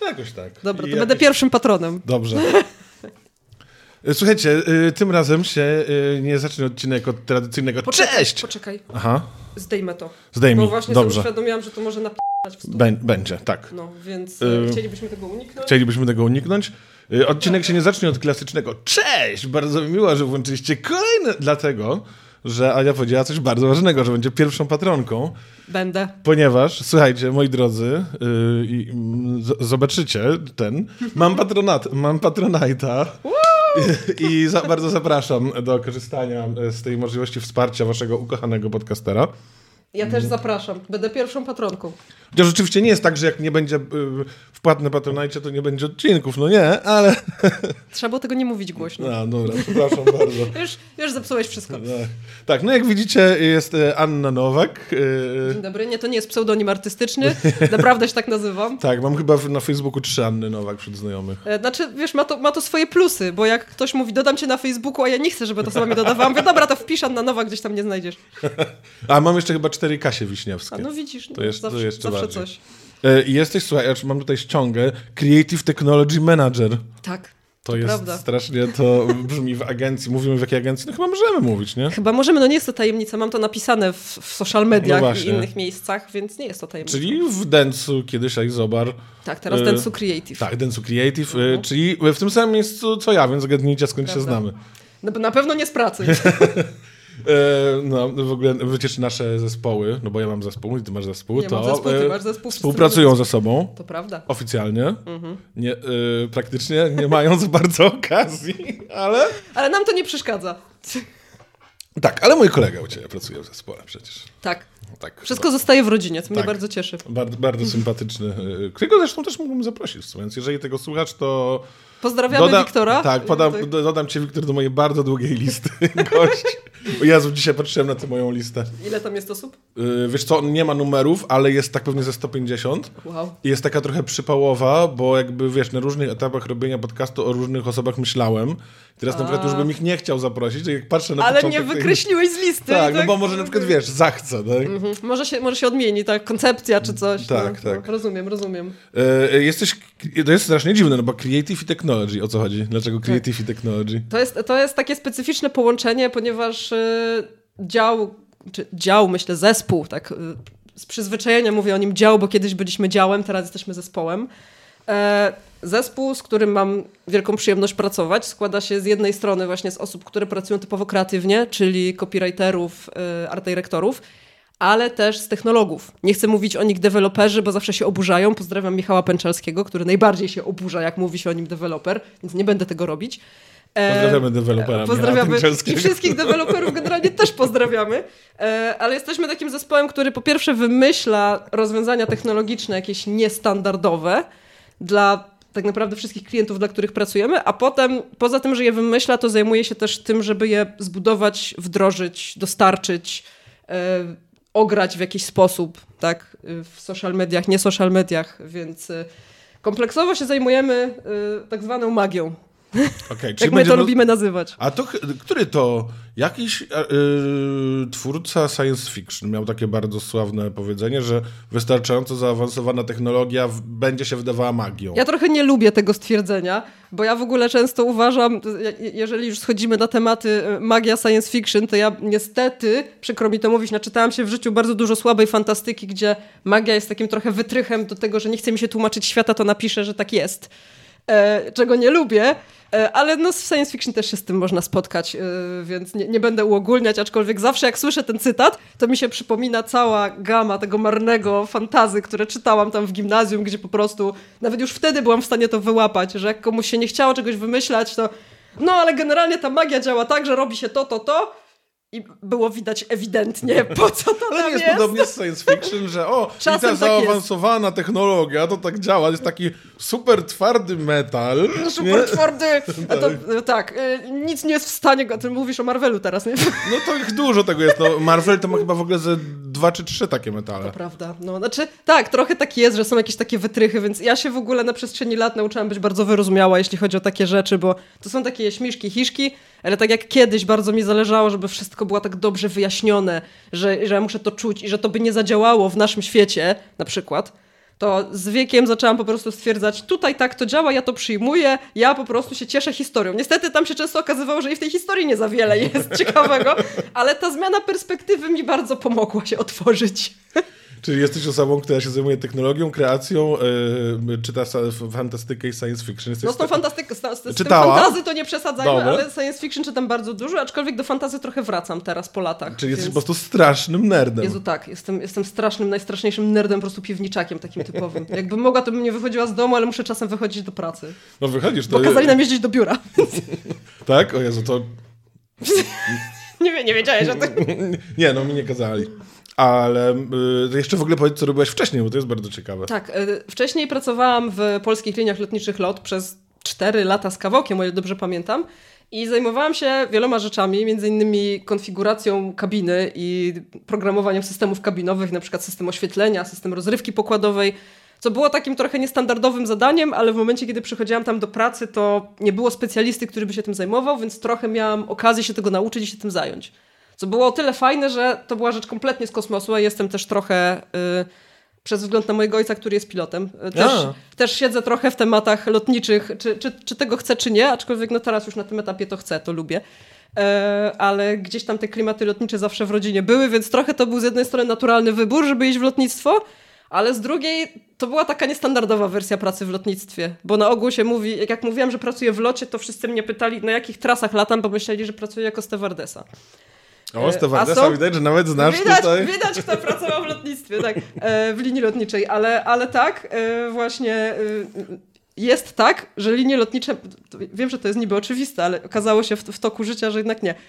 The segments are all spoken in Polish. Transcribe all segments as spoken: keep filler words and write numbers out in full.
Jakoś tak. Dobra, to jakoś... będę pierwszym patronem. Dobrze. Słuchajcie, tym razem się nie zacznie odcinek od tradycyjnego poczekaj, cześć! Poczekaj, Aha. Zdejmę to. Zdejmij, Bo właśnie dobrze. sobie uświadomiłam, że to może napisać w stół. Bę- Będzie, tak. No, więc Y- chcielibyśmy tego uniknąć. Chcielibyśmy tego uniknąć. Odcinek się nie zacznie od klasycznego cześć! Bardzo mi miło, że włączyliście kolejny, dlatego, że Ania powiedziała coś bardzo ważnego, że będzie pierwszą patronką. Będę. Ponieważ, słuchajcie, moi drodzy, yy, i, z- zobaczycie ten, mam patronat, mam patronajta i, i za, bardzo zapraszam do korzystania z tej możliwości wsparcia waszego ukochanego podcastera. Ja też zapraszam. Będę pierwszą patronką. Chociaż rzeczywiście nie jest tak, że jak nie będzie yy, wpłat na patronajcie, to nie będzie odcinków, no nie, ale... Trzeba było tego nie mówić głośno. No, dobra, przepraszam bardzo. Już, już zepsułeś wszystko. No. Tak, no jak widzicie, jest e, Anna Nowak. e, Dzień dobry. Nie, to nie jest pseudonim artystyczny. Naprawdę się tak nazywam. Tak, mam chyba w- na Facebooku trzy Anny Nowak wśród znajomych. E, Znaczy, wiesz, ma to, ma to swoje plusy, bo jak ktoś mówi, dodam cię na Facebooku, a ja nie chcę, żeby to sama mnie dodawała, mówię, dobra, to wpisz Anna Nowak, gdzieś tam nie znajdziesz. A mam jeszcze chyba cztery Kasie Wiśniewskie. A no widzisz, no, To jest- to zawsze, jeszcze zawsze bardziej. coś. E, I jesteś, słuchaj, ja mam tutaj ściągę Creative Technology Manager. Tak. To jest prawda. strasznie, to brzmi w agencji. Mówimy w jakiej agencji? No chyba możemy mówić, nie? Chyba możemy, no nie jest to tajemnica, mam to napisane w, w social mediach No i właśnie. innych miejscach, więc nie jest to tajemnica. Czyli w Dentsu kiedyś Izobar. Tak, teraz e, Dentsu Creative. Tak, Dentsu Creative, e, Mhm. czyli w tym samym miejscu co ja, więc zgadnijcie skąd się Prawda. znamy. No, bo na pewno nie z pracy. E, no, w ogóle przecież nasze zespoły, no bo ja mam zespół i ty masz zespół, Ja to mam zespół, ty e, masz zespół, wszyscy współpracują mamy ze sobą To prawda. oficjalnie, Mhm. nie, e, praktycznie nie mają za bardzo okazji, ale... Ale nam to nie przeszkadza. Tak, ale mój kolega u ciebie pracuje w zespole przecież. Tak. Tak, Wszystko zostaje w rodzinie, co mnie Tak. bardzo cieszy. Bardzo, bardzo sympatyczny, e, którego zresztą też mógłbym zaprosić w sumie, więc jeżeli tego słuchasz, to... Pozdrawiamy Doda- Wiktora. Tak, podam, Tak. do- dodam cię, Wiktor, do mojej bardzo długiej listy gości. O Jezu, dzisiaj patrzyłem na tę moją listę. Ile tam jest osób? Yy, wiesz co, on nie ma numerów, ale jest tak pewnie ze sto pięćdziesiąt. Wow. I jest taka trochę przypałowa, bo jakby, wiesz, na różnych etapach robienia podcastu o różnych osobach myślałem. Teraz na przykład już bym ich nie chciał zaprosić, to jak patrzę na Ale początek... mnie tej- wykreśliłeś z listy. Tak, no bo może na przykład, wiesz, zachce, tak? Mhm. Może, się, może się odmieni, tak? Koncepcja czy coś. Tak, no, tak. No, rozumiem, rozumiem. Yy, jesteś... To jest strasznie dziwne, no bo Creative i Technology, o co chodzi? Dlaczego Creative i Technology? To jest, to jest takie specyficzne połączenie, ponieważ y, dział, czy dział, myślę, zespół, tak y, z przyzwyczajenia mówię o nim dział, bo kiedyś byliśmy działem, teraz jesteśmy zespołem. E, zespół, z którym mam wielką przyjemność pracować, składa się z jednej strony właśnie z osób, które pracują typowo kreatywnie, czyli copywriterów, y, art dyrektorów, ale też z technologów. Nie chcę mówić o nich deweloperzy, bo zawsze się oburzają. Pozdrawiam Michała Pęczelskiego, który najbardziej się oburza, jak mówi się o nim deweloper, więc nie będę tego robić. E, Pozdrawiamy dewelopera. Pozdrawiamy Michała i Pęczelskiego. wszystkich deweloperów generalnie też pozdrawiamy. E, ale jesteśmy takim zespołem, który po pierwsze wymyśla rozwiązania technologiczne, jakieś niestandardowe dla tak naprawdę wszystkich klientów, dla których pracujemy, a potem poza tym, że je wymyśla, to zajmuje się też tym, żeby je zbudować, wdrożyć, dostarczyć, e, ograć w jakiś sposób, tak, w social mediach, nie social mediach, więc e, kompleksowo się zajmujemy e, tak zwaną magią. Okay, Jak my to lubimy nazywać. A to, ch- który to jakiś yy, twórca science fiction miał takie bardzo sławne powiedzenie, że wystarczająco zaawansowana technologia w, będzie się wydawała magią. Ja trochę nie lubię tego stwierdzenia, bo ja w ogóle często uważam, je- jeżeli już schodzimy na tematy e, magia science fiction, to ja niestety, przykro mi to mówić, naczytałam się w życiu bardzo dużo słabej fantastyki, gdzie magia jest takim trochę wytrychem do tego, że nie chce mi się tłumaczyć świata, to napiszę, że tak jest. E, czego nie lubię, e, ale no w science fiction też się z tym można spotkać, e, więc nie, nie będę uogólniać, aczkolwiek zawsze jak słyszę ten cytat, to mi się przypomina cała gama tego marnego fantazy, które czytałam tam w gimnazjum, gdzie po prostu nawet już wtedy byłam w stanie to wyłapać, że jak komuś się nie chciało czegoś wymyślać, to no ale generalnie ta magia działa tak, że robi się to, to, to i było widać ewidentnie, po co to Ale tam nie jest jest. podobnie z science fiction, że o, i Czasem ta tak zaawansowana technologia, to tak działa, jest taki super twardy metal. Super nie? twardy. A to, tak, y, nic nie jest w stanie go. Ty mówisz o Marvelu teraz, nie? No to ich dużo tego jest. No, Marvel to ma chyba w ogóle ze dwa czy trzy takie metale. To prawda. No, znaczy, tak, trochę tak jest, że są jakieś takie wytrychy, więc ja się w ogóle na przestrzeni lat nauczyłam być bardzo wyrozumiała, jeśli chodzi o takie rzeczy, bo to są takie śmiszki, hiszki, ale tak jak kiedyś bardzo mi zależało, żeby wszystko było tak dobrze wyjaśnione, że, że ja muszę to czuć i że to by nie zadziałało w naszym świecie, na przykład, to z wiekiem zaczęłam po prostu stwierdzać, tutaj tak to działa, ja to przyjmuję, ja po prostu się cieszę historią. Niestety tam się często okazywało, że i w tej historii nie za wiele jest ciekawego, ale ta zmiana perspektywy mi bardzo pomogła się otworzyć. Czyli jesteś osobą, która się zajmuje technologią, kreacją, yy, czyta fantastykę i science fiction. Jesteś no z tą fantastyką, z, z tym Czytała? fantazy to nie przesadzajmy, Dobra. ale science fiction czytam bardzo dużo, aczkolwiek do fantazy trochę wracam teraz po latach. Czyli jesteś więc... po prostu strasznym nerdem. Jezu, tak, jestem, jestem strasznym, najstraszniejszym nerdem, po prostu piwniczakiem takim typowym. Jakbym mogła, to bym nie wychodziła z domu, ale muszę czasem wychodzić do pracy. No wychodzisz. To... Bo kazali nam jeździć do biura. Tak? O Jezu, to... nie, nie wiedziałeś o tym. Nie, no mi nie kazali. Ale y, jeszcze w ogóle powiedz, co robiłaś wcześniej, bo to jest bardzo ciekawe. Tak, y, wcześniej pracowałam w Polskich Liniach Lotniczych LOT przez cztery lata z kawałkiem, o ile dobrze pamiętam. I zajmowałam się wieloma rzeczami, między innymi konfiguracją kabiny i programowaniem systemów kabinowych, na przykład system oświetlenia, system rozrywki pokładowej, co było takim trochę niestandardowym zadaniem, ale w momencie, kiedy przychodziłam tam do pracy, to nie było specjalisty, który by się tym zajmował, więc trochę miałam okazję się tego nauczyć i się tym zająć. Co było o tyle fajne, że to była rzecz kompletnie z kosmosu, a jestem też trochę... Yy, przez wzgląd na mojego ojca, który jest pilotem. Też, też siedzę trochę w tematach lotniczych, czy, czy, czy tego chcę, czy nie, aczkolwiek no teraz już na tym etapie to chcę, to lubię. E, ale gdzieś tam te klimaty lotnicze zawsze w rodzinie były, więc trochę to był z jednej strony naturalny wybór, żeby iść w lotnictwo, ale z drugiej to była taka niestandardowa wersja pracy w lotnictwie, bo na ogół się mówi, jak, jak mówiłam, że pracuję w locie, to wszyscy mnie pytali, na jakich trasach latam, bo myśleli, że pracuję jako stewardesa. O, stewardesa, są... widać, że nawet znasz widać, tutaj. Widać, kto pracował w lotnictwie, tak, w linii lotniczej, ale, ale tak, właśnie jest tak, że linie lotnicze, wiem, że to jest niby oczywiste, ale okazało się w, w toku życia, że jednak nie.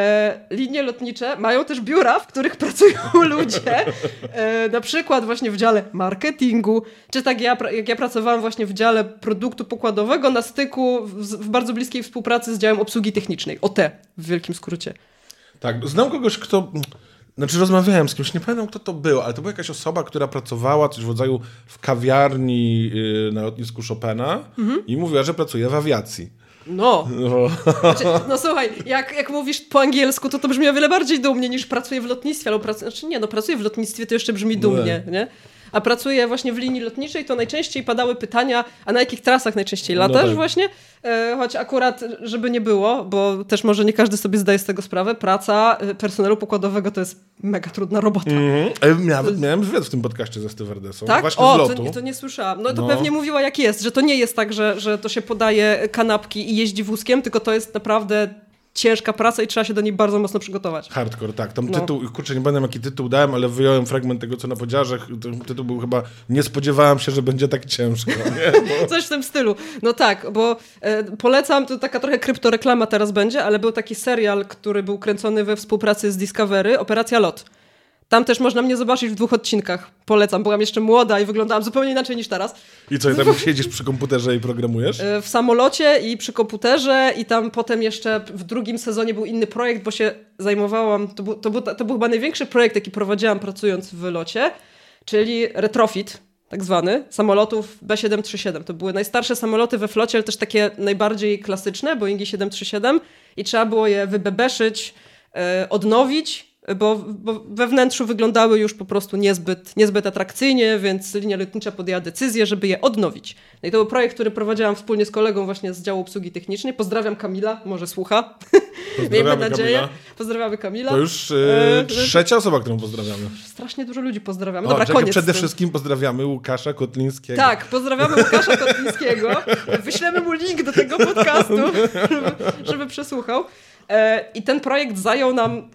Linie lotnicze mają też biura, w których pracują ludzie, na przykład właśnie w dziale marketingu, czy tak ja, jak ja pracowałam właśnie w dziale produktu pokładowego na styku w, w bardzo bliskiej współpracy z działem obsługi technicznej, O T w wielkim skrócie. Tak, znam kogoś, kto... Znaczy rozmawiałem z kimś, nie pamiętam kto to był, ale to była jakaś osoba, która pracowała coś w rodzaju w kawiarni yy, na lotnisku Chopina mhm. i mówiła, że pracuje w awiacji. No. No, znaczy, no słuchaj, jak, jak mówisz po angielsku, to to brzmi o wiele bardziej dumnie niż pracuję w lotnictwie, albo pracuję, znaczy nie, no pracuję w lotnictwie, to jeszcze brzmi dumnie, nie? A pracuję właśnie w linii lotniczej, to najczęściej padały pytania, a na jakich trasach najczęściej latasz no tak. właśnie? E, choć akurat, żeby nie było, bo też może nie każdy sobie zdaje z tego sprawę, praca personelu pokładowego to jest mega trudna robota. Mm-hmm. Nawet miałem wywiad w tym podcaście ze stewardessą. Tak? Właśnie o, z lotu. To, to nie słyszałam. No to no. pewnie mówiła jak jest, że to nie jest tak, że, że to się podaje kanapki i jeździ wózkiem, tylko to jest naprawdę... ciężka praca i trzeba się do niej bardzo mocno przygotować. Hardcore, tak. Tam no. tytuł, kurczę, nie pamiętam jaki tytuł dałem, ale wyjąłem fragment tego, co na podziarzach. Ten tytuł był chyba, nie spodziewałem się, że będzie tak ciężko. Nie? Bo... Coś w tym stylu. No tak, bo e, polecam, to taka trochę kryptoreklama teraz będzie, ale był taki serial, który był kręcony we współpracy z Discovery, Operacja LOT. Tam też można mnie zobaczyć w dwóch odcinkach. Polecam, byłam jeszcze młoda i wyglądałam zupełnie inaczej niż teraz. I co, i tam siedzisz przy komputerze i programujesz? W samolocie i przy komputerze i tam potem jeszcze w drugim sezonie był inny projekt, bo się zajmowałam, to był, to był, to był chyba największy projekt, jaki prowadziłam pracując w locie, czyli retrofit, tak zwany, samolotów B siedem trzy siedem. To były najstarsze samoloty we flocie, ale też takie najbardziej klasyczne, Boeingi siedem trzy siedem i trzeba było je wybebeszyć, yy, odnowić, Bo, bo we wnętrzu wyglądały już po prostu niezbyt, niezbyt atrakcyjnie, więc linia lotnicza podjęła decyzję, żeby je odnowić. No i to był projekt, który prowadziłam wspólnie z kolegą właśnie z działu obsługi technicznej. Pozdrawiam Kamila, może słucha. Miejmy nadzieję. Kamila. Pozdrawiamy Kamila. To już yy, e, trzecia osoba, którą pozdrawiamy. Strasznie dużo ludzi pozdrawiamy. O, Dobra, czekaj, koniec. Przede wszystkim pozdrawiamy Łukasza Kotlińskiego. Tak, pozdrawiamy Łukasza Kotlińskiego. Wyślemy mu link do tego podcastu, żeby, żeby przesłuchał. E, I ten projekt zajął nam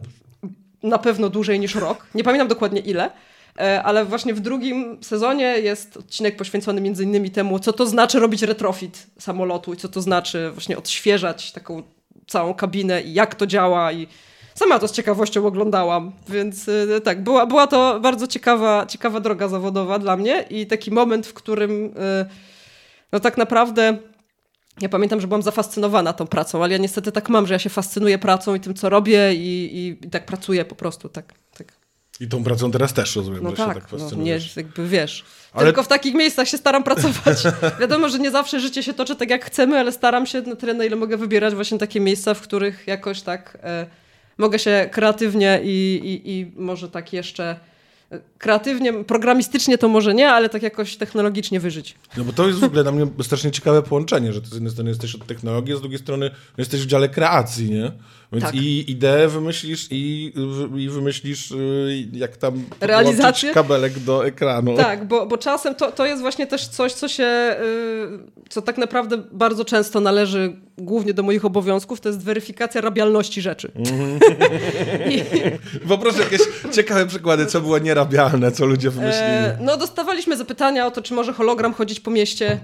na pewno dłużej niż rok. Nie pamiętam dokładnie ile, ale właśnie w drugim sezonie jest odcinek poświęcony między innymi temu, co to znaczy robić retrofit samolotu i co to znaczy właśnie odświeżać taką całą kabinę i jak to działa i sama to z ciekawością oglądałam, więc tak, była, była to bardzo ciekawa, ciekawa droga zawodowa dla mnie i taki moment, w którym no tak naprawdę ja pamiętam, że byłam zafascynowana tą pracą, ale ja niestety tak mam, że ja się fascynuję pracą i tym, co robię i, i, i tak pracuję po prostu, tak, tak. I tą pracą teraz też rozumiem, no że tak, się tak fascynujesz. No nie, jakby wiesz, ale... tylko w takich miejscach się staram pracować. Wiadomo, że nie zawsze życie się toczy tak, jak chcemy, ale staram się na tyle, na ile mogę wybierać właśnie takie miejsca, w których jakoś tak e, mogę się kreatywnie i, i, i może tak jeszcze kreatywnie, programistycznie to może nie, ale tak jakoś technologicznie wyżyć. No bo to jest w ogóle dla mnie strasznie ciekawe połączenie, że ty z jednej strony jesteś od technologii, a z drugiej strony jesteś w dziale kreacji, nie? Więc tak. i ideę wymyślisz i, i wymyślisz jak tam realizację kabelek do ekranu. Tak, bo, bo czasem to, to jest właśnie też coś, co się, co tak naprawdę bardzo często należy głównie do moich obowiązków, to jest weryfikacja rabialności rzeczy. Mm. I... Poproszę jakieś ciekawe przykłady, co było nierabialne, co ludzie wymyślili. E, no dostawaliśmy zapytania o to, czy może hologram chodzić po mieście.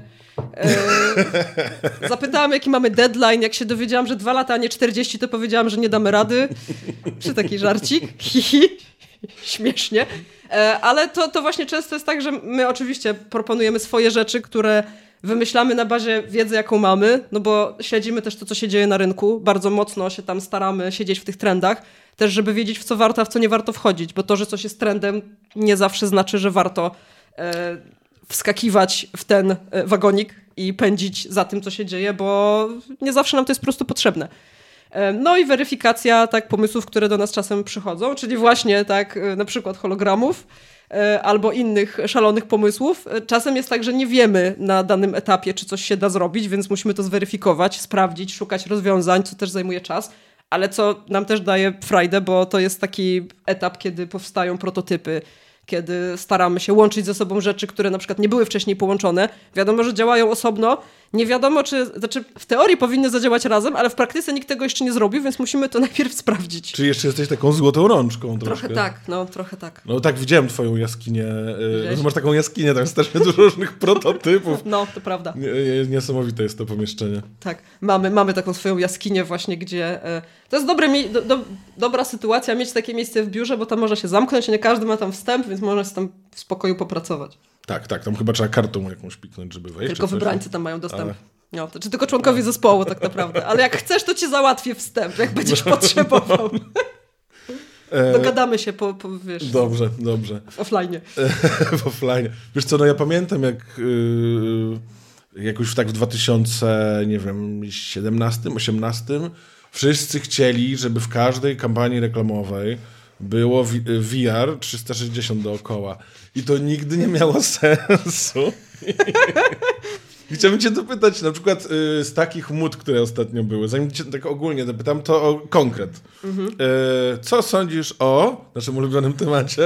E, zapytałam, jaki mamy deadline. Jak się dowiedziałam, że dwa lata, a nie czterdzieści, to powiedziałam, że nie damy rady. Czy taki żarcik? Śmiesznie. E, ale to, to właśnie często jest tak, że my oczywiście proponujemy swoje rzeczy, które wymyślamy na bazie wiedzy, jaką mamy, no bo śledzimy też to, co się dzieje na rynku. Bardzo mocno się tam staramy siedzieć w tych trendach. Też, żeby wiedzieć, w co warto, a w co nie warto wchodzić, bo to, że coś jest trendem, nie zawsze znaczy, że warto e, wskakiwać w ten wagonik i pędzić za tym, co się dzieje, bo nie zawsze nam to jest po prostu potrzebne. No i weryfikacja tak pomysłów, które do nas czasem przychodzą, czyli właśnie tak na przykład hologramów albo innych szalonych pomysłów. Czasem jest tak, że nie wiemy na danym etapie, czy coś się da zrobić, więc musimy to zweryfikować, sprawdzić, szukać rozwiązań, co też zajmuje czas, ale co nam też daje frajdę, bo to jest taki etap, kiedy powstają prototypy, kiedy staramy się łączyć ze sobą rzeczy, które na przykład nie były wcześniej połączone. Wiadomo, że działają osobno. Nie wiadomo, czy... Znaczy, w teorii powinny zadziałać razem, ale w praktyce nikt tego jeszcze nie zrobił, więc musimy to najpierw sprawdzić. Czyli jeszcze jesteś taką złotą rączką troszkę. Trochę tak, no trochę tak. No tak, widziałem twoją jaskinię. Yy, masz taką jaskinię, tam jest też dużo różnych prototypów. No, to prawda. Niesamowite jest to pomieszczenie. Tak, mamy, mamy taką swoją jaskinię właśnie, gdzie... Yy, to jest dobre, do, do, dobra sytuacja mieć takie miejsce w biurze, bo tam można się zamknąć, nie każdy ma tam wstęp, więc można się tam w spokoju popracować. Tak, tak, tam chyba trzeba kartą jakąś piknąć, żeby wejść. Tylko wybrańcy tam mają dostęp. Ale... No, to, czy tylko członkowie zespołu tak naprawdę. Ale jak chcesz, to ci załatwię wstęp, jak będziesz no, potrzebował. No. Dogadamy się po, po wiesz... Dobrze, dobrze. W offline. W offline. Wiesz co, no ja pamiętam jak yy, jak już tak w dwa tysiące siedemnastym, osiemnastym wszyscy chcieli, żeby w każdej kampanii reklamowej było V R trzysta sześćdziesiąt dookoła. I to nigdy nie miało sensu. I chciałbym cię dopytać na przykład y, z takich mód, które ostatnio były, zanim cię tak ogólnie dopytam, to o konkret. Mhm. Y, co sądzisz o naszym ulubionym temacie?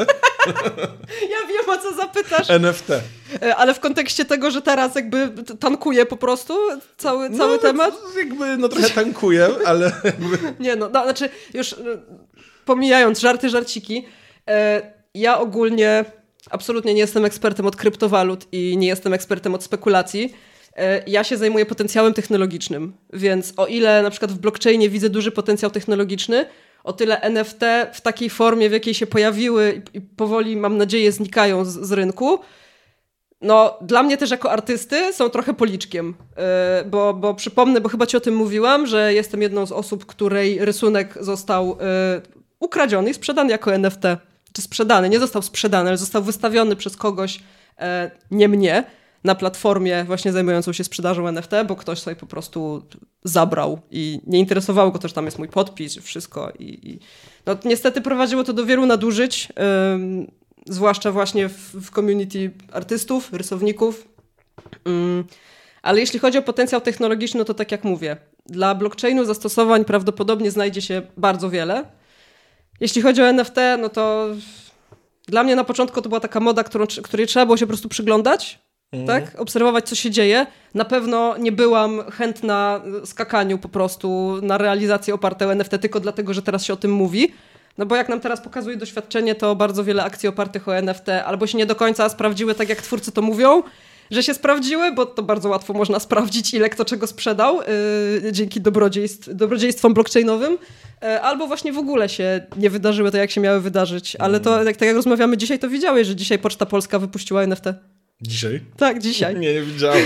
Ja wiem, o co zapytasz. N F T. Ale w kontekście tego, że teraz jakby tankuje po prostu cały, cały no, temat? Jakby, no trochę tankuje, ale jakby... Nie no, no, znaczy już pomijając żarty, żarciki, ja ogólnie absolutnie nie jestem ekspertem od kryptowalut i nie jestem ekspertem od spekulacji. Ja się zajmuję potencjałem technologicznym, więc o ile na przykład w blockchainie widzę duży potencjał technologiczny, o tyle N F T w takiej formie, w jakiej się pojawiły i powoli, mam nadzieję, znikają z, z rynku, no dla mnie też jako artysty są trochę policzkiem, yy, bo, bo przypomnę, bo chyba ci o tym mówiłam, że jestem jedną z osób, której rysunek został yy, ukradziony i sprzedany jako N F T. Czy sprzedany, nie został sprzedany, ale został wystawiony przez kogoś, yy, nie mnie, na platformie właśnie zajmującą się sprzedażą N F T, bo ktoś sobie po prostu zabrał i nie interesowało go to, że tam jest mój podpis, wszystko. I, i no, niestety prowadziło to do wielu nadużyć, ym, zwłaszcza właśnie w, w community artystów, rysowników. Ym, ale jeśli chodzi o potencjał technologiczny, no to tak jak mówię, dla blockchainu zastosowań prawdopodobnie znajdzie się bardzo wiele. Jeśli chodzi o N F T, no to dla mnie na początku to była taka moda, którą, której trzeba było się po prostu przyglądać, Mhm. tak? Obserwować, co się dzieje. Na pewno nie byłam chętna skakaniu po prostu na realizację oparte o N F T tylko dlatego, że teraz się o tym mówi. No bo jak nam teraz pokazuje doświadczenie, to bardzo wiele akcji opartych o N F T albo się nie do końca sprawdziły tak, jak twórcy to mówią, że się sprawdziły, bo to bardzo łatwo można sprawdzić, ile kto czego sprzedał yy, dzięki dobrodziejstw, dobrodziejstwom blockchainowym, yy, albo właśnie w ogóle się nie wydarzyły tak, jak się miały wydarzyć. Ale to, tak, tak jak rozmawiamy dzisiaj, to widziałeś, że dzisiaj Poczta Polska wypuściła N F T. Dzisiaj? Tak, dzisiaj. Nie, nie widziałem.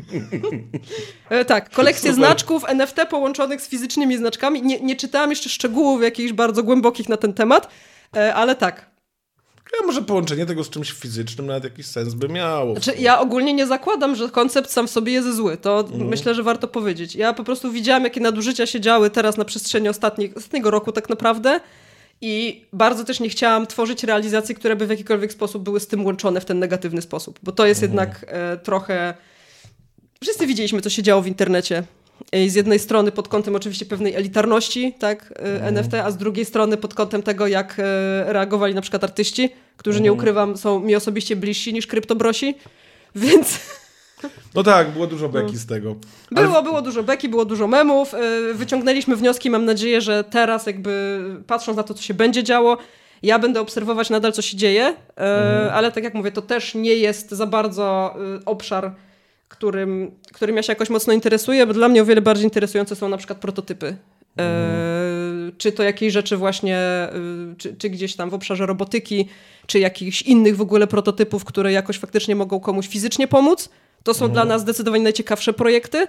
e, tak, kolekcje Super. Znaczków N F T połączonych z fizycznymi znaczkami. Nie, nie czytałam jeszcze szczegółów jakichś bardzo głębokich na ten temat, e, ale tak. Ja może połączenie tego z czymś fizycznym nawet jakiś sens by miało. Znaczy, ja ogólnie nie zakładam, że koncept sam w sobie jest zły. To mhm. myślę, że warto powiedzieć. Ja po prostu widziałam, jakie nadużycia się działy teraz na przestrzeni ostatnich, ostatniego roku tak naprawdę. I bardzo też nie chciałam tworzyć realizacji, które by w jakikolwiek sposób były z tym łączone w ten negatywny sposób. Bo to jest mhm. jednak e, trochę... Wszyscy widzieliśmy, co się działo w internecie. I z jednej strony pod kątem oczywiście pewnej elitarności, tak, mhm. N F T, a z drugiej strony pod kątem tego, jak e, reagowali na przykład artyści, którzy, mhm. nie ukrywam, są mi osobiście bliżsi niż kryptobrosi. Więc... No tak, było dużo beki no. z tego. Ale... Było, było dużo beki, było dużo memów. Wyciągnęliśmy wnioski, mam nadzieję, że teraz jakby patrząc na to, co się będzie działo, ja będę obserwować nadal, co się dzieje, mhm. ale tak jak mówię, to też nie jest za bardzo obszar, którym, którym ja się jakoś mocno interesuję, bo dla mnie o wiele bardziej interesujące są na przykład prototypy. Mhm. Czy to jakieś rzeczy właśnie, czy, czy gdzieś tam w obszarze robotyki, czy jakichś innych w ogóle prototypów, które jakoś faktycznie mogą komuś fizycznie pomóc. To są mhm. dla nas zdecydowanie najciekawsze projekty.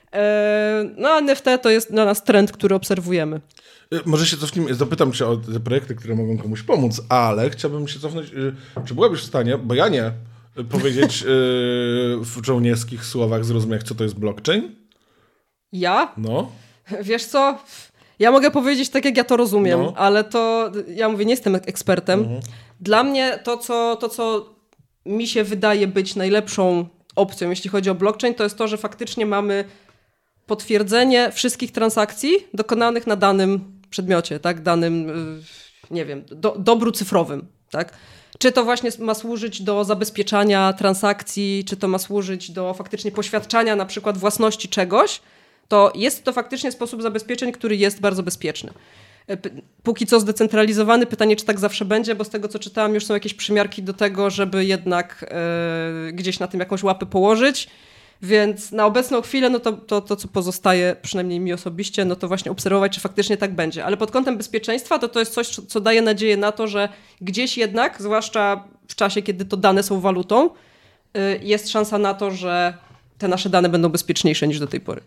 No a N F T to jest dla nas trend, który obserwujemy. Może się cofnijmy, zapytam cię o te projekty, które mogą komuś pomóc, ale chciałbym się cofnąć, czy byłabyś w stanie, bo ja nie, powiedzieć w żołnierskich słowach zrozumieć, co to jest blockchain? Ja? No. Wiesz co? Ja mogę powiedzieć tak, jak ja to rozumiem, no. ale to, ja mówię, nie jestem ekspertem. Mhm. Dla mnie to co, to, co mi się wydaje być najlepszą opcją, jeśli chodzi o blockchain, to jest to, że faktycznie mamy potwierdzenie wszystkich transakcji dokonanych na danym przedmiocie, tak, danym, nie wiem, do, dobru cyfrowym, tak. Czy to właśnie ma służyć do zabezpieczania transakcji, czy to ma służyć do faktycznie poświadczania na przykład własności czegoś, to jest to faktycznie sposób zabezpieczeń, który jest bardzo bezpieczny. Póki co zdecentralizowany, pytanie, czy tak zawsze będzie, bo z tego, co czytałam, już są jakieś przymiarki do tego, żeby jednak yy, gdzieś na tym jakąś łapę położyć, więc na obecną chwilę, no to, to, to, co pozostaje, przynajmniej mi osobiście, no to właśnie obserwować, czy faktycznie tak będzie. Ale pod kątem bezpieczeństwa, to to jest coś, co daje nadzieję na to, że gdzieś jednak, zwłaszcza w czasie, kiedy to dane są walutą, yy, jest szansa na to, że te nasze dane będą bezpieczniejsze niż do tej pory.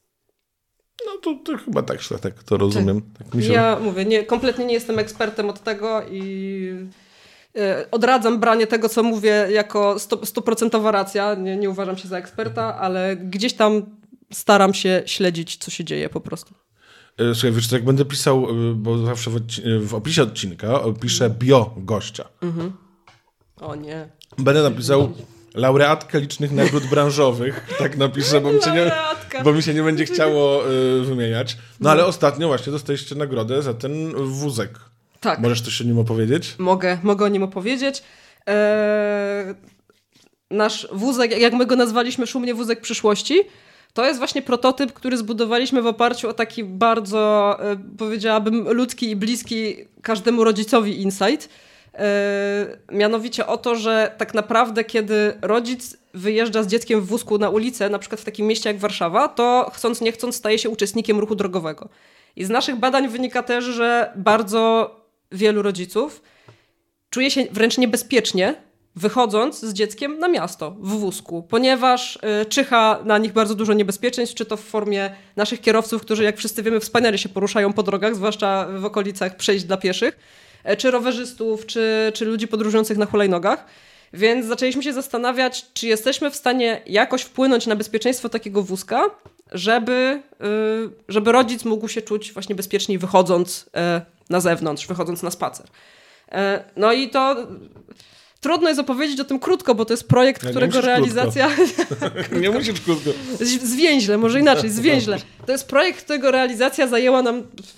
No to, to chyba tak, tak to rozumiem. Tak mi się... Ja mówię, nie, kompletnie nie jestem ekspertem od tego i y, odradzam branie tego, co mówię, jako stuprocentowa racja. Nie, nie uważam się za eksperta, ale gdzieś tam staram się śledzić, co się dzieje po prostu. Słuchaj, wiesz co, jak będę pisał, bo zawsze w, odci- w opisie odcinka piszę bio gościa. Mhm. O nie. Będę napisał laureatkę licznych nagród branżowych, tak napiszę, bo mi się nie, bo mi się nie będzie chciało y, wymieniać. No ale ostatnio właśnie dostaliście nagrodę za ten wózek. Tak. Możesz coś o nim opowiedzieć? Mogę, mogę o nim opowiedzieć. Eee, nasz wózek, jak my go nazwaliśmy szumnie wózek przyszłości, to jest właśnie prototyp, który zbudowaliśmy w oparciu o taki bardzo, e, powiedziałabym, ludzki i bliski każdemu rodzicowi insight. Yy, mianowicie o to, że tak naprawdę kiedy rodzic wyjeżdża z dzieckiem w wózku na ulicę, na przykład w takim mieście jak Warszawa, to chcąc nie chcąc staje się uczestnikiem ruchu drogowego. I z naszych badań wynika też, że bardzo wielu rodziców czuje się wręcz niebezpiecznie, wychodząc z dzieckiem na miasto w wózku, ponieważ yy, czyha na nich bardzo dużo niebezpieczeństw, czy to w formie naszych kierowców, którzy jak wszyscy wiemy wspaniale się poruszają po drogach, zwłaszcza w okolicach przejść dla pieszych, czy rowerzystów, czy, czy ludzi podróżujących na hulajnogach. Więc zaczęliśmy się zastanawiać, czy jesteśmy w stanie jakoś wpłynąć na bezpieczeństwo takiego wózka, żeby, yy, żeby rodzic mógł się czuć właśnie bezpieczniej wychodząc yy, na zewnątrz, wychodząc na spacer. Yy, no i to trudno jest opowiedzieć o tym krótko, bo to jest projekt, ja którego realizacja... nie musisz krótko. Zwięźle, może inaczej, zwięźle. To jest projekt, którego realizacja zajęła nam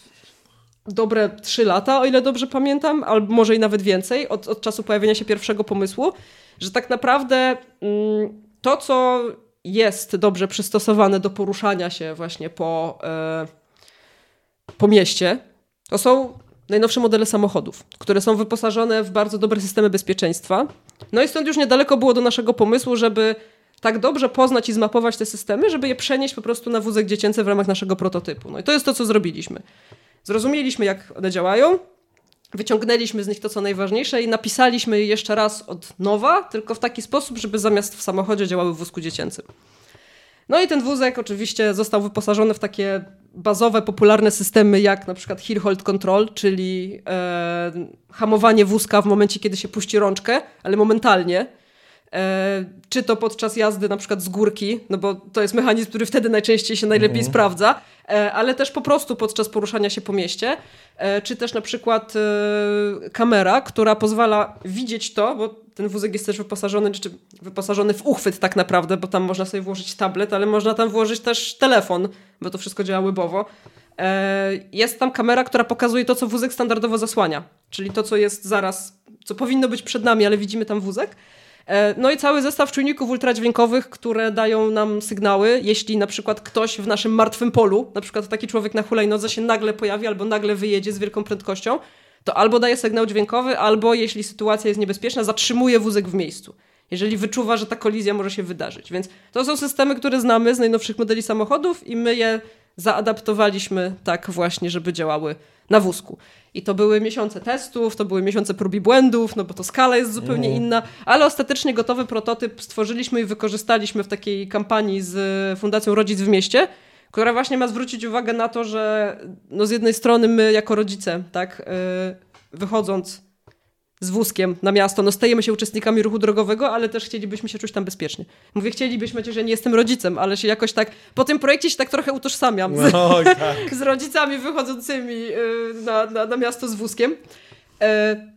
dobre trzy lata, o ile dobrze pamiętam, albo może i nawet więcej, od, od czasu pojawienia się pierwszego pomysłu, że tak naprawdę mm, to, co jest dobrze przystosowane do poruszania się właśnie po, e, po mieście, to są najnowsze modele samochodów, które są wyposażone w bardzo dobre systemy bezpieczeństwa. No i stąd już niedaleko było do naszego pomysłu, żeby tak dobrze poznać i zmapować te systemy, żeby je przenieść po prostu na wózek dziecięcy w ramach naszego prototypu. No i to jest to, co zrobiliśmy. Zrozumieliśmy, jak one działają, wyciągnęliśmy z nich to, co najważniejsze i napisaliśmy je jeszcze raz od nowa, tylko w taki sposób, żeby zamiast w samochodzie działały w wózku dziecięcym. No i ten wózek oczywiście został wyposażony w takie bazowe, popularne systemy, jak na przykład Hill Hold Control, czyli e, hamowanie wózka w momencie, kiedy się puści rączkę, ale momentalnie. E, czy to podczas jazdy na przykład z górki, no bo to jest mechanizm, który wtedy najczęściej się najlepiej mhm. sprawdza, e, ale też po prostu podczas poruszania się po mieście, e, czy też na przykład e, kamera, która pozwala widzieć to, bo ten wózek jest też wyposażony, czy wyposażony w uchwyt tak naprawdę, bo tam można sobie włożyć tablet, ale można tam włożyć też telefon, bo to wszystko działa łybowo. E, jest tam kamera, która pokazuje to, co wózek standardowo zasłania, czyli to, co jest zaraz, co powinno być przed nami, ale widzimy tam wózek. No i cały zestaw czujników ultradźwiękowych, które dają nam sygnały, jeśli na przykład ktoś w naszym martwym polu, na przykład taki człowiek na hulajnodze się nagle pojawi albo nagle wyjedzie z wielką prędkością, to albo daje sygnał dźwiękowy, albo jeśli sytuacja jest niebezpieczna, zatrzymuje wózek w miejscu, jeżeli wyczuwa, że ta kolizja może się wydarzyć. Więc to są systemy, które znamy z najnowszych modeli samochodów i my je zaadaptowaliśmy tak właśnie, żeby działały na wózku. I to były miesiące testów, to były miesiące prób i błędów, no bo to skala jest zupełnie mm. inna, ale ostatecznie gotowy prototyp stworzyliśmy i wykorzystaliśmy w takiej kampanii z Fundacją Rodzic w Mieście, która właśnie ma zwrócić uwagę na to, że no z jednej strony my jako rodzice, tak, yy, wychodząc z wózkiem na miasto, no stajemy się uczestnikami ruchu drogowego, ale też chcielibyśmy się czuć tam bezpiecznie. Mówię, chcielibyśmy, chociaż ja nie jestem rodzicem, ale się jakoś tak, po tym projekcie się tak trochę utożsamiam z, no, tak. z rodzicami wychodzącymi yy, na, na, na miasto z wózkiem. Yy,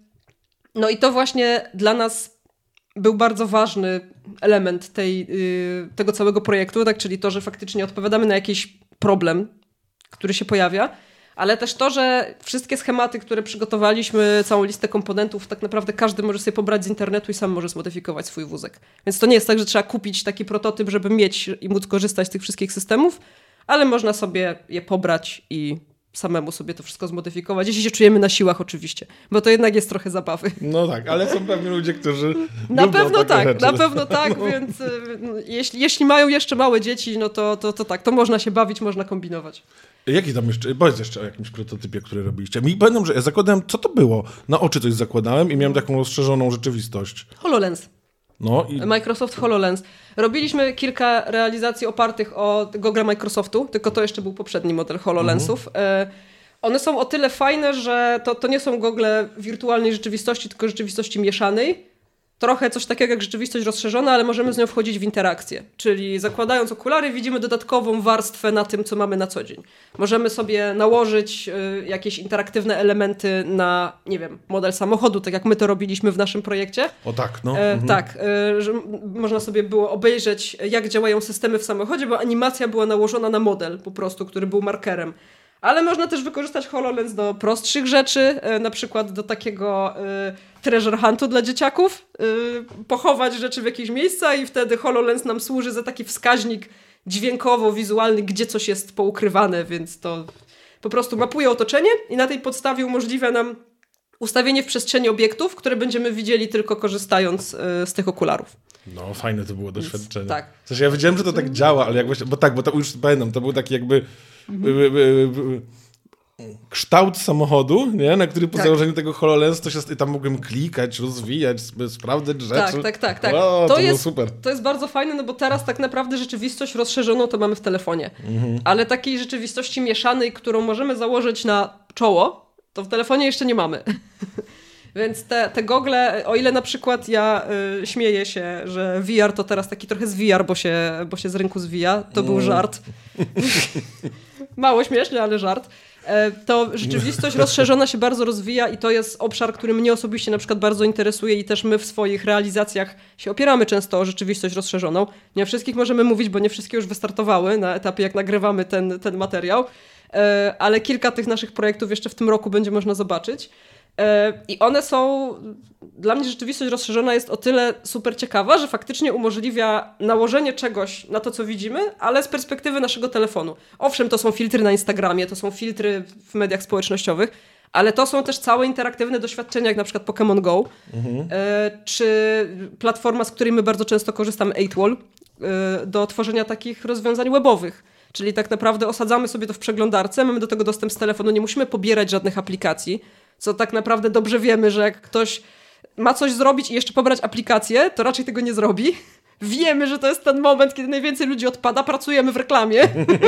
no i to właśnie dla nas był bardzo ważny element tej, yy, tego całego projektu, tak, czyli to, że faktycznie odpowiadamy na jakiś problem, który się pojawia, ale też to, że wszystkie schematy, które przygotowaliśmy, całą listę komponentów, tak naprawdę każdy może sobie pobrać z internetu i sam może zmodyfikować swój wózek. Więc to nie jest tak, że trzeba kupić taki prototyp, żeby mieć i móc korzystać z tych wszystkich systemów, ale można sobie je pobrać i samemu sobie to wszystko zmodyfikować, jeśli się czujemy na siłach oczywiście, bo to jednak jest trochę zabawy. No tak, ale są pewnie ludzie, którzy na pewno tak, rzeczy. na pewno tak, no. Więc no, jeśli, jeśli mają jeszcze małe dzieci, no to, to, to tak, to można się bawić, można kombinować. Jaki tam jeszcze, powiedz jeszcze o jakimś prototypie, który robiliście. Mi pamiętam, że ja zakładałem, co to było? Na oczy coś zakładałem i miałem taką rozszerzoną rzeczywistość. HoloLens. No i... Microsoft HoloLens. Robiliśmy kilka realizacji opartych o Google Microsoftu, tylko to jeszcze był poprzedni model HoloLensów. Mhm. One są o tyle fajne, że to, to nie są gogle wirtualnej rzeczywistości, tylko rzeczywistości mieszanej. Trochę coś takiego jak rzeczywistość rozszerzona, ale możemy z nią wchodzić w interakcję. Czyli zakładając okulary widzimy dodatkową warstwę na tym, co mamy na co dzień. Możemy sobie nałożyć y, jakieś interaktywne elementy na, nie wiem, model samochodu, tak jak my to robiliśmy w naszym projekcie. O tak, no. E, mhm. Tak, y, że można sobie było obejrzeć, jak działają systemy w samochodzie, bo animacja była nałożona na model po prostu, który był markerem. Ale można też wykorzystać HoloLens do prostszych rzeczy, na przykład do takiego y, treasure huntu dla dzieciaków, y, pochować rzeczy w jakieś miejsca i wtedy HoloLens nam służy za taki wskaźnik dźwiękowo-wizualny, gdzie coś jest poukrywane, więc to po prostu mapuje otoczenie i na tej podstawie umożliwia nam ustawienie w przestrzeni obiektów, które będziemy widzieli tylko korzystając y, z tych okularów. No, fajne to było doświadczenie. Więc, tak. W sensie ja wiedziałem, że to tak działa, ale jak właśnie, bo tak, bo to już pamiętam, to był taki jakby mhm. kształt samochodu, nie? Na który po tak. założeniu tego HoloLens to się tam mogłem klikać, rozwijać, sprawdzać rzeczy. Tak, tak, tak. tak. O, to, to jest super. To jest bardzo fajne, no bo teraz tak naprawdę rzeczywistość rozszerzoną to mamy w telefonie. Mhm. Ale takiej rzeczywistości mieszanej, którą możemy założyć na czoło, to w telefonie jeszcze nie mamy. Więc te, te gogle, o ile na przykład ja y, śmieję się, że V R to teraz taki trochę z V R, bo się, bo się z rynku zwija, to był żart. Mało śmieszny, ale żart. E, to rzeczywistość rozszerzona się bardzo rozwija i to jest obszar, który mnie osobiście na przykład bardzo interesuje i też my w swoich realizacjach się opieramy często o rzeczywistość rozszerzoną. Nie o wszystkich możemy mówić, bo nie wszystkie już wystartowały na etapie, jak nagrywamy ten, ten materiał, e, ale kilka tych naszych projektów jeszcze w tym roku będzie można zobaczyć. I one są, dla mnie rzeczywistość rozszerzona jest o tyle super ciekawa, że faktycznie umożliwia nałożenie czegoś na to, co widzimy, ale z perspektywy naszego telefonu. Owszem, to są filtry na Instagramie, to są filtry w mediach społecznościowych, ale to są też całe interaktywne doświadczenia, jak na przykład Pokémon Go, mhm. czy platforma, z której my bardzo często korzystamy, eight wall, do tworzenia takich rozwiązań webowych. Czyli tak naprawdę osadzamy sobie to w przeglądarce, mamy do tego dostęp z telefonu, nie musimy pobierać żadnych aplikacji, co tak naprawdę dobrze wiemy, że jak ktoś ma coś zrobić i jeszcze pobrać aplikację, to raczej tego nie zrobi. Wiemy, że to jest ten moment, kiedy najwięcej ludzi odpada, pracujemy w reklamie.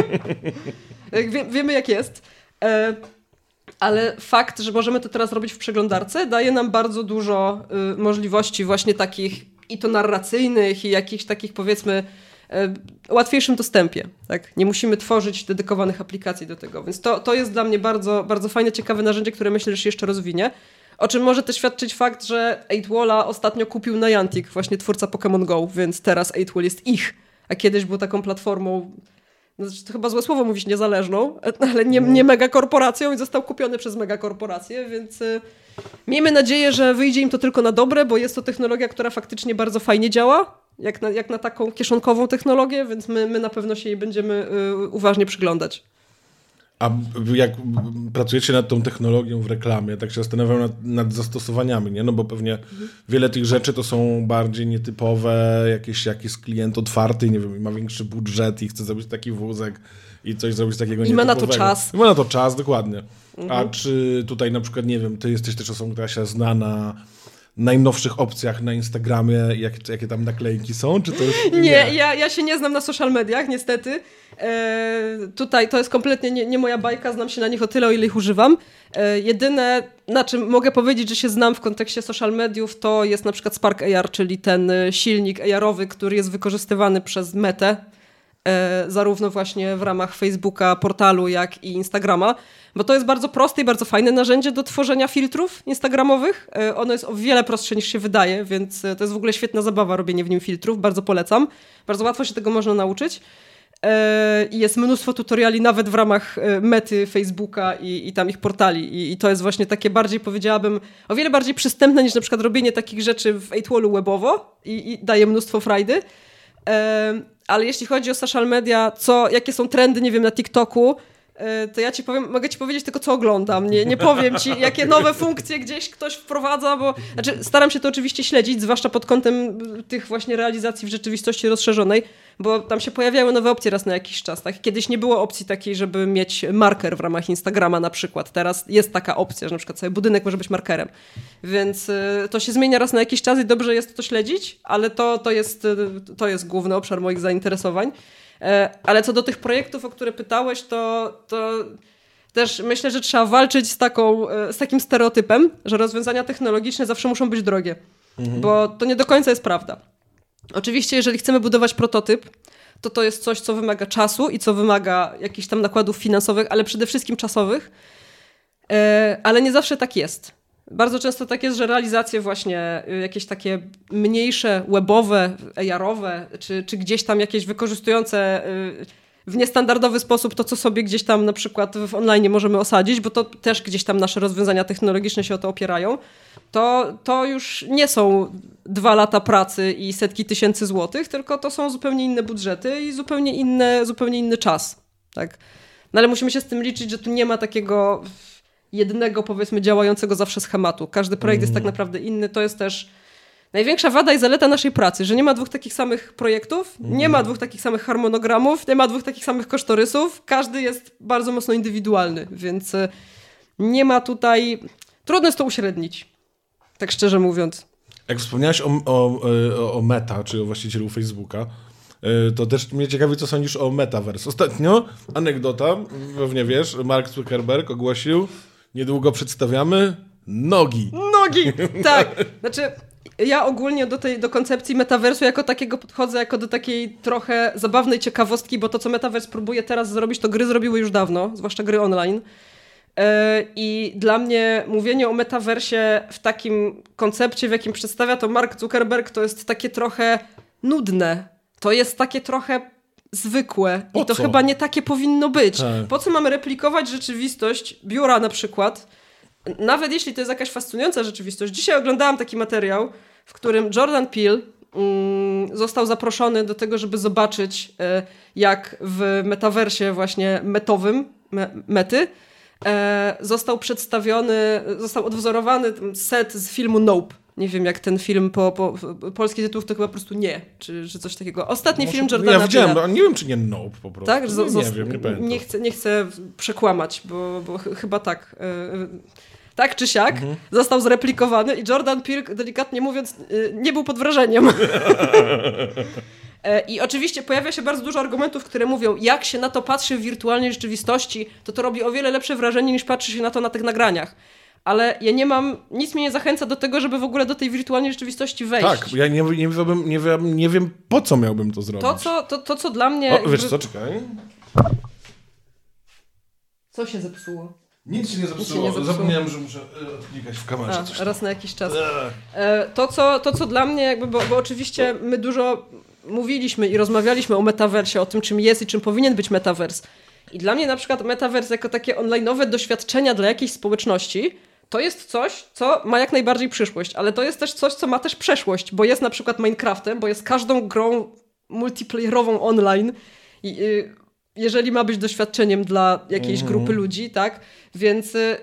Wie, wiemy, jak jest. E, ale fakt, że możemy to teraz robić w przeglądarce, daje nam bardzo dużo y, możliwości właśnie takich i to narracyjnych, i jakichś takich, powiedzmy, łatwiejszym dostępie. Tak? Nie musimy tworzyć dedykowanych aplikacji do tego. Więc to, to jest dla mnie bardzo, bardzo fajne, ciekawe narzędzie, które myślę, że się jeszcze rozwinie. O czym może też świadczyć fakt, że eight Walla ostatnio kupił Niantic, właśnie twórca Pokémon Go, więc teraz eight Wall jest ich. A kiedyś był taką platformą, no, to chyba złe słowo mówić, niezależną, ale nie, nie megakorporacją i został kupiony przez megakorporację, więc y, miejmy nadzieję, że wyjdzie im to tylko na dobre, bo jest to technologia, która faktycznie bardzo fajnie działa, jak na, jak na taką kieszonkową technologię, więc my, my na pewno się jej będziemy y, uważnie przyglądać. A jak pracujecie nad tą technologią w reklamie, tak się zastanawiam nad, nad zastosowaniami, nie? No bo pewnie mhm. wiele tych rzeczy to są bardziej nietypowe, jakieś, jakiś klient otwarty, nie wiem, ma większy budżet i chce zrobić taki wózek i coś zrobić takiego I nietypowego. I ma na to czas. I ma na to czas, dokładnie. Mhm. A czy tutaj na przykład, nie wiem, ty jesteś też osobą, która się zna na najnowszych opcjach na Instagramie, jak, jakie tam naklejki są? Czy to już... Nie, nie ja, ja się nie znam na social mediach, niestety. E, tutaj to jest kompletnie nie, nie moja bajka, znam się na nich o tyle, o ile ich używam. E, jedyne, na czym mogę powiedzieć, że się znam w kontekście social mediów, to jest na przykład Spark A R, czyli ten silnik A R-owy, który jest wykorzystywany przez Metę, e, zarówno właśnie w ramach Facebooka, portalu, jak i Instagrama. Bo to jest bardzo proste i bardzo fajne narzędzie do tworzenia filtrów instagramowych. Ono jest o wiele prostsze niż się wydaje, więc to jest w ogóle świetna zabawa robienie w nim filtrów. Bardzo polecam. Bardzo łatwo się tego można nauczyć. I jest mnóstwo tutoriali nawet w ramach Mety, Facebooka i, i tam ich portali. I, I to jest właśnie takie bardziej, powiedziałabym, o wiele bardziej przystępne niż na przykład robienie takich rzeczy w eight Wallu webowo i, i daje mnóstwo frajdy. Ale jeśli chodzi o social media, co, jakie są trendy, nie wiem, na TikToku, to ja ci powiem, mogę ci powiedzieć tylko, co oglądam. Nie, nie powiem ci, jakie nowe funkcje gdzieś ktoś wprowadza, bo znaczy, staram się to oczywiście śledzić, zwłaszcza pod kątem tych właśnie realizacji w rzeczywistości rozszerzonej, bo tam się pojawiały nowe opcje raz na jakiś czas. Tak? Kiedyś nie było opcji takiej, żeby mieć marker w ramach Instagrama na przykład. Teraz jest taka opcja, że na przykład cały budynek może być markerem. Więc y, to się zmienia raz na jakiś czas i dobrze jest to śledzić, ale to, to, jest, to jest główny obszar moich zainteresowań. Ale co do tych projektów, o które pytałeś, to, to też myślę, że trzeba walczyć z, taką, z takim stereotypem, że rozwiązania technologiczne zawsze muszą być drogie, mhm. bo to nie do końca jest prawda. Oczywiście, jeżeli chcemy budować prototyp, to to jest coś, co wymaga czasu i co wymaga jakichś tam nakładów finansowych, ale przede wszystkim czasowych, ale nie zawsze tak jest. Bardzo często tak jest, że realizacje właśnie jakieś takie mniejsze, webowe, A R-owe, czy, czy gdzieś tam jakieś wykorzystujące w niestandardowy sposób to, co sobie gdzieś tam na przykład w online możemy osadzić, bo to też gdzieś tam nasze rozwiązania technologiczne się o to opierają, to, to już nie są dwa lata pracy i setki tysięcy złotych, tylko to są zupełnie inne budżety i zupełnie, inne, zupełnie inny czas. Tak? No ale musimy się z tym liczyć, że tu nie ma takiego jednego, powiedzmy, działającego zawsze schematu. Każdy projekt mm. jest tak naprawdę inny. To jest też największa wada i zaleta naszej pracy, że nie ma dwóch takich samych projektów, mm. nie ma dwóch takich samych harmonogramów, nie ma dwóch takich samych kosztorysów. Każdy jest bardzo mocno indywidualny, więc nie ma tutaj... Trudno jest to uśrednić, tak szczerze mówiąc. Jak wspomniałeś o, o, o Meta, czyli o właścicielu Facebooka, to też mnie ciekawi, co sądzisz o Metaverse. Ostatnio, anegdota, pewnie wiesz, Mark Zuckerberg ogłosił, niedługo przedstawiamy nogi. Nogi! Tak. Znaczy, ja ogólnie do tej do koncepcji metaversu jako takiego podchodzę jako do takiej trochę zabawnej ciekawostki, bo to, co Metaverse próbuje teraz zrobić, to gry zrobiły już dawno, zwłaszcza gry online. I dla mnie mówienie o metaversie w takim koncepcie, w jakim przedstawia to Mark Zuckerberg, to jest takie trochę nudne. To jest takie trochę zwykłe po i to co? chyba nie takie powinno być. Tak. Po co mamy replikować rzeczywistość biura na przykład? Nawet jeśli to jest jakaś fascynująca rzeczywistość. Dzisiaj oglądałam taki materiał, w którym Jordan Peele mm, został zaproszony do tego, żeby zobaczyć, y, jak w metaversie właśnie metowym, me, mety, e, został przedstawiony, został odwzorowany set z filmu Nope. Nie wiem, jak ten film po, po polski tytuł to chyba po prostu nie, czy, czy coś takiego. Ostatni Może, film Jordana Ja widziałem, Peele'a. Nie wiem, czy nie Nope po prostu. Tak? Nie, nie wiem, nie pamiętam. Nie chcę, nie chcę przekłamać, bo, bo ch- chyba tak. Yy, tak czy siak mhm. został zreplikowany i Jordan Peele, delikatnie mówiąc, yy, nie był pod wrażeniem. I oczywiście pojawia się bardzo dużo argumentów, które mówią, jak się na to patrzy w wirtualnej rzeczywistości, to to robi o wiele lepsze wrażenie niż patrzy się na to na tych nagraniach. ale ja nie mam, nic mnie nie zachęca do tego, żeby w ogóle do tej wirtualnej rzeczywistości wejść. Tak, ja nie, nie, wiem, nie, wiem, nie wiem, po co miałbym to zrobić. To, co, to, to, co dla mnie... O, jakby... wiesz co, czekaj. Co się zepsuło? Nic się nie zepsuło. Się nie zepsuło. Zapomniałem, że muszę odklikać w kamerze. A, coś raz na jakiś czas. E, to, co, to, co dla mnie, jakby, bo, bo oczywiście my dużo mówiliśmy i rozmawialiśmy o metaversie, o tym, czym jest i czym powinien być metavers. I dla mnie na przykład metavers jako takie online'owe doświadczenia dla jakiejś społeczności to jest coś, co ma jak najbardziej przyszłość, ale to jest też coś, co ma też przeszłość, bo jest na przykład Minecraftem, bo jest każdą grą multiplayerową online i y, jeżeli ma być doświadczeniem dla jakiejś mhm. grupy ludzi, tak? Więc y,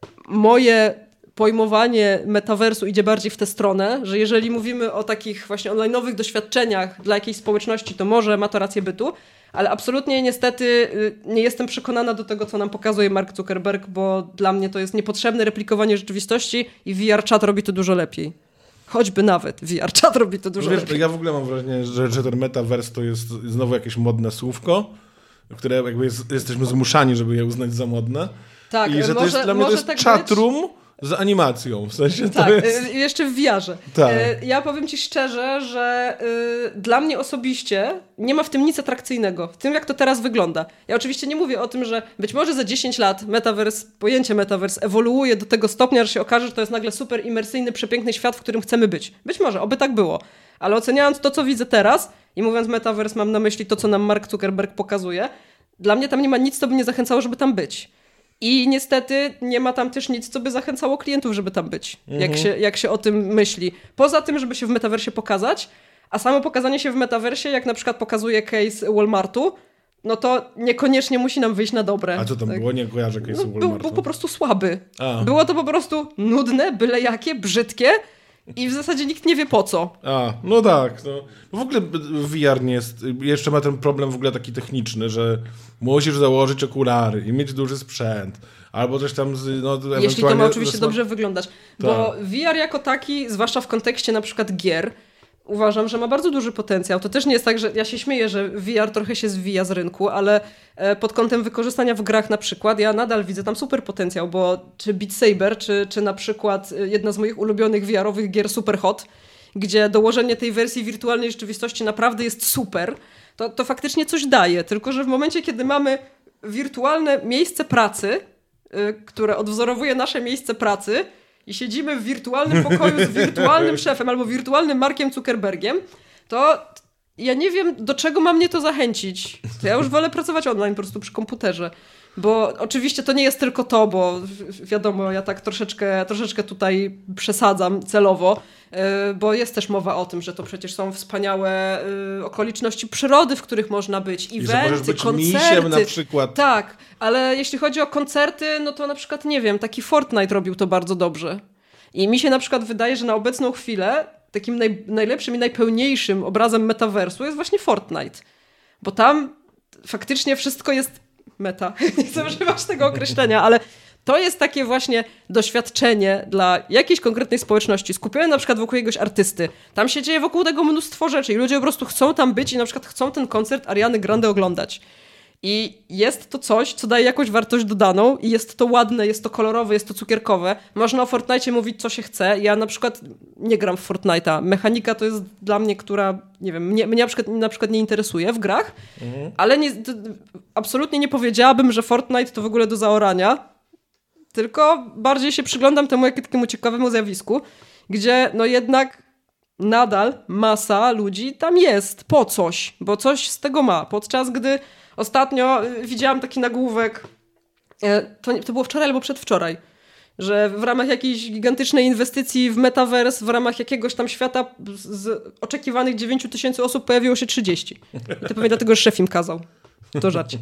moje pojmowanie metaversu idzie bardziej w tę stronę, że jeżeli mówimy o takich właśnie online'owych doświadczeniach dla jakiejś społeczności, to może ma to rację bytu, ale absolutnie niestety nie jestem przekonana do tego, co nam pokazuje Mark Zuckerberg, bo dla mnie to jest niepotrzebne replikowanie rzeczywistości i V R Chat robi to dużo lepiej. Choćby nawet V R Chat robi to dużo Wiesz, lepiej. Ja w ogóle mam wrażenie, że, że ten metaverse to jest znowu jakieś modne słówko, które jakby jest, jesteśmy zmuszani, żeby je uznać za modne. Tak, i że może, to jest dla mnie to jest tak chatroom z animacją. W sensie tak, to jest... jeszcze w V R-ze. Tak. Ja powiem ci szczerze, że y, dla mnie osobiście nie ma w tym nic atrakcyjnego. W tym, jak to teraz wygląda. Ja oczywiście nie mówię o tym, że być może za dziesięć lat metaverse, pojęcie metaverse ewoluuje do tego stopnia, że się okaże, że to jest nagle super imersyjny, przepiękny świat, w którym chcemy być. Być może, oby tak było. Ale oceniając to, co widzę teraz i mówiąc metaverse, mam na myśli to, co nam Mark Zuckerberg pokazuje, dla mnie tam nie ma nic, co by mnie zachęcało, żeby tam być. I niestety nie ma tam też nic, co by zachęcało klientów, żeby tam być, mhm. jak, się, jak się o tym myśli. Poza tym, żeby się w metaversie pokazać, a samo pokazanie się w metaversie, jak na przykład pokazuje case Walmartu, no to niekoniecznie musi nam wyjść na dobre. A co tam tak? było? Nie kojarzę case'u no, Walmartu. Był, był po prostu słaby. A. Było to po prostu nudne, byle jakie, brzydkie i w zasadzie nikt nie wie po co. A, no tak. No. W ogóle V R nie jest... Jeszcze ma ten problem w ogóle taki techniczny, że musisz założyć okulary i mieć duży sprzęt. Albo coś tam... Z, no, Jeśli to ma oczywiście zasma- dobrze wyglądać. Tak. Bo V R jako taki, zwłaszcza w kontekście na przykład gier, uważam, że ma bardzo duży potencjał. To też nie jest tak, że ja się śmieję, że V R trochę się zwija z rynku, ale pod kątem wykorzystania w grach na przykład ja nadal widzę tam super potencjał, bo czy Beat Saber, czy, czy na przykład jedna z moich ulubionych V R-owych gier Superhot, gdzie dołożenie tej wersji wirtualnej rzeczywistości naprawdę jest super, to, to faktycznie coś daje. Tylko że w momencie, kiedy mamy wirtualne miejsce pracy, yy, które odwzorowuje nasze miejsce pracy, i siedzimy w wirtualnym pokoju z wirtualnym szefem albo wirtualnym Markiem Zuckerbergiem, to ja nie wiem, do czego ma mnie to zachęcić. To ja już wolę pracować online po prostu przy komputerze. Bo oczywiście to nie jest tylko to, bo wiadomo, ja tak troszeczkę, troszeczkę tutaj przesadzam celowo, bo jest też mowa o tym, że to przecież są wspaniałe okoliczności przyrody, w których można być, I eventy, że możesz być koncerty. misiem na przykład. Tak, ale jeśli chodzi o koncerty, no to na przykład, nie wiem, taki Fortnite robił to bardzo dobrze. I mi się na przykład wydaje, że na obecną chwilę takim naj, najlepszym i najpełniejszym obrazem metaversu jest właśnie Fortnite. Bo tam faktycznie wszystko jest meta. Nie chcę używać tego określenia, ale to jest takie właśnie doświadczenie dla jakiejś konkretnej społeczności, skupione na przykład wokół jakiegoś artysty. Tam się dzieje wokół tego mnóstwo rzeczy i ludzie po prostu chcą tam być i na przykład chcą ten koncert Ariany Grande oglądać. I jest to coś, co daje jakąś wartość dodaną i jest to ładne, jest to kolorowe, jest to cukierkowe. Można o Fortnite mówić, co się chce. Ja na przykład nie gram w Fortnite'a. Mechanika to jest dla mnie, która, nie wiem, mnie, mnie na, przykład, na przykład nie interesuje w grach, mhm. ale nie, to, absolutnie nie powiedziałabym, że Fortnite to w ogóle do zaorania, tylko bardziej się przyglądam temu jak takiemu ciekawemu zjawisku, gdzie no jednak nadal masa ludzi tam jest po coś, bo coś z tego ma. Podczas gdy ostatnio widziałam taki nagłówek, to, to było wczoraj albo przedwczoraj, że w ramach jakiejś gigantycznej inwestycji w metaverse, w ramach jakiegoś tam świata z oczekiwanych dziewięć tysięcy osób pojawiło się trzydzieści. I to pewnie dlatego, że szef im kazał. To żarcie.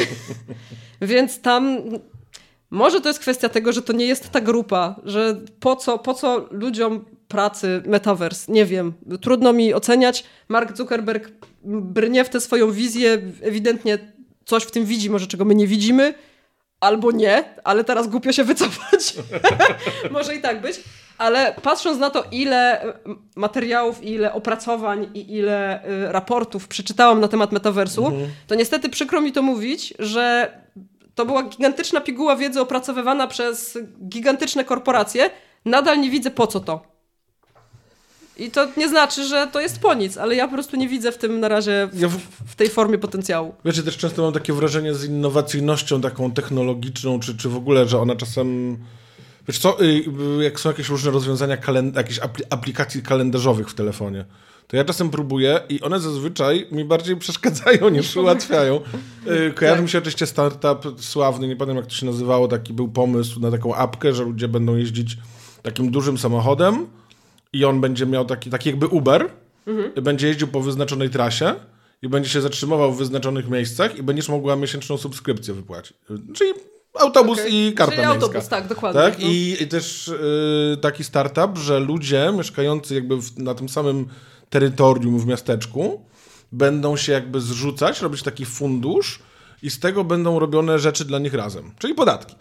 Więc tam może to jest kwestia tego, że to nie jest ta grupa, że po co, po co ludziom pracy metaverse? Nie wiem. Trudno mi oceniać. Mark Zuckerberg brnie w tę swoją wizję. Ewidentnie coś w tym widzi, może czego my nie widzimy. Albo nie, ale teraz głupio się wycofać. Może i tak być. Ale patrząc na to, ile materiałów, ile opracowań i ile y, raportów przeczytałam na temat metaversu, mhm. to niestety przykro mi to mówić, że to była gigantyczna piguła wiedzy opracowywana przez gigantyczne korporacje. Nadal nie widzę po co to. I to nie znaczy, że to jest po nic, ale ja po prostu nie widzę w tym na razie w, ja w... w tej formie potencjału. Wiecie, też często mam takie wrażenie z innowacyjnością taką technologiczną, czy, czy w ogóle, że ona czasem... Wiesz co, jak są jakieś różne rozwiązania, kalend- jakieś apl- aplikacji kalendarzowych w telefonie, to ja czasem próbuję i one zazwyczaj mi bardziej przeszkadzają niż ułatwiają. Kojarzy mi się oczywiście startup sławny, nie pamiętam jak to się nazywało, taki był pomysł na taką apkę, że ludzie będą jeździć takim dużym samochodem i on będzie miał taki, taki jakby Uber, mhm. będzie jeździł po wyznaczonej trasie i będzie się zatrzymywał w wyznaczonych miejscach i będziesz mogła miesięczną subskrypcję wypłacić. Czyli autobus okay. i karta Czyli miejska. autobus, tak, dokładnie. Tak? No. I, I też y, taki startup, że ludzie mieszkający jakby w, na tym samym terytorium w miasteczku będą się jakby zrzucać, robić taki fundusz i z tego będą robione rzeczy dla nich razem. Czyli podatki.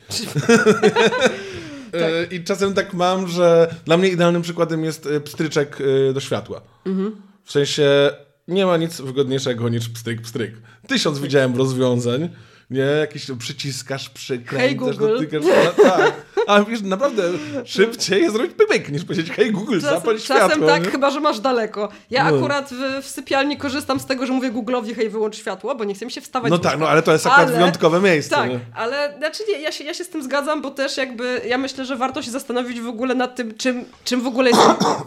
Tak. I czasem tak mam, że dla mnie idealnym przykładem jest pstryczek do światła. Mhm. W sensie nie ma nic wygodniejszego niż pstryk, pstryk. Tysiąc widziałem rozwiązań. Nie, jakieś przyciskasz, przykręcasz, hey dotykasz. Tak. A wiesz, naprawdę szybciej jest zrobić pyk niż powiedzieć hej Google, czasem, zapal światło. Czasem tak, nie? chyba że masz daleko. Ja no. akurat w, w sypialni korzystam z tego, że mówię Google'owi hej, wyłącz światło, bo nie chce mi się wstawać. No tak, no ale to jest akurat ale, wyjątkowe miejsce. Tak, nie? ale znaczy nie, ja się, ja się z tym zgadzam, bo też jakby ja myślę, że warto się zastanowić w ogóle nad tym, czym, czym w ogóle jest...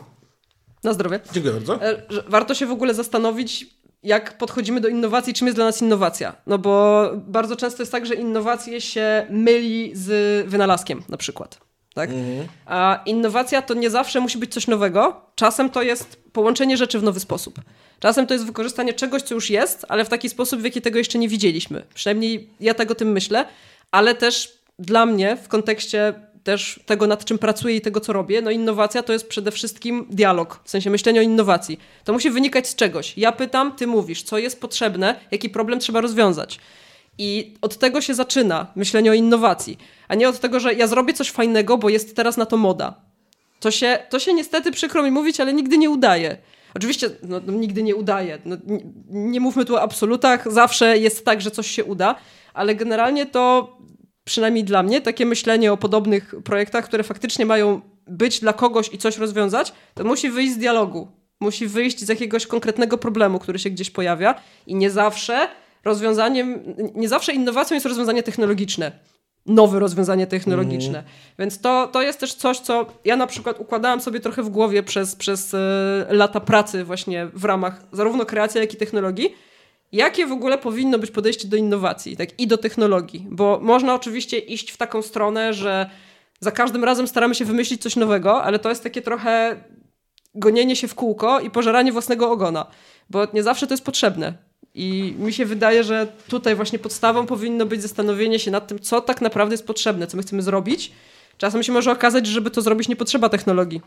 Na zdrowie. Dziękuję bardzo. Że warto się w ogóle zastanowić, jak podchodzimy do innowacji, czym jest dla nas innowacja. No bo bardzo często jest tak, że innowacje się myli z wynalazkiem na przykład. Tak? Mhm. A innowacja to nie zawsze musi być coś nowego. Czasem to jest połączenie rzeczy w nowy sposób. Czasem to jest wykorzystanie czegoś, co już jest, ale w taki sposób, w jaki tego jeszcze nie widzieliśmy. Przynajmniej ja tak o tym myślę, ale też dla mnie w kontekście też tego, nad czym pracuję i tego, co robię, no innowacja to jest przede wszystkim dialog, w sensie myślenia o innowacji. To musi wynikać z czegoś. Ja pytam, ty mówisz, co jest potrzebne, jaki problem trzeba rozwiązać. I od tego się zaczyna myślenie o innowacji, a nie od tego, że ja zrobię coś fajnego, bo jest teraz na to moda. To się, to się niestety, przykro mi mówić, ale nigdy nie udaje. Oczywiście no, no, nigdy nie udaje. No, nie, nie mówmy tu o absolutach, zawsze jest tak, że coś się uda, ale generalnie to przynajmniej dla mnie, takie myślenie o podobnych projektach, które faktycznie mają być dla kogoś i coś rozwiązać, to musi wyjść z dialogu. Musi wyjść z jakiegoś konkretnego problemu, który się gdzieś pojawia i nie zawsze rozwiązaniem, nie zawsze innowacją jest rozwiązanie technologiczne. Nowe rozwiązanie technologiczne. Mm. Więc to, to jest też coś, co ja na przykład układałam sobie trochę w głowie przez, przez y, lata pracy właśnie w ramach zarówno kreacji, jak i technologii. Jakie w ogóle powinno być podejście do innowacji, tak, i do technologii? Bo można oczywiście iść w taką stronę, że za każdym razem staramy się wymyślić coś nowego, ale to jest takie trochę gonienie się w kółko i pożeranie własnego ogona, bo nie zawsze to jest potrzebne. I mi się wydaje, że tutaj właśnie podstawą powinno być zastanowienie się nad tym, co tak naprawdę jest potrzebne, co my chcemy zrobić. Czasem się może okazać, że żeby to zrobić, nie potrzeba technologii.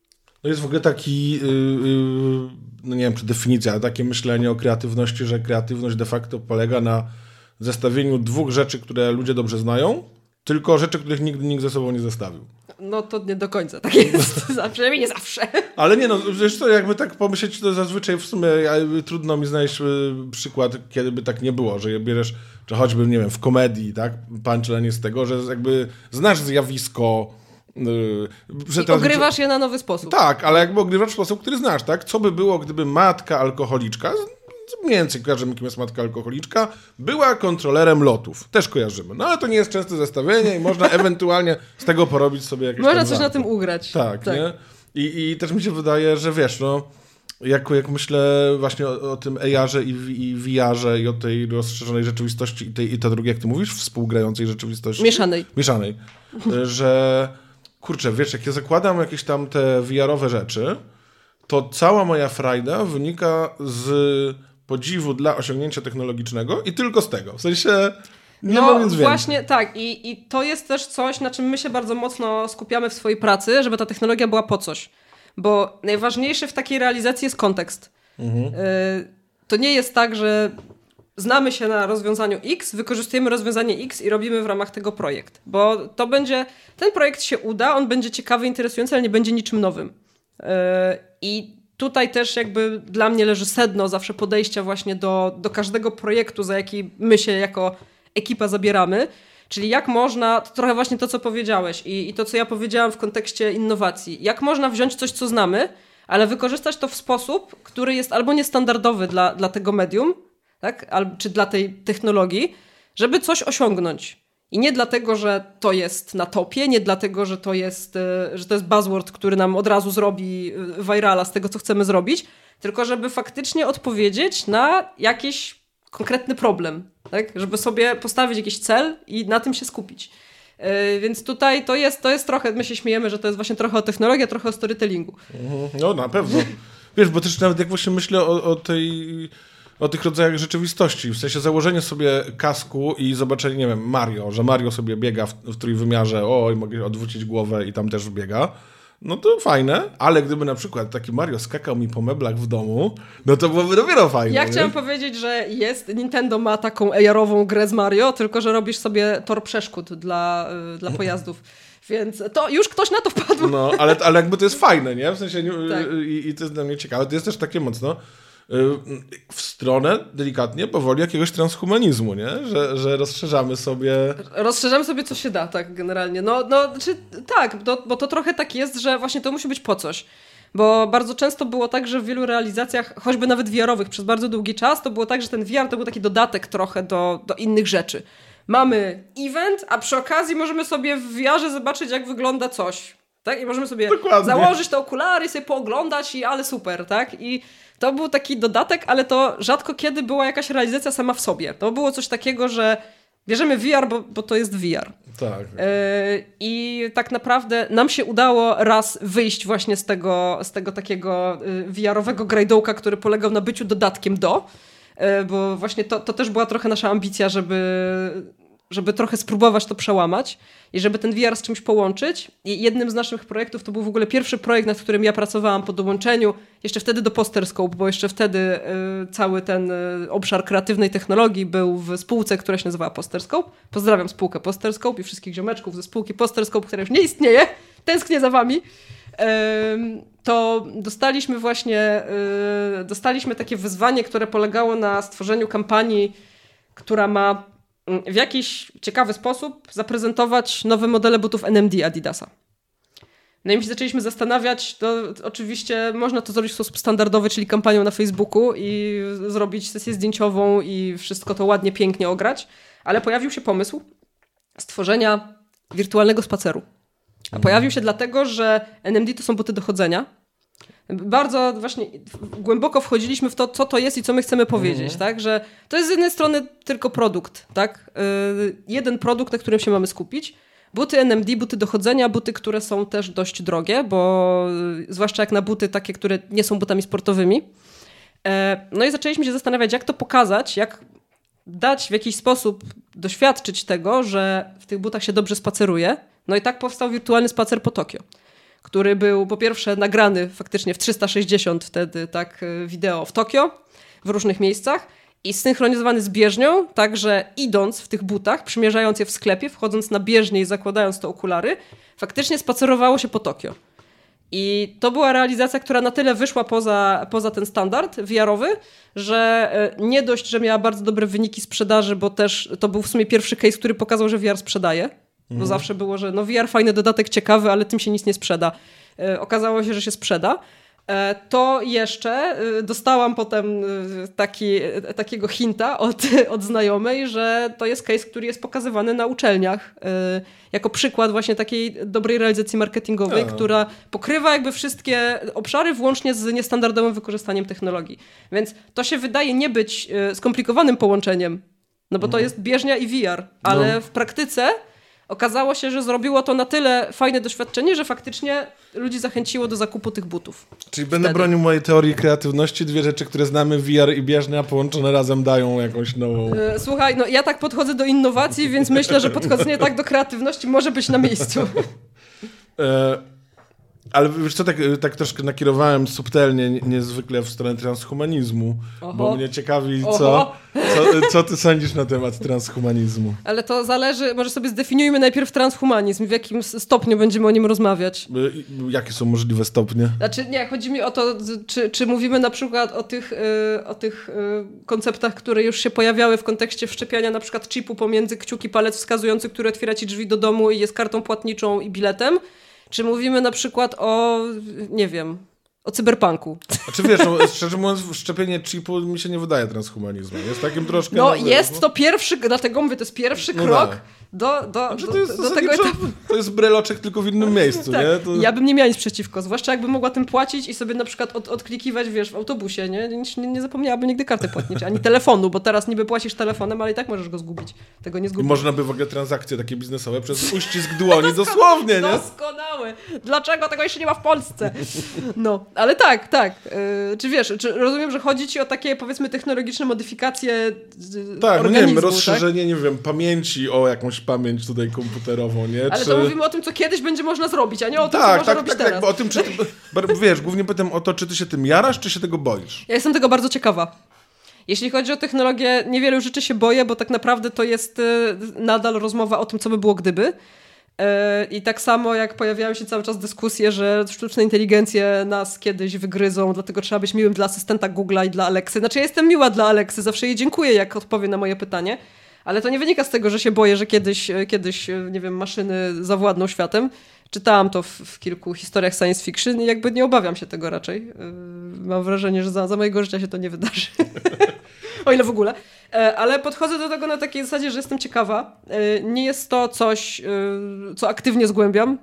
No jest w ogóle taki, yy, yy, no nie wiem czy definicja, ale takie myślenie o kreatywności, że kreatywność de facto polega na zestawieniu dwóch rzeczy, które ludzie dobrze znają, tylko rzeczy, których nigdy nikt ze sobą nie zestawił. No to nie do końca tak jest, przynajmniej nie zawsze. Ale nie no, wiesz co, jakby tak pomyśleć, to zazwyczaj w sumie trudno mi znaleźć przykład, kiedy by tak nie było, że bierzesz, czy choćby, nie wiem, w komedii, tak, punchline jest tego, że jakby znasz zjawisko, Że I ogrywasz je na nowy sposób. Tak, ale jakby ogrywasz w sposób, który znasz, tak? Co by było, gdyby matka alkoholiczka, mniej więcej kojarzymy, kim jest matka alkoholiczka, była kontrolerem lotów. Też kojarzymy. No ale to nie jest częste zestawienie i można ewentualnie z tego porobić sobie jakieś Można coś żarty. na tym ugrać. Tak, tak. Nie? I, I też mi się wydaje, że wiesz, no, jak, jak myślę właśnie o, o tym A R-ze i, i V R-ze i o tej rozszerzonej rzeczywistości i, tej, i to drugie, jak ty mówisz, współgrającej rzeczywistości. Mieszanej. Mieszanej. że kurczę, wiesz, jak ja zakładam jakieś tam te V R-owe rzeczy, to cała moja frajda wynika z podziwu dla osiągnięcia technologicznego i tylko z tego. W sensie nie no, ma nic więcej. Właśnie tak. I, I to jest też coś, na czym my się bardzo mocno skupiamy w swojej pracy, żeby ta technologia była po coś. Bo najważniejszy w takiej realizacji jest kontekst. Mhm. Y- to nie jest tak, że znamy się na rozwiązaniu X, wykorzystujemy rozwiązanie X i robimy w ramach tego projekt. Bo to będzie, ten projekt się uda, on będzie ciekawy, interesujący, ale nie będzie niczym nowym. Yy, I tutaj też jakby dla mnie leży sedno zawsze podejścia właśnie do, do każdego projektu, za jaki my się jako ekipa zabieramy. Czyli jak można, to trochę właśnie to, co powiedziałeś i, i to, co ja powiedziałam w kontekście innowacji. Jak można wziąć coś, co znamy, ale wykorzystać to w sposób, który jest albo niestandardowy dla, dla tego medium, tak? Al, czy dla tej technologii, żeby coś osiągnąć. I nie dlatego, że to jest na topie, nie dlatego, że to jest, że to jest buzzword, który nam od razu zrobi virala z tego, co chcemy zrobić, tylko żeby faktycznie odpowiedzieć na jakiś konkretny problem, tak? Żeby sobie postawić jakiś cel i na tym się skupić. Yy, więc tutaj to jest, to jest trochę, my się śmiejemy, że to jest właśnie trochę o technologii, a trochę o storytellingu. No na pewno. Wiesz, bo też nawet jak właśnie myślę o, o tej... o tych rodzajach rzeczywistości. W sensie założenie sobie kasku i zobaczenie, nie wiem, Mario, że Mario sobie biega w, w trójwymiarze, oj, mogę odwrócić głowę i tam też biega. No to fajne, ale gdyby na przykład taki Mario skakał mi po meblach w domu, no to byłoby dopiero fajne. Ja nie? chciałam powiedzieć, że jest, Nintendo ma taką A R-ową grę z Mario, tylko że robisz sobie tor przeszkód dla, dla pojazdów. Więc to już ktoś na to wpadł. No, ale, ale jakby to jest fajne, nie? W sensie tak. i, i to jest dla mnie ciekawe. To jest też takie mocno w stronę, delikatnie, powoli jakiegoś transhumanizmu, nie? Że, że rozszerzamy sobie... Rozszerzamy sobie, co się da, tak, generalnie. No, no czy, tak, to, bo to trochę tak jest, że właśnie to musi być po coś. Bo bardzo często było tak, że w wielu realizacjach, choćby nawet V R-owych, przez bardzo długi czas, to było tak, że ten V R to był taki dodatek trochę do, do innych rzeczy. Mamy event, a przy okazji możemy sobie w V R-ze zobaczyć, jak wygląda coś. Tak? I możemy sobie Dokładnie. założyć te okulary i sobie pooglądać i ale super, tak? I to był taki dodatek, ale to rzadko kiedy była jakaś realizacja sama w sobie. To było coś takiego, że bierzemy V R, bo, bo to jest V R. Tak. Yy, I tak naprawdę nam się udało raz wyjść właśnie z tego, z tego takiego V R-owego grajdołka, który polegał na byciu dodatkiem do, yy, bo właśnie to, to też była trochę nasza ambicja, żeby... żeby trochę spróbować to przełamać i żeby ten V R z czymś połączyć. I jednym z naszych projektów, to był w ogóle pierwszy projekt, nad którym ja pracowałam po dołączeniu, jeszcze wtedy do Posterscope, bo jeszcze wtedy y, cały ten y, obszar kreatywnej technologii był w spółce, która się nazywała Posterscope. Pozdrawiam spółkę Posterscope i wszystkich ziomeczków ze spółki Posterscope, która już nie istnieje. Tęsknię za wami. Y, to dostaliśmy właśnie y, dostaliśmy takie wyzwanie, które polegało na stworzeniu kampanii, która ma w jakiś ciekawy sposób zaprezentować nowe modele butów N M D Adidasa. No i my się zaczęliśmy zastanawiać, to oczywiście można to zrobić w sposób standardowy, czyli kampanią na Facebooku i zrobić sesję zdjęciową i wszystko to ładnie, pięknie ograć, ale pojawił się pomysł stworzenia wirtualnego spaceru. A pojawił się dlatego, że N M D to są buty do chodzenia. Bardzo właśnie głęboko wchodziliśmy w to, co to jest i co my chcemy powiedzieć, mhm. tak? Że to jest z jednej strony tylko produkt, tak? Yy, jeden produkt, na którym się mamy skupić. Buty N M D, buty do chodzenia, buty, które są też dość drogie, bo yy, zwłaszcza jak na buty takie, które nie są butami sportowymi. Yy, no i zaczęliśmy się zastanawiać, jak to pokazać, jak dać w jakiś sposób doświadczyć tego, że w tych butach się dobrze spaceruje. No i tak powstał wirtualny spacer po Tokio, który był po pierwsze nagrany faktycznie w trzysta sześćdziesiąt wtedy tak wideo w Tokio, w różnych miejscach i zsynchronizowany z bieżnią, także idąc w tych butach, przymierzając je w sklepie, wchodząc na bieżnię i zakładając te okulary, faktycznie spacerowało się po Tokio. I to była realizacja, która na tyle wyszła poza, poza ten standard V R-owy, że nie dość, że miała bardzo dobre wyniki sprzedaży, bo też to był w sumie pierwszy case, który pokazał, że V R sprzedaje. Bo mhm. zawsze było, że no V R fajny dodatek, ciekawy, ale tym się nic nie sprzeda. E, okazało się, że się sprzeda. E, to jeszcze e, dostałam potem e, taki, e, takiego hinta od, od znajomej, że to jest case, który jest pokazywany na uczelniach e, jako przykład właśnie takiej dobrej realizacji marketingowej, no. która pokrywa jakby wszystkie obszary włącznie z niestandardowym wykorzystaniem technologii. Więc to się wydaje nie być e, skomplikowanym połączeniem, no bo mhm. to jest bieżnia i V R, ale no. w praktyce okazało się, że zrobiło to na tyle fajne doświadczenie, że faktycznie ludzi zachęciło do zakupu tych butów. Czyli będę Wtedy. bronił mojej teorii kreatywności. Dwie rzeczy, które znamy, V R i bieżnia, połączone razem dają jakąś nową... Słuchaj, no ja tak podchodzę do innowacji, więc myślę, że podchodzenie tak do kreatywności może być na miejscu. E, Ale wiesz co, tak, tak troszkę nakierowałem subtelnie, niezwykle w stronę transhumanizmu, Oho. bo mnie ciekawi, co, co, co ty sądzisz na temat transhumanizmu. Ale to zależy, może sobie zdefiniujmy najpierw transhumanizm, w jakim stopniu będziemy o nim rozmawiać. Jakie są możliwe stopnie? Znaczy nie, chodzi mi o to, czy, czy mówimy na przykład o tych, yy, o tych yy, konceptach, które już się pojawiały w kontekście wszczepiania na przykład chipu pomiędzy kciuki, palec wskazujący, który otwiera ci drzwi do domu i jest kartą płatniczą i biletem. Czy mówimy na przykład o, nie wiem, o cyberpunku? Znaczy wiesz, no, szczerze mówiąc, szczepienie chipu mi się nie wydaje transhumanizmem. Jest takim troszkę... No nowy, jest no. to pierwszy, dlatego mówię, to jest pierwszy no krok tak. do, do, znaczy, do, to jest do tego etapu. To jest breloczek tylko w innym miejscu, tak. nie? To... Ja bym nie miała nic przeciwko, zwłaszcza jakbym mogła tym płacić i sobie na przykład od, odklikiwać, wiesz, w autobusie, nie? Nie, nie zapomniałabym nigdy karty płatniczej, ani telefonu, bo teraz niby płacisz telefonem, ale i tak możesz go zgubić. Tego nie zgubisz. I można by w ogóle transakcje takie biznesowe przez uścisk dłoni dosłownie, nie? Doskonałe. Dlaczego tego jeszcze nie ma w Polsce? No, ale tak, tak. Yy, czy wiesz, czy rozumiem, że chodzi ci o takie, powiedzmy, technologiczne modyfikacje yy, tak, organizmu, no nie wiem, rozszerzenie, tak? nie wiem, pamięci o jakąś pamięć tutaj komputerową, nie? Ale czy... to mówimy o tym, co kiedyś będzie można zrobić, a nie o tym, tak, co można tak, robić tak, teraz. Tak, bo o tym, czy ty, wiesz, głównie pytam o to, czy ty się tym jarasz, czy się tego boisz? Ja jestem tego bardzo ciekawa. Jeśli chodzi o technologię, niewielu rzeczy się boję, bo tak naprawdę to jest yy, nadal rozmowa o tym, co by było gdyby. I tak samo jak pojawiają się cały czas dyskusje, że sztuczne inteligencje nas kiedyś wygryzą, dlatego trzeba być miłym dla asystenta Google'a i dla Alexy. Znaczy ja jestem miła dla Alexy, zawsze jej dziękuję, jak odpowie na moje pytanie, ale to nie wynika z tego, że się boję, że kiedyś, kiedyś nie wiem, maszyny zawładną światem. Czytałam to w, w kilku historiach science fiction i jakby nie obawiam się tego raczej. Mam wrażenie, że za, za mojego życia się to nie wydarzy. O ile w ogóle. Ale podchodzę do tego na takiej zasadzie, że jestem ciekawa. Nie jest to coś, co aktywnie zgłębiam.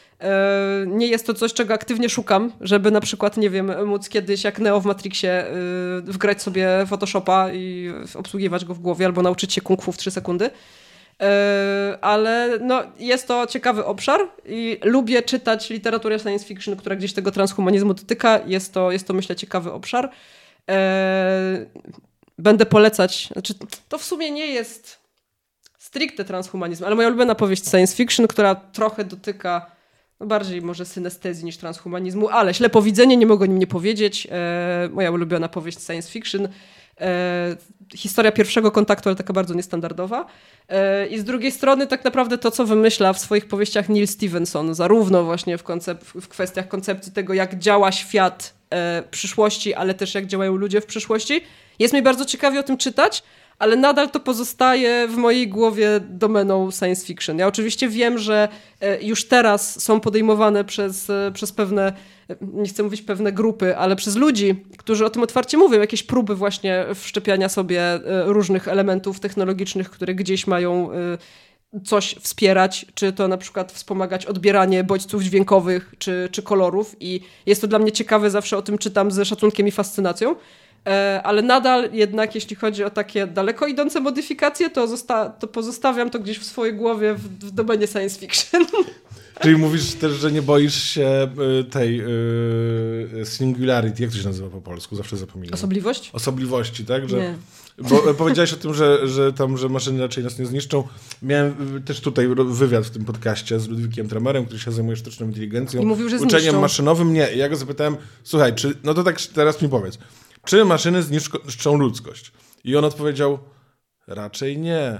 Nie jest to coś, czego aktywnie szukam, żeby na przykład, nie wiem, móc kiedyś jak Neo w Matrixie wgrać sobie Photoshopa i obsługiwać go w głowie albo nauczyć się kung fu w trzy sekundy. Ale no, jest to ciekawy obszar i lubię czytać literaturę science fiction, która gdzieś tego transhumanizmu dotyka. Jest to, jest to myślę, ciekawy obszar. Będę polecać, znaczy to w sumie nie jest stricte transhumanizm, ale moja ulubiona powieść science fiction, która trochę dotyka no bardziej może synestezji niż transhumanizmu, ale ślepowidzenie, nie mogę o nim nie powiedzieć. E, moja ulubiona powieść science fiction. E, historia pierwszego kontaktu, ale taka bardzo niestandardowa. E, I z drugiej strony tak naprawdę to, co wymyśla w swoich powieściach Neil Stephenson, zarówno właśnie w, koncep- w kwestiach koncepcji tego, jak działa świat e, przyszłości, ale też jak działają ludzie w przyszłości. Jest mi bardzo ciekawie o tym czytać, ale nadal to pozostaje w mojej głowie domeną science fiction. Ja oczywiście wiem, że już teraz są podejmowane przez, przez pewne, nie chcę mówić pewne grupy, ale przez ludzi, którzy o tym otwarcie mówią, jakieś próby właśnie wszczepiania sobie różnych elementów technologicznych, które gdzieś mają coś wspierać, czy to na przykład wspomagać odbieranie bodźców dźwiękowych, czy, czy kolorów i jest to dla mnie ciekawe, zawsze o tym czytam ze szacunkiem i fascynacją. Ale nadal jednak, jeśli chodzi o takie daleko idące modyfikacje, to, zosta- to pozostawiam to gdzieś w swojej głowie w, w domenie science fiction. Czyli mówisz też, że nie boisz się tej y, singularity, jak to się nazywa po polsku? Zawsze zapominam. Osobliwość? Osobliwości, tak? Że, nie. Bo powiedziałeś o tym, że, że tam, że maszyny raczej nas nie zniszczą. Miałem też tutaj wywiad w tym podcaście z Ludwikiem Tramerem, który się zajmuje sztuczną inteligencją. I mówił, że uczeniem zniszczą. maszynowym. Nie, ja go zapytałem, słuchaj, czy, no to tak teraz mi powiedz, czy maszyny zniszczą ludzkość? I on odpowiedział, raczej nie.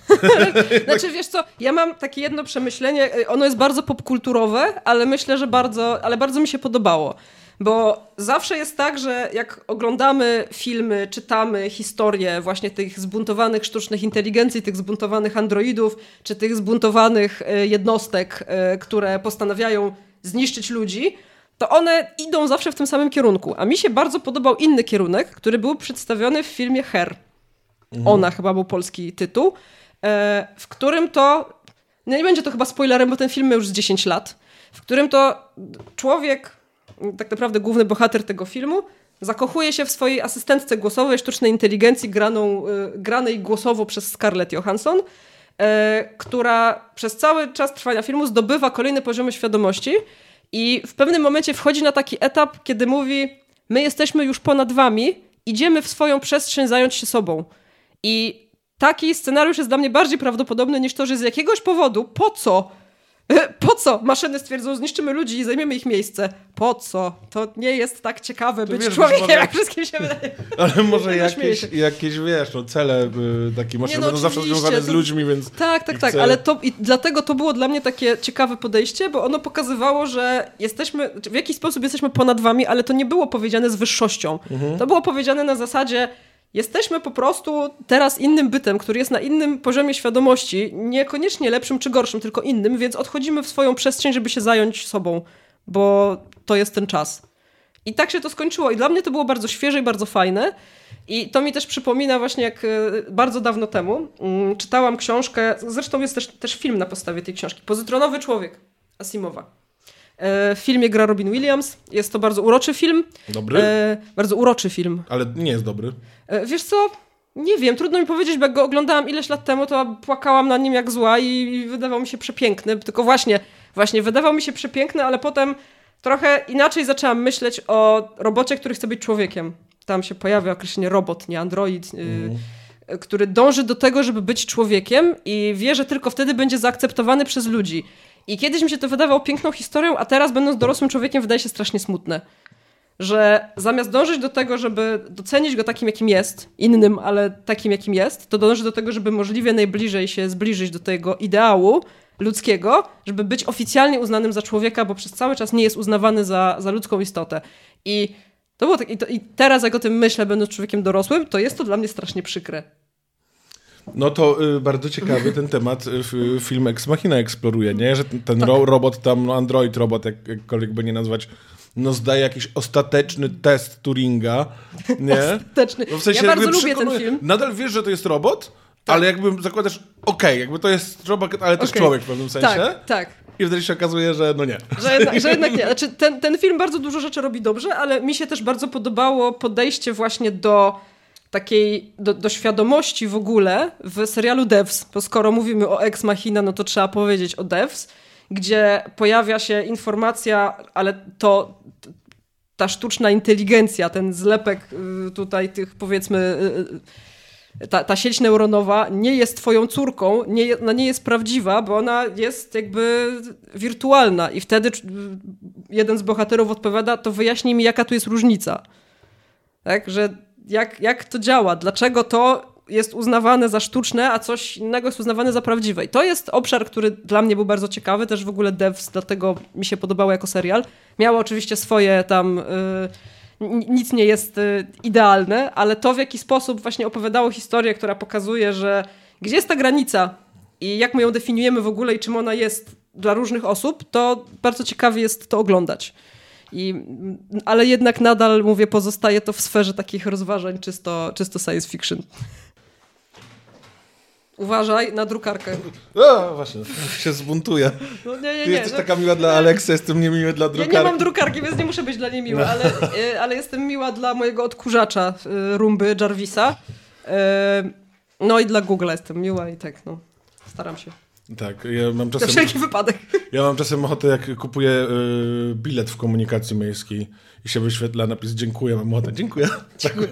Znaczy, wiesz co, ja mam takie jedno przemyślenie, ono jest bardzo popkulturowe, ale myślę, że bardzo, ale bardzo mi się podobało. Bo zawsze jest tak, że jak oglądamy filmy, czytamy historie właśnie tych zbuntowanych sztucznych inteligencji, tych zbuntowanych androidów, czy tych zbuntowanych jednostek, które postanawiają zniszczyć ludzi, to one idą zawsze w tym samym kierunku. A mi się bardzo podobał inny kierunek, który był przedstawiony w filmie Her. Mhm. Ona chyba był polski tytuł, w którym to, no nie będzie to chyba spoilerem, bo ten film ma już z dziesięć lat, w którym to człowiek, tak naprawdę główny bohater tego filmu, zakochuje się w swojej asystentce głosowej sztucznej inteligencji graną, granej głosowo przez Scarlett Johansson, która przez cały czas trwania filmu zdobywa kolejne poziomy świadomości i w pewnym momencie wchodzi na taki etap, kiedy mówi, my jesteśmy już ponad wami, idziemy w swoją przestrzeń zająć się sobą. I taki scenariusz jest dla mnie bardziej prawdopodobny niż to, że z jakiegoś powodu, po co Po co? Maszyny stwierdzą, zniszczymy ludzi i zajmiemy ich miejsce. Po co? To nie jest tak ciekawe to być wiesz, człowiekiem, może... jak wszystkim się wydaje. Ale może jakieś, jakieś, wiesz, no, cele y, takie maszyny no, będą zawsze związane z ludźmi, więc... Tak, tak, tak, cel... ale to i dlatego to było dla mnie takie ciekawe podejście, bo ono pokazywało, że jesteśmy, w jakiś sposób jesteśmy ponad wami, ale to nie było powiedziane z wyższością. Mhm. To było powiedziane na zasadzie jesteśmy po prostu teraz innym bytem, który jest na innym poziomie świadomości, niekoniecznie lepszym czy gorszym, tylko innym, więc odchodzimy w swoją przestrzeń, żeby się zająć sobą, bo to jest ten czas. I tak się to skończyło. I dla mnie to było bardzo świeże i bardzo fajne. I to mi też przypomina właśnie jak bardzo dawno temu um, czytałam książkę, zresztą jest też, też film na podstawie tej książki, Pozytronowy człowiek Asimowa. W filmie gra Robin Williams. Jest to bardzo uroczy film. Dobry? E, bardzo uroczy film. Ale nie jest dobry. E, wiesz co? Nie wiem, trudno mi powiedzieć, bo jak go oglądałam ileś lat temu, to płakałam na nim jak zła i wydawał mi się przepiękny. Tylko właśnie, właśnie wydawał mi się przepiękny, ale potem trochę inaczej zaczęłam myśleć o robocie, który chce być człowiekiem. Tam się pojawia określenie robot, nie android, mm. y, który dąży do tego, żeby być człowiekiem i wie, że tylko wtedy będzie zaakceptowany przez ludzi. I kiedyś mi się to wydawało piękną historią, a teraz będąc dorosłym człowiekiem wydaje się strasznie smutne. Że zamiast dążyć do tego, żeby docenić go takim, jakim jest, innym, ale takim, jakim jest, to dąży do tego, żeby możliwie najbliżej się zbliżyć do tego ideału ludzkiego, żeby być oficjalnie uznanym za człowieka, bo przez cały czas nie jest uznawany za, za ludzką istotę. I to było tak, i, to, i teraz jak o tym myślę, będąc człowiekiem dorosłym, to jest to dla mnie strasznie przykre. No to y, bardzo ciekawy ten temat y, film Ex Machina eksploruje, nie? Że ten, ten tak. ro, robot tam, no android robot, jak, jakkolwiek by nie nazwać, no zdaje jakiś ostateczny test Turinga, nie? Ostateczny. No w sensie, ja bardzo lubię ten film. Nadal wiesz, że to jest robot, tak. ale jakby zakładasz, okej, okay, jakby to jest robot, ale też okay. człowiek w pewnym sensie. Tak, tak. I wtedy się okazuje, że no nie. Że jednak, że jednak nie. Znaczy, ten, ten film bardzo dużo rzeczy robi dobrze, ale mi się też bardzo podobało podejście właśnie do takiej, do, do świadomości w ogóle w serialu Devs, bo skoro mówimy o Ex Machina, no to trzeba powiedzieć o Devs, gdzie pojawia się informacja, ale to ta sztuczna inteligencja, ten zlepek tutaj tych powiedzmy ta, ta sieć neuronowa nie jest twoją córką, nie, ona nie jest prawdziwa, bo ona jest jakby wirtualna i wtedy jeden z bohaterów odpowiada, to wyjaśnij mi, jaka tu jest różnica. Tak, że jak, jak to działa, dlaczego to jest uznawane za sztuczne, a coś innego jest uznawane za prawdziwe. I to jest obszar, który dla mnie był bardzo ciekawy, też w ogóle Devs, dlatego mi się podobało jako serial. Miało oczywiście swoje tam... Yy, nic nie jest yy, idealne, ale to w jaki sposób właśnie opowiadało historię, która pokazuje, że gdzie jest ta granica i jak my ją definiujemy w ogóle i czym ona jest dla różnych osób, to bardzo ciekawie jest to oglądać. I, ale jednak nadal, mówię, pozostaje to w sferze takich rozważań czysto, czysto science fiction. Uważaj na drukarkę. O, właśnie, się zbuntuję. No, nie, nie, Ty nie, jesteś no, taka miła dla Aleksy, jestem niemiły dla drukarki. Ja nie mam drukarki, więc nie muszę być dla niej miła, no. ale, ale jestem miła dla mojego odkurzacza Rumby Jarvisa. No i dla Google'a jestem miła i tak, no, staram się. Tak, ja mam czasem... Na wszelki wypadek. Ja mam czasem ochotę, jak kupuję y, bilet w komunikacji miejskiej i się wyświetla napis dziękuję, mam ochotę, dziękuję. Dziękuję.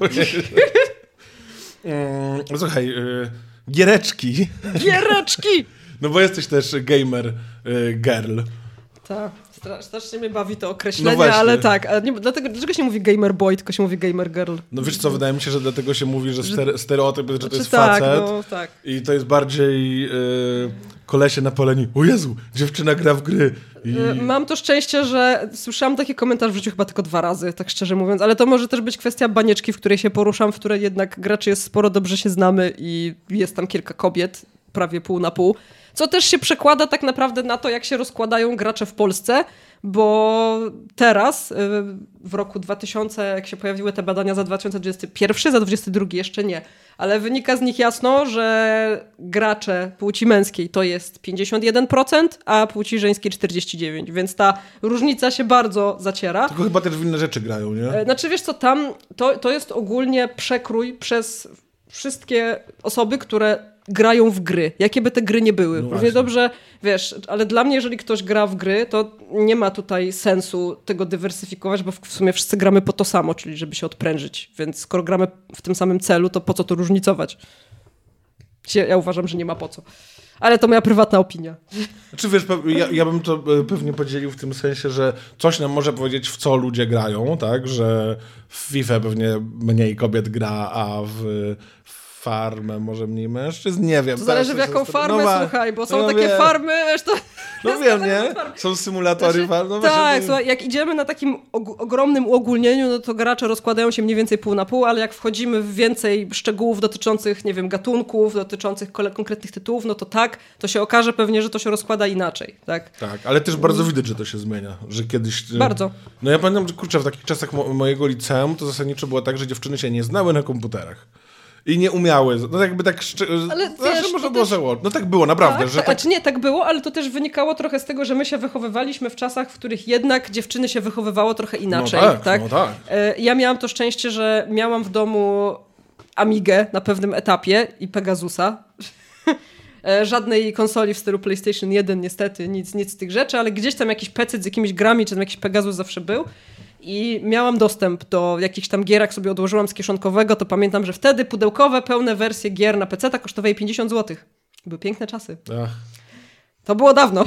mm, słuchaj, y, giereczki. Giereczki! No bo jesteś też gamer y, girl. Tak, strasznie mnie bawi to określenie, no ale tak. Ale nie, dlatego, dlaczego się mówi gamer boy, tylko się mówi gamer girl? No wiesz co, wydaje mi się, że dlatego się mówi, że stere, stereotyp, że to jest tak, facet. No, tak. I to jest bardziej y, kolesie napaleni. O Jezu, dziewczyna gra w gry. I... Mam to szczęście, że słyszałam taki komentarz w życiu chyba tylko dwa razy, tak szczerze mówiąc, ale to może też być kwestia banieczki, w której się poruszam, w której jednak graczy jest sporo, dobrze się znamy i jest tam kilka kobiet, prawie pół na pół. Co też się przekłada tak naprawdę na to, jak się rozkładają gracze w Polsce, bo teraz w roku dwutysięcznym, jak się pojawiły te badania za dwa tysiące dwudziesty pierwszy, za dwudziesty drugi jeszcze nie, ale wynika z nich jasno, że gracze płci męskiej to jest pięćdziesiąt jeden procent, a płci żeńskiej czterdzieści dziewięć procent, więc ta różnica się bardzo zaciera. Tylko chyba też w inne rzeczy grają, nie? Znaczy wiesz co, tam to, to jest ogólnie przekrój przez wszystkie osoby, które grają w gry, jakie by te gry nie były. No równie dobrze, wiesz, ale dla mnie, jeżeli ktoś gra w gry, to nie ma tutaj sensu tego dywersyfikować, bo w sumie wszyscy gramy po to samo, czyli żeby się odprężyć. Więc skoro gramy w tym samym celu, to po co to różnicować? Ja uważam, że nie ma po co. Ale to moja prywatna opinia. Znaczy wiesz, ja, ja bym to pewnie podzielił w tym sensie, że coś nam może powiedzieć, w co ludzie grają, tak? Że w FIFA pewnie mniej kobiet gra, a w farmę może mniej mężczyzn, nie wiem. To zależy w jaką farmę, no, słuchaj, bo są no, takie wiem. farmy, wiesz, to... No wiem, nie? Są symulatory znaczy, farm. No tak, słuchaj, jak idziemy na takim og- ogromnym uogólnieniu, no to gracze rozkładają się mniej więcej pół na pół, ale jak wchodzimy w więcej szczegółów dotyczących, nie wiem, gatunków, dotyczących kole- konkretnych tytułów, no to tak, to się okaże pewnie, że to się rozkłada inaczej, tak? Tak, ale też bardzo widać, że to się zmienia, że kiedyś... Bardzo. No ja pamiętam, że kurczę, w takich czasach mo- mojego liceum to zasadniczo było tak, że dziewczyny się nie znały na komputerach. I nie umiały. No jakby tak... Szczy... Ale Zawsze wiesz, można było też... założyć. No tak było, naprawdę. Tak, że tak... Znaczy nie, tak było, ale to też wynikało trochę z tego, że my się wychowywaliśmy w czasach, w których jednak dziewczyny się wychowywało trochę inaczej. No tak, tak? no tak. Ja miałam to szczęście, że miałam w domu Amigę na pewnym etapie i Pegasusa. Żadnej konsoli w stylu PlayStation jeden niestety, nic, nic z tych rzeczy, ale gdzieś tam jakiś pecet z jakimiś grami, czy tam jakiś Pegasus zawsze był. I miałam dostęp do jakichś tam gier, jak sobie odłożyłam z kieszonkowego, to pamiętam, że wtedy pudełkowe, pełne wersje gier na peceta kosztowały pięćdziesiąt złotych. Były piękne czasy. Ach. To było dawno.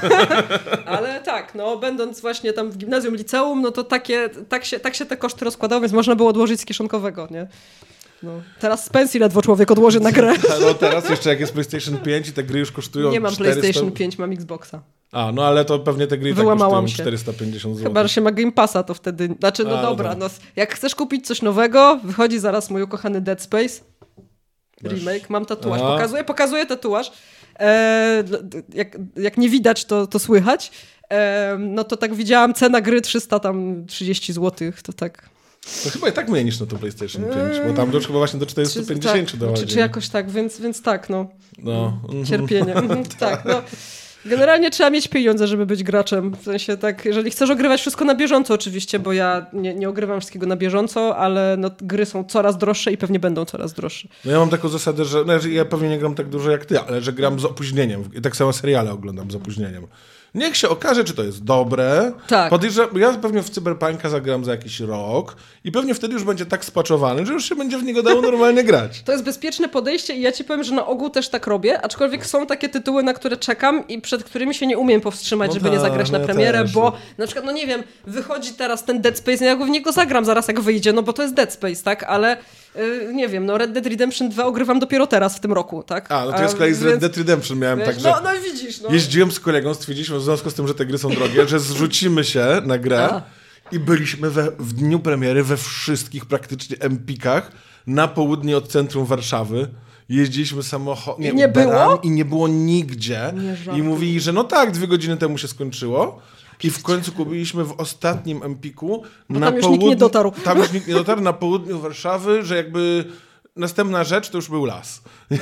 Ale tak, no będąc właśnie tam w gimnazjum, liceum, no to takie, tak, się, tak się te koszty rozkładały, więc można było odłożyć z kieszonkowego, nie? No. Teraz z pensji ledwo człowiek odłoży na grę. No teraz jeszcze jak jest PlayStation pięć i te gry już kosztują Nie mam czterysta... PlayStation pięć, mam Xboxa. A, no ale to pewnie te gry tak kosztują czterysta pięćdziesiąt złotych. Chyba, że się ma Game Passa, to wtedy... Znaczy, no A, dobra, no, no, jak chcesz kupić coś nowego, wychodzi zaraz mój ukochany Dead Space remake, mam tatuaż, pokazuję, pokazuję tatuaż. E, jak, jak nie widać, to, to słychać. E, no to tak widziałam, cena gry trzysta trzydzieści złotych, to tak... To chyba i tak mniej niż na to PlayStation pięć, bo tam do, chyba właśnie do czterysta pięćdziesiąt tak, dochodzi. Czy, czy jakoś tak, więc, więc tak, no. no. Cierpienie. Tak, no. Generalnie trzeba mieć pieniądze, żeby być graczem. W sensie tak, jeżeli chcesz ogrywać wszystko na bieżąco oczywiście, bo ja nie, nie ogrywam wszystkiego na bieżąco, ale no, gry są coraz droższe i pewnie będą coraz droższe. No ja mam taką zasadę, że no, ja pewnie nie gram tak dużo jak ty, ale że gram z opóźnieniem. I tak samo seriale oglądam z opóźnieniem. Niech się okaże, czy to jest dobre. Tak. Podejrzewam, ja pewnie w Cyberpunka zagram za jakiś rok i pewnie wtedy już będzie tak spaczowany, że już się będzie w niego dało normalnie grać. To jest bezpieczne podejście i ja ci powiem, że na ogół też tak robię, aczkolwiek są takie tytuły, na które czekam i przed którymi się nie umiem powstrzymać, no żeby ta, nie zagrać na premierę, też. Bo na przykład, no nie wiem, wychodzi teraz ten Dead Space, no ja go w niego zagram zaraz jak wyjdzie, no bo to jest Dead Space, tak, ale yy, nie wiem, no Red Dead Redemption dwa ogrywam dopiero teraz w tym roku, tak. A, no to ja z kolei z Red więc... Dead Redemption miałem wiesz, tak, że no, no widzisz, no. Jeździłem z kolegą, stwierdziliśmy w związku z tym, że te gry są drogie, że zrzucimy się na grę A. i byliśmy we, w dniu premiery we wszystkich praktycznie empikach na południe od centrum Warszawy. Jeździliśmy samochodem. Nie, nie było? I nie było nigdzie. Nie I mówili, że no tak, dwie godziny temu się skończyło. I w końcu kupiliśmy w ostatnim empiku Bo na tam już południu, nikt nie dotarł. Tam już nikt nie dotarł, na południu Warszawy, że jakby następna rzecz to już był las.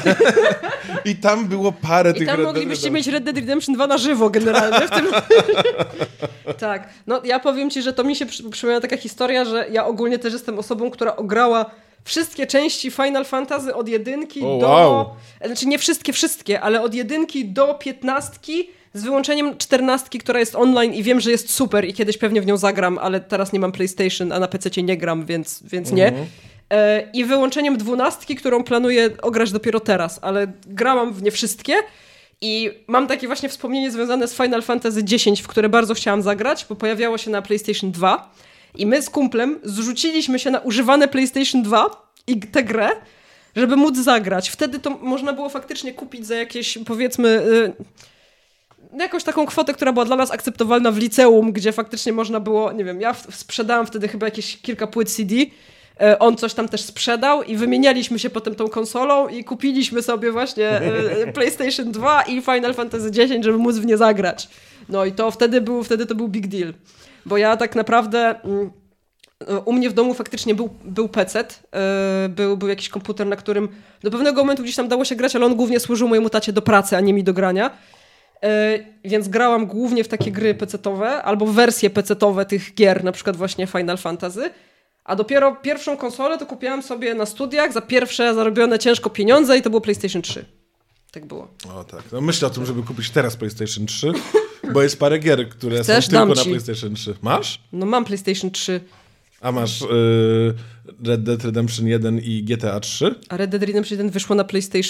I tam było parę I tych... I tam Red moglibyście Dead mieć Red Dead Redemption dwa na żywo generalnie. W tym... Tak. No ja powiem ci, że to mi się przy, przypomina taka historia, że ja ogólnie też jestem osobą, która ograła wszystkie części Final Fantasy od jedynki oh, do... Wow. Znaczy nie wszystkie, wszystkie, ale od jedynki do piętnastki z wyłączeniem czternastki, która jest online i wiem, że jest super i kiedyś pewnie w nią zagram, ale teraz nie mam PlayStation, a na pececie nie gram, więc, więc nie. Mhm. I wyłączeniem dwunastki, którą planuję ograć dopiero teraz, ale grałam w nie wszystkie i mam takie właśnie wspomnienie związane z Final Fantasy dziesięć, w które bardzo chciałam zagrać, bo pojawiało się na PlayStation dwa i my z kumplem zrzuciliśmy się na używane PlayStation dwa i tę grę, żeby móc zagrać. Wtedy to można było faktycznie kupić za jakieś, powiedzmy... Yy, jakąś taką kwotę, która była dla nas akceptowalna w liceum, gdzie faktycznie można było, nie wiem, ja sprzedałam wtedy chyba jakieś kilka płyt C D, on coś tam też sprzedał i wymienialiśmy się potem tą konsolą i kupiliśmy sobie właśnie PlayStation dwa i Final Fantasy dziesięć, żeby móc w nie zagrać. No i to wtedy był, wtedy to był big deal. Bo ja tak naprawdę... U mnie w domu faktycznie był, był pecet, był, był jakiś komputer, na którym do pewnego momentu gdzieś tam dało się grać, ale on głównie służył mojemu tacie do pracy, a nie mi do grania. Więc grałam głównie w takie gry pecetowe albo wersje pecetowe tych gier, na przykład właśnie Final Fantasy. A dopiero pierwszą konsolę to kupiłam sobie na studiach za pierwsze zarobione ciężko pieniądze i to było PlayStation trzy. Tak było. O tak. No myślę o tym, żeby kupić teraz PlayStation trzy, bo jest parę gier, które Chcesz? są tylko Dam na ci. PlayStation trzy. Masz? No mam PlayStation trzy. A masz yy, Red Dead Redemption jeden i G T A trzy? A Red Dead Redemption jeden wyszło na PlayStation?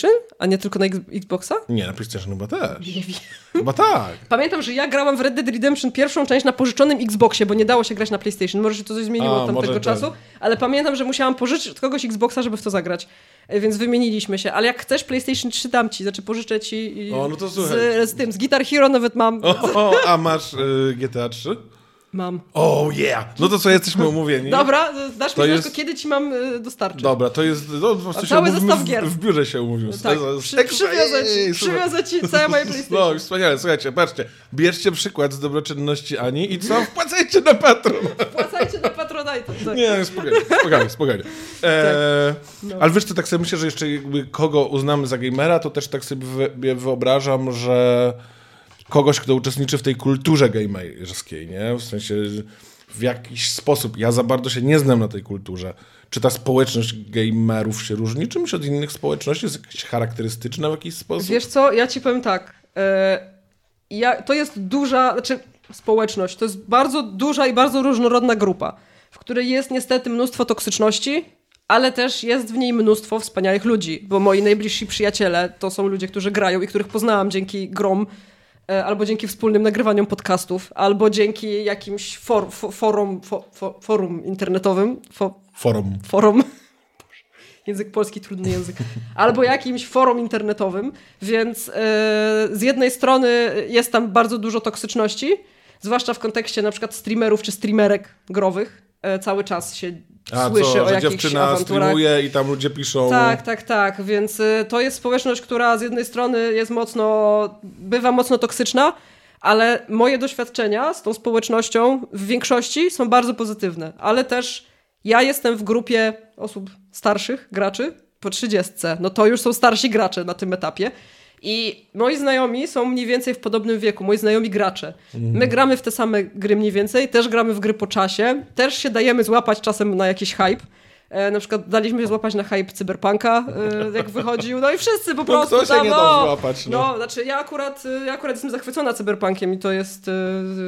A nie tylko na X- Xboxa? Nie, na PlayStation chyba też. Nie wiem. Chyba tak. Pamiętam, że ja grałam w Red Dead Redemption pierwszą część na pożyczonym Xboxie, bo nie dało się grać na PlayStation. Może się to coś zmieniło A, od tamtego może czasu, tak. ale pamiętam, że musiałam pożyczyć od kogoś Xboxa, żeby w to zagrać. E, Więc wymieniliśmy się. Ale jak chcesz PlayStation trzy dam ci, znaczy pożyczę ci i O, no to słuchaj. z, z tym, z Guitar Hero nawet mam. O, o, a masz y, G T A trzy? Mam. Oh yeah! No to co, jesteśmy umówieni? Dobra, dasz To mi jest- jest... kiedy ci mam y, dostarczyć. Dobra, to jest... No, po prostu A cały się umówimy zestaw w, gier. w biurze się umówimy. Tak, To- przy, tak, przywiozę, ej, ci, super. przywiozę ci całe moje PlayStation. No, wspaniale. Słuchajcie, patrzcie. Bierzcie przykład z dobroczynności Ani i co? Wpłacajcie na Patron. Wpłacajcie na Patronite. Tak. Nie, spokojnie, spokojnie, spokojnie. Eee, No. Ale wiesz co, tak sobie myślę, że jeszcze jakby kogo uznamy za gamera, to też tak sobie wy- wyobrażam, że kogoś, kto uczestniczy w tej kulturze gamerskiej, nie? W sensie w jakiś sposób. Ja za bardzo się nie znam na tej kulturze. Czy ta społeczność gamerów się różni czymś od innych społeczności? Jest jakaś charakterystyczna w jakiś sposób? Wiesz co, ja ci powiem tak. E, ja, to jest duża, znaczy społeczność, to jest bardzo duża i bardzo różnorodna grupa, w której jest niestety mnóstwo toksyczności, ale też jest w niej mnóstwo wspaniałych ludzi, bo moi najbliżsi przyjaciele to są ludzie, którzy grają i których poznałam dzięki grom, e, albo dzięki wspólnym nagrywaniom podcastów, albo dzięki jakimś for, for, forum, for, for, forum internetowym, for, Forum. forum. Język polski, trudny język. Albo jakimś forum internetowym, więc yy, z jednej strony jest tam bardzo dużo toksyczności, zwłaszcza w kontekście na przykład streamerów czy streamerek growych. Yy, cały czas się A słyszy co, o że jakichś dziewczyna awanturach. streamuje i tam ludzie piszą... Tak, tak, tak, więc y, to jest społeczność, która z jednej strony jest mocno, bywa mocno toksyczna, ale moje doświadczenia z tą społecznością w większości są bardzo pozytywne, ale też ja jestem w grupie osób starszych, graczy, po trzydziestce, no to już są starsi gracze na tym etapie i moi znajomi są mniej więcej w podobnym wieku, moi znajomi gracze. My gramy w te same gry mniej więcej, też gramy w gry po czasie, też się dajemy złapać czasem na jakiś hype. E, na przykład daliśmy się złapać na hype Cyberpunka, e, jak wychodził, no i wszyscy po No prostu kto się tam, nie no, dał złapać, no. no, znaczy ja akurat, ja akurat jestem zachwycona Cyberpunkiem i to jest, e,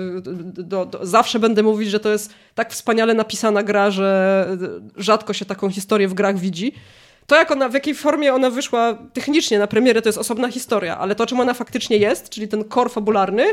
do, do, zawsze będę mówić, że to jest tak wspaniale napisana gra, że rzadko się taką historię w grach widzi. To, jak ona, w jakiej formie ona wyszła technicznie na premierę, to jest osobna historia, ale to, czym ona faktycznie jest, czyli ten core fabularny,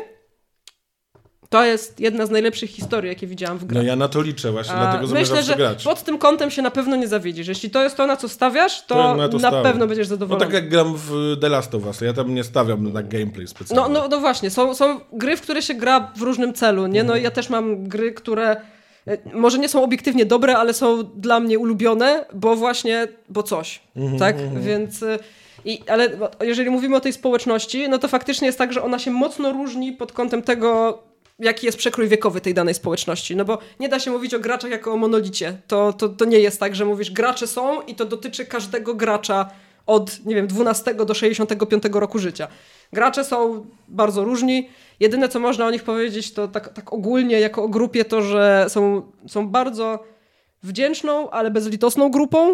to jest jedna z najlepszych historii, jakie widziałam w grach. No ja na to liczę właśnie, A, dlatego zamierzam myślę, w to że grać. pod tym kątem się na pewno nie zawiedzisz. Jeśli to jest to, na co stawiasz, to, To ja na to na stawiam. pewno będziesz No zadowolony. tak jak gram w The Last of Us, ja tam nie stawiam na gameplay specjalnie. No, no, no właśnie, są, są gry, w które się gra w różnym celu, nie? No Mhm. ja też mam gry, które e, może nie są obiektywnie dobre, ale są dla mnie ulubione, bo właśnie, bo coś, Mhm, tak? Więc... e, I, ale jeżeli mówimy o tej społeczności, no to faktycznie jest tak, że ona się mocno różni pod kątem tego, jaki jest przekrój wiekowy tej danej społeczności. No bo nie da się mówić o graczach jako o monolicie. To, to, to nie jest tak, że mówisz, gracze są i to dotyczy każdego gracza od, nie wiem, dwunastego do sześćdziesiątego piątego roku życia. Gracze są bardzo różni. Jedyne, co można o nich powiedzieć, to tak, tak ogólnie jako o grupie, to, że są, są bardzo wdzięczną, ale bezlitosną grupą.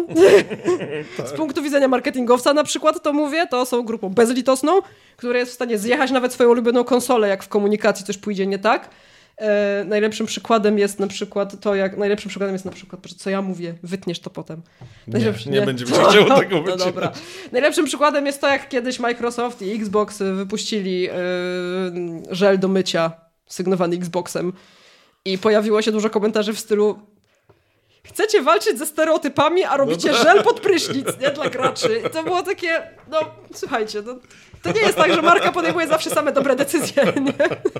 Z punktu widzenia marketingowca na przykład to mówię, to są grupą bezlitosną, która jest w stanie zjechać nawet swoją ulubioną konsolę, jak w komunikacji coś pójdzie nie tak. E, najlepszym przykładem jest na przykład to, jak najlepszym przykładem jest na przykład, co ja mówię, wytniesz to potem. Nie, nie będziemy się chciało tego No wycinać. dobra. Najlepszym przykładem jest to, jak kiedyś Microsoft i Xbox wypuścili yy, żel do mycia sygnowany Xboxem i pojawiło się dużo komentarzy w stylu: chcecie walczyć ze stereotypami, a robicie No tak. żel pod prysznic, nie? Dla graczy. I to było takie, no słuchajcie, no, to nie jest tak, że marka podejmuje zawsze same dobre decyzje, nie?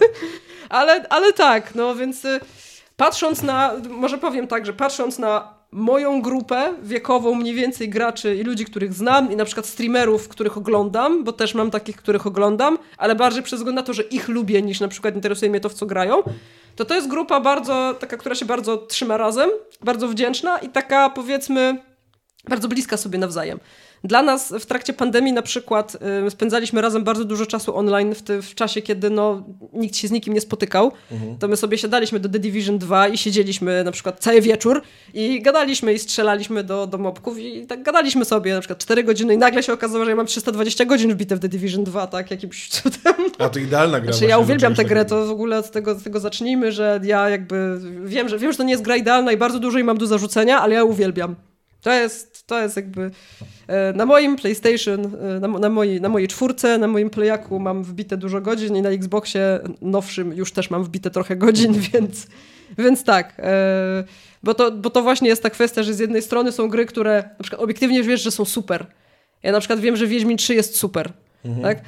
Ale, ale tak, no więc y, patrząc na, może powiem tak, że patrząc na moją grupę wiekową mniej więcej graczy i ludzi, których znam i na przykład streamerów, których oglądam, bo też mam takich, których oglądam, ale bardziej przez wzgląd na to, że ich lubię, niż na przykład interesuje mnie to, w co grają, to to jest grupa bardzo, taka, która się bardzo trzyma razem, bardzo wdzięczna i taka, powiedzmy, bardzo bliska sobie nawzajem. Dla nas w trakcie pandemii na przykład y, spędzaliśmy razem bardzo dużo czasu online w, ty, w czasie, kiedy no, nikt się z nikim nie spotykał. Mhm. To my sobie siadaliśmy do The Division dwa i siedzieliśmy na przykład cały wieczór i gadaliśmy i strzelaliśmy do, do mobków i tak gadaliśmy sobie na przykład cztery godziny i nagle się okazało, że ja mam trzysta dwadzieścia godzin wbite w The Division dwa, tak, jakimś cudem. A to idealna gra. Znaczy ja uwielbiam tę grę, takiego. to w ogóle od tego, od tego zacznijmy, że ja jakby wiem, że wiem, że to nie jest gra idealna i bardzo dużo i mam do zarzucenia, ale ja ją uwielbiam. To jest, to jest jakby... Na moim PlayStation, na, na, mojej, na mojej czwórce, na moim Playaku mam wbite dużo godzin i na Xboxie nowszym już też mam wbite trochę godzin, więc, więc tak. Bo to, bo to właśnie jest ta kwestia, że z jednej strony są gry, które na przykład obiektywnie wiesz, że są super. Ja na przykład wiem, że Wiedźmin trzy jest super. Mhm. Tak?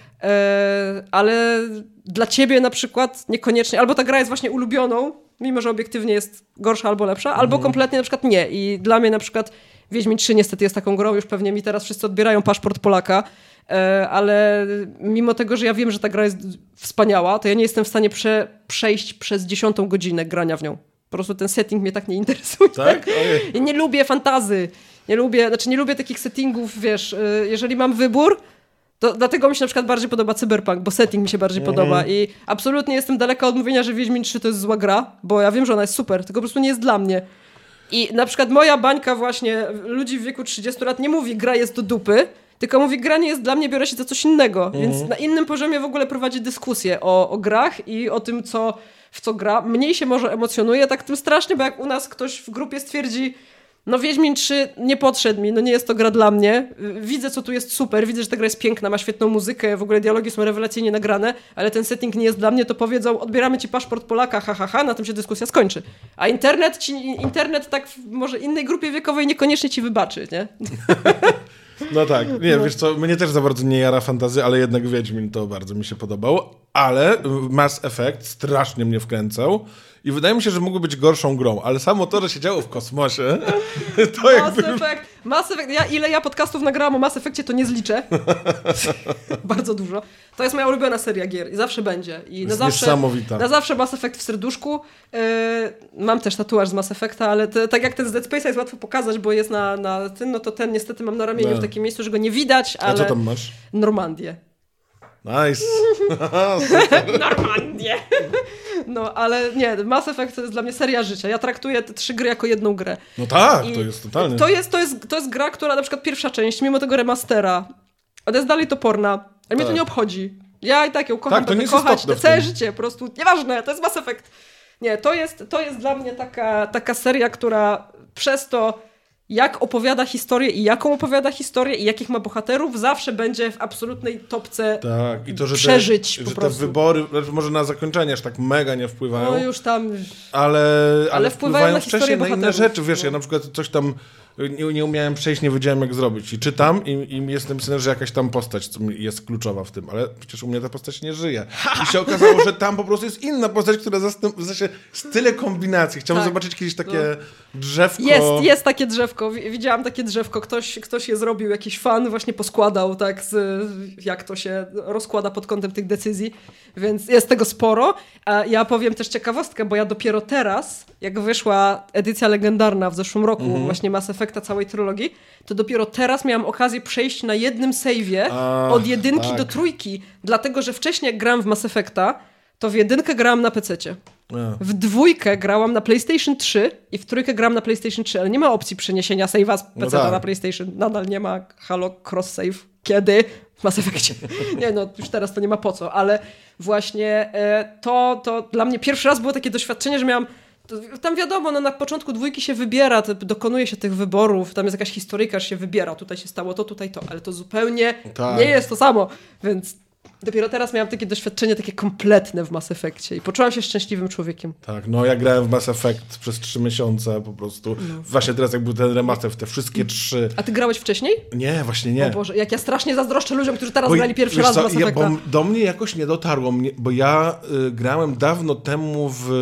Ale dla ciebie na przykład niekoniecznie, albo ta gra jest właśnie ulubioną, mimo że obiektywnie jest gorsza albo lepsza, albo mhm. kompletnie na przykład nie. I dla mnie na przykład Wiedźmin trzy niestety jest taką grą, już pewnie mi teraz wszyscy odbierają paszport Polaka, ale mimo tego, że ja wiem, że ta gra jest wspaniała, to ja nie jestem w stanie prze, przejść przez dziesiątą godzinę grania w nią. Po prostu ten setting mnie tak nie interesuje. Tak? I nie lubię fantazy. Nie lubię, znaczy nie lubię takich settingów, wiesz, jeżeli mam wybór, to dlatego mi się na przykład bardziej podoba Cyberpunk, bo setting mi się bardziej mm. podoba i absolutnie jestem daleka od mówienia, że Wiedźmin trzy to jest zła gra, bo ja wiem, że ona jest super, tylko po prostu nie jest dla mnie. I na przykład moja bańka właśnie ludzi w wieku trzydziestu lat nie mówi, gra jest do dupy, tylko mówi, gra nie jest dla mnie, biorę się za coś innego. Mm. Więc na innym poziomie w ogóle prowadzi dyskusję o, o grach i o tym, co, w co gra. Mniej się może emocjonuje tak tym strasznie, bo jak u nas ktoś w grupie stwierdzi, no Wiedźmin trzy nie podszedł mi, no nie jest to gra dla mnie. Widzę, co tu jest super, widzę, że ta gra jest piękna, ma świetną muzykę, w ogóle dialogi są rewelacyjnie nagrane, ale ten setting nie jest dla mnie, to powiedzą, odbieramy ci paszport Polaka, ha, ha, ha, na tym się dyskusja skończy. A internet ci, internet tak w może innej grupie wiekowej niekoniecznie ci wybaczy, nie? No tak, nie, no. Wiesz co, mnie też za bardzo nie jara fantazy, ale jednak Wiedźmin to bardzo mi się podobał, ale Mass Effect strasznie mnie wkręcał i wydaje mi się, że mógłby być gorszą grą, ale samo to, że się działo w kosmosie, to Mass jakby... Effect, Mass Effect, ja, ile ja podcastów nagrałam o Mass Effectie, to nie zliczę. Bardzo dużo. To jest moja ulubiona seria gier i zawsze będzie. I na zawsze, niesamowita. Na zawsze Mass Effect w serduszku. Yy, mam też tatuaż z Mass Effecta, ale te, tak jak ten z Dead Space'a jest łatwo pokazać, bo jest na, na tym, no to ten niestety mam na ramieniu no. w takim miejscu, że go nie widać, ale... A co tam masz? Normandię. Nice. Normandię. No, ale nie, Mass Effect to jest dla mnie seria życia. Ja traktuję te trzy gry jako jedną grę. No tak, I to jest totalnie. To jest, to, jest, to jest gra, która na przykład pierwsza część, mimo tego remastera, ona jest dalej toporna, ale tak. mnie to nie obchodzi. Ja i tak ją kocham, tak, to będę kochać całe życie, po prostu nieważne, to jest Mass Effect. Nie, to jest, to jest dla mnie taka, taka seria, która przez to, jak opowiada historię i jaką opowiada historię i jakich ma bohaterów, zawsze będzie w absolutnej topce tak, i to, że przeżyć te, po że prostu. te wybory, może na zakończenie aż tak mega nie wpływają. No już tam... Ale, ale, ale wpływają na historię na bohaterów. inne rzeczy, wiesz, no. Ja na przykład coś tam nie, nie umiałem przejść, nie wiedziałem jak zrobić i czytam i, i jest napisane, że jakaś tam postać jest kluczowa w tym, ale przecież u mnie ta postać nie żyje. I się okazało, że tam po prostu jest inna postać, która zastęp... w sensie jest tyle kombinacji. Chciałbym tak. zobaczyć kiedyś takie no. drzewko. Jest, jest takie drzewko. Widziałam takie drzewko. Ktoś, ktoś je zrobił, jakiś fan właśnie poskładał, tak, z, jak to się rozkłada pod kątem tych decyzji, więc jest tego sporo. A ja powiem też ciekawostkę, bo ja dopiero teraz, jak wyszła edycja legendarna w zeszłym roku, mhm. właśnie Mass Effecta całej trylogii, to dopiero teraz miałam okazję przejść na jednym save'ie od jedynki tak. do trójki, dlatego, że wcześniej jak grałam w Mass Effecta, to w jedynkę grałam na pececie. W dwójkę grałam na PlayStation trzy i w trójkę grałam na PlayStation trzy, ale nie ma opcji przeniesienia save'a z peceta no tak. na PlayStation. Nadal nie ma Halo Cross Save. Kiedy? W Mass Effectie. Nie no, już teraz to nie ma po co, ale właśnie e, to, to dla mnie pierwszy raz było takie doświadczenie, że miałam tam wiadomo, no na początku dwójki się wybiera, to dokonuje się tych wyborów, tam jest jakaś historyka, że się wybiera, tutaj się stało to, tutaj to, ale to zupełnie tak. nie jest to samo, więc dopiero teraz miałam takie doświadczenie takie kompletne w Mass Effectie i poczułam się szczęśliwym człowiekiem. Tak, no ja grałem w Mass Effect przez trzy miesiące po prostu. No. Właśnie teraz jak był ten remaster w te wszystkie trzy. A ty grałeś wcześniej? Nie, właśnie nie. O Boże, jak ja strasznie zazdroszczę ludziom, którzy teraz bo, grali pierwszy raz co, w Mass Effecta. Ja, bo do mnie jakoś nie dotarło, mnie, bo ja y, grałem dawno temu w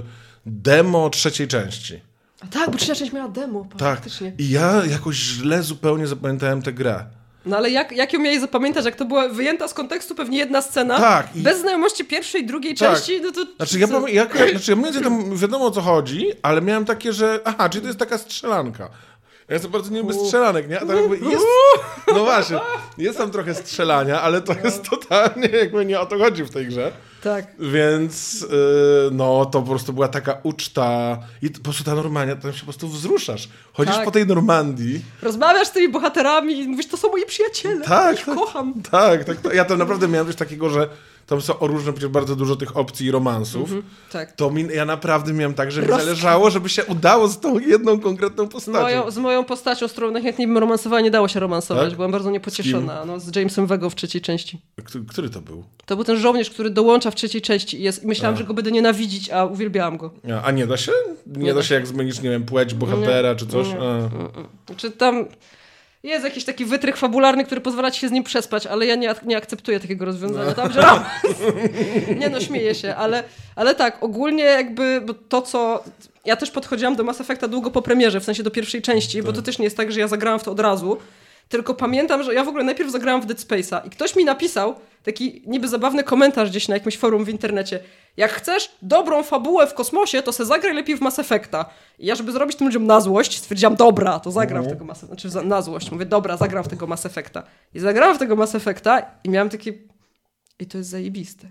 demo trzeciej części. A tak, bo trzecia część miała demo. Tak, faktycznie. I ja jakoś źle zupełnie zapamiętałem tę grę. No ale jak, jak ją mieli zapamiętać, jak to była wyjęta z kontekstu pewnie jedna scena, tak, i... bez znajomości pierwszej i drugiej tak. części, no to... Znaczy ja, pamię- jak, znaczy ja mniej więcej tam wiadomo o co chodzi, ale miałem takie, że aha, czyli to jest taka strzelanka. Ja jestem bardzo nie lubię strzelanek, nie? A tam jakby jest, no właśnie, jest tam trochę strzelania, ale to jest totalnie jakby nie o to chodzi w tej grze. Tak. Więc yy, no to po prostu była taka uczta i po prostu ta Normandia, tam się po prostu wzruszasz. Chodzisz tak. po tej Normandii. Rozmawiasz z tymi bohaterami i mówisz, to są moi przyjaciele, tak, ja ich kocham. Tak, tak, tak. Ja to naprawdę miałem coś takiego, że tam są o różne, przecież bardzo dużo tych opcji i romansów, mm-hmm, tak. to mi, ja naprawdę miałem tak, że mi Roz... zależało, żeby się udało z tą jedną konkretną postacią. Moją, z moją postacią, z którą najchętniej bym romansowała, nie dało się romansować. Tak? Byłam bardzo niepocieszona. Z, no, z Jamesem Wego w trzeciej części. Który, który to był? To był ten żołnierz, który dołącza w trzeciej części i jest, myślałam, a. że go będę nienawidzić, a uwielbiałam go. A, a nie da się? Nie, nie da się, jak zmienisz, nie wiem, płeć bohatera czy coś? Nie. Czy tam jest jakiś taki wytrych fabularny, który pozwala ci się z nim przespać, ale ja nie, nie akceptuję takiego rozwiązania. No. Tam, że romans. Nie no, śmieję się, ale, ale tak, ogólnie jakby bo to, co... Ja też podchodziłam do Mass Effecta długo po premierze, w sensie do pierwszej części, tak. bo to też nie jest tak, że ja zagrałam w to od razu, tylko pamiętam, że ja w ogóle najpierw zagrałam w Dead Space'a i ktoś mi napisał taki niby zabawny komentarz gdzieś na jakimś forum w internecie. Jak chcesz dobrą fabułę w kosmosie, to se zagraj lepiej w Mass Effecta. I ja, żeby zrobić tym ludziom na złość, stwierdziłam, dobra, to zagram w tego Mass Effecta. Znaczy na złość. Mówię, dobra, zagram w tego Mass Effecta. I zagrałam w tego Mass Effecta i miałam takie... I to jest zajebiste.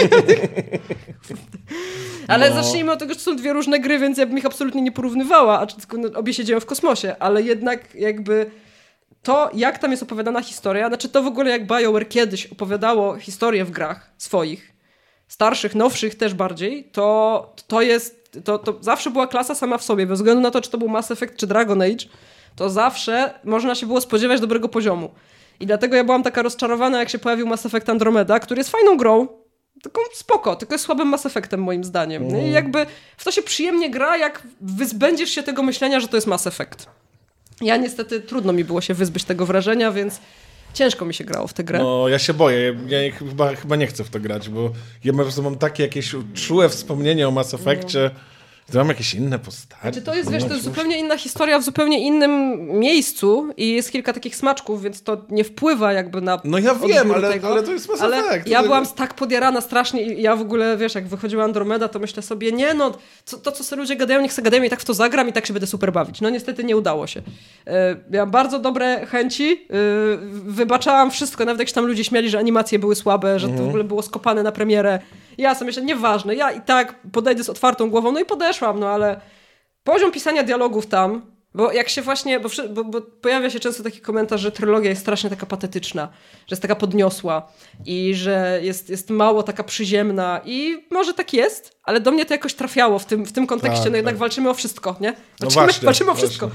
Ale no. Zacznijmy od tego, że to są dwie różne gry, więc ja bym ich absolutnie nie porównywała, a tylko obie się dzieją w kosmosie. Ale jednak jakby... To, jak tam jest opowiadana historia, znaczy to w ogóle jak BioWare kiedyś opowiadało historię w grach swoich, starszych, nowszych też bardziej, to to jest, to, to zawsze była klasa sama w sobie, bez względu na to, czy to był Mass Effect, czy Dragon Age, to zawsze można się było spodziewać dobrego poziomu. I dlatego ja byłam taka rozczarowana, jak się pojawił Mass Effect Andromeda, który jest fajną grą, tylko spoko, tylko jest słabym Mass Effectem moim zdaniem. Mm. I jakby w to się przyjemnie gra, jak wyzbędziesz się tego myślenia, że to jest Mass Effect. Ja niestety trudno mi było się wyzbyć tego wrażenia, więc ciężko mi się grało w tę grę. No, ja się boję. Ja chyba, chyba nie chcę w to grać, bo ja po prostu mam takie jakieś czułe wspomnienie o Mass Effectie. No. To mam jakieś inne postacie. Znaczy to jest, wiesz, to jest zupełnie inna historia w zupełnie innym miejscu i jest kilka takich smaczków, więc to nie wpływa jakby na... No ja wiem, ale, ale to jest Mass ale Effect. Ja to byłam jest... tak podjarana strasznie i ja w ogóle, wiesz, jak wychodziła Andromeda, to myślę sobie, nie no, co, to co sobie ludzie gadają, niech sobie gadają i tak w to zagram i tak się będę super bawić. No niestety nie udało się. Yy, miałam bardzo dobre chęci, yy, wybaczałam wszystko, nawet jak się tam ludzie śmiali, że animacje były słabe, że to mhm. w ogóle było skopane na premierę. Ja sobie myślę, nieważne, ja i tak podejdę z otwartą głową, no i podeszłam, no ale poziom pisania dialogów tam, bo jak się właśnie, bo, bo, bo pojawia się często taki komentarz, że trylogia jest strasznie taka patetyczna, że jest taka podniosła i że jest, jest mało taka przyziemna i może tak jest, ale do mnie to jakoś trafiało w tym, w tym kontekście, tak, no jednak tak. walczymy o wszystko, nie? Walczymy, no właśnie, walczymy o właśnie. wszystko.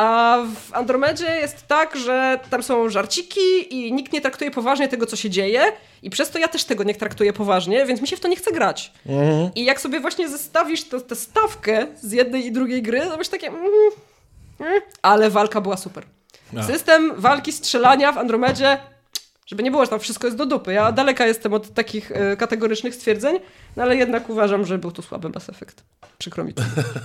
A w Andromedzie jest tak, że tam są żarciki i nikt nie traktuje poważnie tego, co się dzieje i przez to ja też tego nie traktuję poważnie, więc mi się w to nie chce grać. Mhm. I jak sobie właśnie zestawisz tę stawkę z jednej i drugiej gry, to masz takie... Mm, mm, ale walka była super. A. System walki, strzelania w Andromedzie, żeby nie było, że tam wszystko jest do dupy. Ja daleka jestem od takich y, kategorycznych stwierdzeń, no ale jednak uważam, że był tu słaby Mass Effect. Przykro mi to.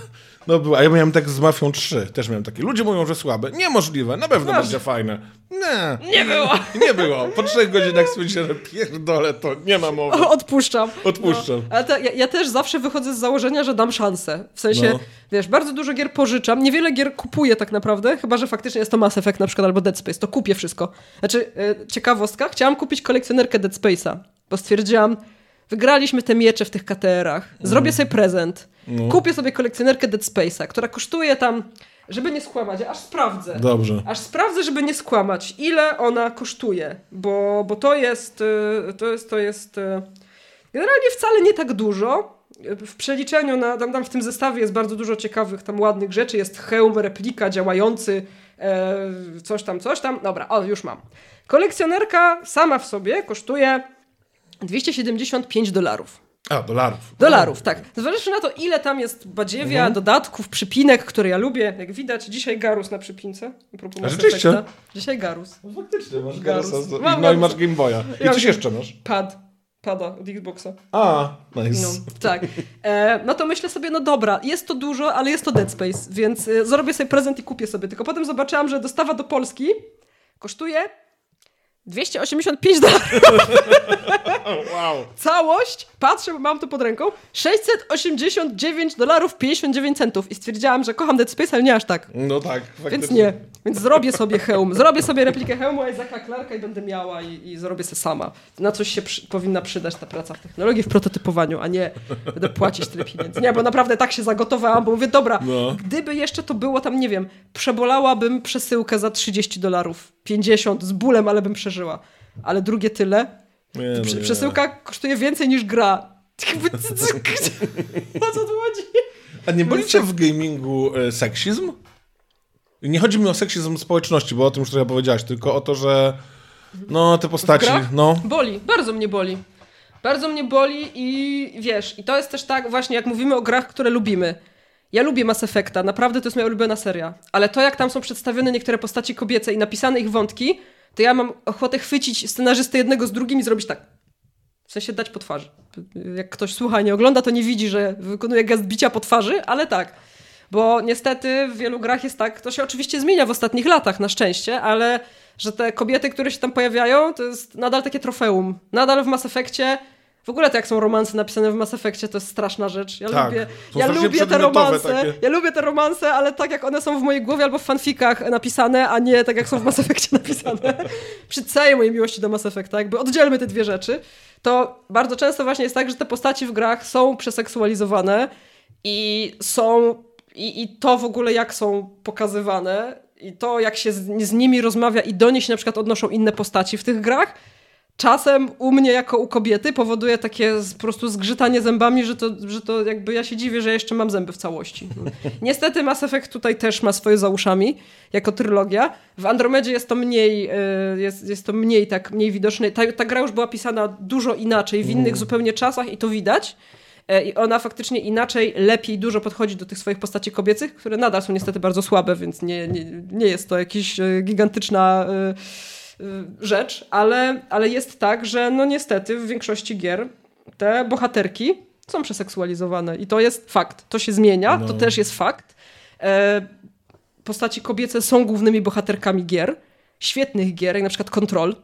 No było, a ja miałem tak z Mafią trzy. Też miałem takie. Ludzie mówią, że słabe. Niemożliwe, na pewno Masz. będzie fajne. Nie. Nie było. Nie było. Po trzech godzinach stwierdziłem, że pierdolę, to nie ma mowy. Odpuszczam. Odpuszczam. No. Ale to, ja, ja też zawsze wychodzę z założenia, że dam szansę. W sensie, no. wiesz, bardzo dużo gier pożyczam. Niewiele gier kupuję tak naprawdę, chyba że faktycznie jest to Mass Effect na przykład albo Dead Space. To kupię wszystko. Znaczy, yy, ciekawostka, chciałam kupić kolekcjonerkę Dead Space'a, bo stwierdziłam, wygraliśmy te miecze w tych K T R-ach. Zrobię mm. sobie prezent. No. Kupię sobie kolekcjonerkę Dead Space'a, która kosztuje tam, żeby nie skłamać, aż sprawdzę. Dobrze. Aż sprawdzę, żeby nie skłamać, ile ona kosztuje, bo, bo to jest, to jest, to jest generalnie wcale nie tak dużo. W przeliczeniu, na, tam, tam w tym zestawie jest bardzo dużo ciekawych, tam ładnych rzeczy. Jest hełm, replika, działający, e, coś tam, coś tam. Dobra, o, już mam. Kolekcjonerka sama w sobie kosztuje dwieście siedemdziesiąt pięć dolarów. A, dolarów. Dolarów, tak. Zważywszy na to, ile tam jest badziewia, mhm. dodatków, przypinek, które ja lubię. Jak widać, dzisiaj Garus na przypince. A rzeczywiście? Efekta. Dzisiaj Garus. No faktycznie, masz Garusa. Z... No Garusa. I masz Game Boya. I ja coś jeszcze masz? Pad. Pada od Xboxa. A, nice. No, tak. E, no to myślę sobie, no dobra, jest to dużo, ale jest to Dead Space, więc e, zrobię sobie prezent i kupię sobie. Tylko potem zobaczyłam, że dostawa do Polski kosztuje dwieście osiemdziesiąt pięć dolarów. Wow. Całość, patrzę, mam to pod ręką, sześćset osiemdziesiąt dziewięć dolarów pięćdziesiąt dziewięć centów. I stwierdziłam, że kocham Dead Space, ale nie aż tak. No tak, faktycznie. Więc nie. Więc zrobię sobie hełm. Zrobię sobie replikę hełmu Isaaca Clarka i będę miała i, i zrobię sobie sama. Na coś się przy, powinna przydać ta praca w technologii, w prototypowaniu, a nie będę płacić tyle pieniędzy. Nie, bo naprawdę tak się zagotowałam, bo mówię, dobra, no. gdyby jeszcze to było tam, nie wiem, przebolałabym przesyłkę za trzydzieści dolarów, pięćdziesiąt z bólem, ale bym przeżyła. Ale drugie tyle, Nie, no Prze- nie. Przesyłka kosztuje więcej niż gra. O co tu chodzi? A nie boli cię w gamingu e, seksizm? Nie chodzi mi o seksizm społeczności, bo o tym już trochę powiedziałaś, tylko o to, że no te postaci, no. Boli, bardzo mnie boli. Bardzo mnie boli i wiesz, i to jest też tak właśnie, jak mówimy o grach, które lubimy. Ja lubię Mass Effecta, naprawdę to jest moja ulubiona seria, ale to jak tam są przedstawione niektóre postaci kobiece i napisane ich wątki, to ja mam ochotę chwycić scenarzystę jednego z drugim i zrobić tak. W sensie dać po twarzy. Jak ktoś słucha i nie ogląda, to nie widzi, że wykonuje gest bicia po twarzy, ale tak. Bo niestety w wielu grach jest tak, to się oczywiście zmienia w ostatnich latach, na szczęście, ale że te kobiety, które się tam pojawiają, to jest nadal takie trofeum. Nadal w Mass Effectie, w ogóle to jak są romanse napisane w Mass Effectie, to jest straszna rzecz. Ja tak, lubię, są ja strasznie lubię te przedmiotowe romanse, takie. ja lubię te romanse, ale tak jak one są w mojej głowie albo w fanfikach napisane, a nie tak jak są w Mass Effectie napisane. Przy całej mojej miłości do Mass Effecta, jakby oddzielmy te dwie rzeczy, to bardzo często właśnie jest tak, że te postaci w grach są przeseksualizowane i są I, I to w ogóle jak są pokazywane i to jak się z, z nimi rozmawia i do nich się na przykład odnoszą inne postaci w tych grach, czasem u mnie jako u kobiety powoduje takie z, po prostu zgrzytanie zębami, że to, że to jakby ja się dziwię, że jeszcze mam zęby w całości. Niestety Mass Effect tutaj też ma swoje za uszami, jako trylogia. W Andromedzie jest to mniej, jest, jest to mniej tak, mniej widoczne. Ta, ta gra już była pisana dużo inaczej, w innych mm. zupełnie czasach i to widać. I ona faktycznie inaczej, lepiej dużo podchodzi do tych swoich postaci kobiecych, które nadal są niestety bardzo słabe, więc nie, nie, nie jest to jakaś gigantyczna y, y, rzecz, ale, ale jest tak, że no niestety w większości gier te bohaterki są przeseksualizowane i to jest fakt. To się zmienia, no. To też jest fakt. E, postaci kobiece są głównymi bohaterkami gier, świetnych gier, jak na przykład Control.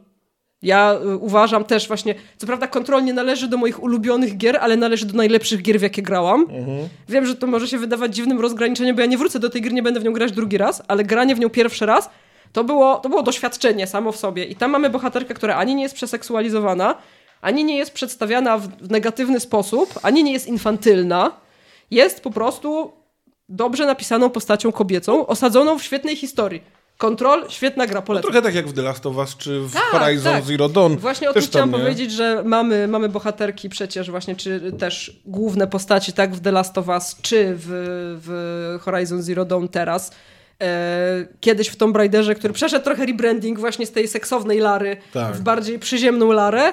Ja y, uważam też właśnie, co prawda Control nie należy do moich ulubionych gier, ale należy do najlepszych gier, w jakie grałam. Mhm. Wiem, że to może się wydawać dziwnym rozgraniczeniem, bo ja nie wrócę do tej gry, nie będę w nią grać drugi raz, ale granie w nią pierwszy raz to było, to było doświadczenie samo w sobie. I tam mamy bohaterkę, która ani nie jest przeseksualizowana, ani nie jest przedstawiana w, w negatywny sposób, ani nie jest infantylna. Jest po prostu dobrze napisaną postacią kobiecą, osadzoną w świetnej historii. Control, świetna gra, polecam. No trochę tak jak w The Last of Us, czy w tak, Horizon tak. Zero Dawn. Właśnie o tym chciałam powiedzieć, że mamy, mamy bohaterki przecież właśnie, czy też główne postaci, tak w The Last of Us, czy w, w Horizon Zero Dawn teraz. E, kiedyś w Tomb Raiderze, który przeszedł trochę rebranding właśnie z tej seksownej Lary tak. w bardziej przyziemną Larę.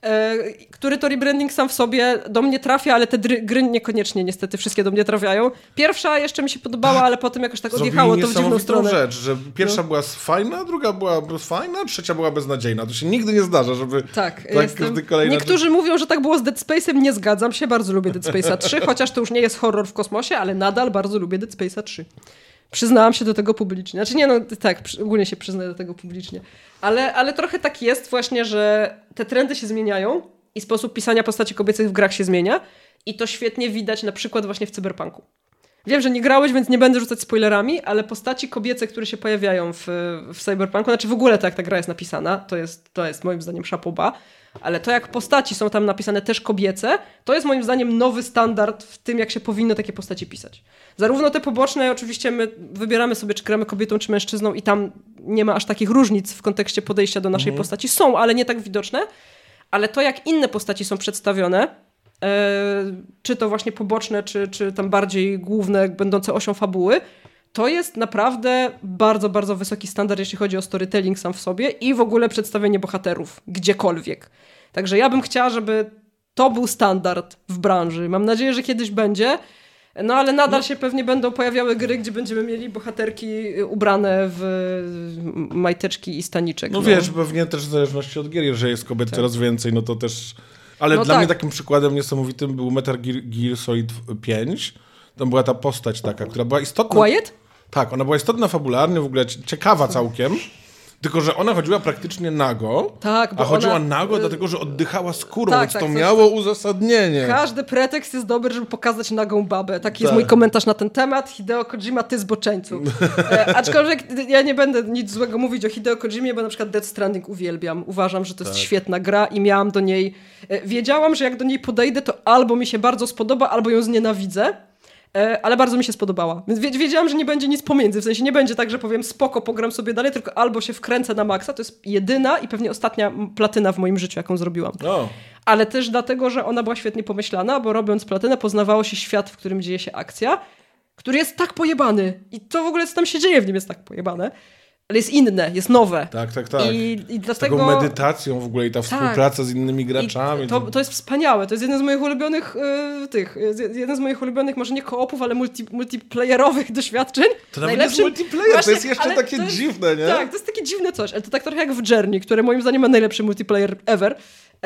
Który to rebranding sam w sobie do mnie trafia, ale te dry, gry niekoniecznie niestety wszystkie do mnie trafiają. Pierwsza jeszcze mi się podobała, tak. ale potem jakoś tak odjechało to w dziwną stronę. rzecz, że pierwsza no. była fajna, druga była fajna, trzecia była beznadziejna. To się nigdy nie zdarza, żeby tak, tak jestem... każdy kolejny... Niektórzy mówią, że tak było z Dead Space'em, nie zgadzam się, bardzo lubię Dead Space'a trzy, chociaż to już nie jest horror w kosmosie, ale nadal bardzo lubię Dead Space'a trzy. Przyznałam się do tego publicznie. Znaczy nie, no tak, ogólnie się przyznaję do tego publicznie. Ale, ale trochę tak jest właśnie, że te trendy się zmieniają i sposób pisania postaci kobiecych w grach się zmienia i to świetnie widać na przykład właśnie w Cyberpunku. Wiem, że nie grałeś, więc nie będę rzucać spoilerami, ale postaci kobiece, które się pojawiają w, w Cyberpunku, znaczy w ogóle to jak ta gra jest napisana, to jest, to jest moim zdaniem szapoba, ale to jak postaci są tam napisane też kobiece, to jest moim zdaniem nowy standard w tym, jak się powinno takie postaci pisać. Zarówno te poboczne, oczywiście my wybieramy sobie, czy gramy kobietą, czy mężczyzną i tam nie ma aż takich różnic w kontekście podejścia do naszej mhm. postaci. Są, ale nie tak widoczne. Ale to, jak inne postaci są przedstawione, e, czy to właśnie poboczne, czy, czy tam bardziej główne, będące osią fabuły, to jest naprawdę bardzo, bardzo wysoki standard, jeśli chodzi o storytelling sam w sobie i w ogóle przedstawienie bohaterów gdziekolwiek. Także ja bym chciała, żeby to był standard w branży. Mam nadzieję, że kiedyś będzie, no ale nadal się pewnie będą pojawiały gry, gdzie będziemy mieli bohaterki ubrane w majteczki i staniczek. No, no. wiesz, pewnie też w zależności od gier, jeżeli jest kobiet tak. coraz więcej, no to też... Ale no dla tak. mnie takim przykładem niesamowitym był Metal Gear, Gear Solid pięć. Tam była ta postać taka, która była istotna... Quiet? Tak, ona była istotna fabularnie, w ogóle ciekawa całkiem. Tylko że ona chodziła praktycznie nago, tak, bo a chodziła ona... nago dlatego, że oddychała skórą, tak, więc tak, to coś... miało uzasadnienie. Każdy pretekst jest dobry, żeby pokazać nagą babę. Taki tak. jest mój komentarz na ten temat. Hideo Kojima, ty zboczeńcu. e, aczkolwiek ja nie będę nic złego mówić o Hideo Kojimie, bo na przykład Death Stranding uwielbiam. Uważam, że to jest tak. świetna gra i miałam do niej... E, wiedziałam, że jak do niej podejdę, to albo mi się bardzo spodoba, albo ją znienawidzę. ale bardzo mi się spodobała. Więc wiedziałam, że nie będzie nic pomiędzy, w sensie nie będzie tak, że powiem spoko, pogram sobie dalej, tylko albo się wkręcę na maksa, to jest jedyna i pewnie ostatnia platyna w moim życiu, jaką zrobiłam. Oh. Ale też dlatego, że ona była świetnie pomyślana, bo robiąc platynę poznawało się świat, w którym dzieje się akcja, który jest tak pojebany i to w ogóle, co tam się dzieje w nim jest tak pojebane, ale jest inne, jest nowe. Tak, tak, tak. I, i dlatego... Z taką medytacją w ogóle i ta współpraca tak. z innymi graczami. To, to jest wspaniałe. To jest jeden z moich ulubionych y, tych, jeden z moich ulubionych, może nie koopów, ale multi, multiplayerowych doświadczeń. To nawet Najlepszym... jest multiplayer, właśnie, to jest jeszcze takie jest, dziwne, nie? Tak, to jest takie dziwne coś, ale to tak trochę jak w Journey, które moim zdaniem ma najlepszy multiplayer ever.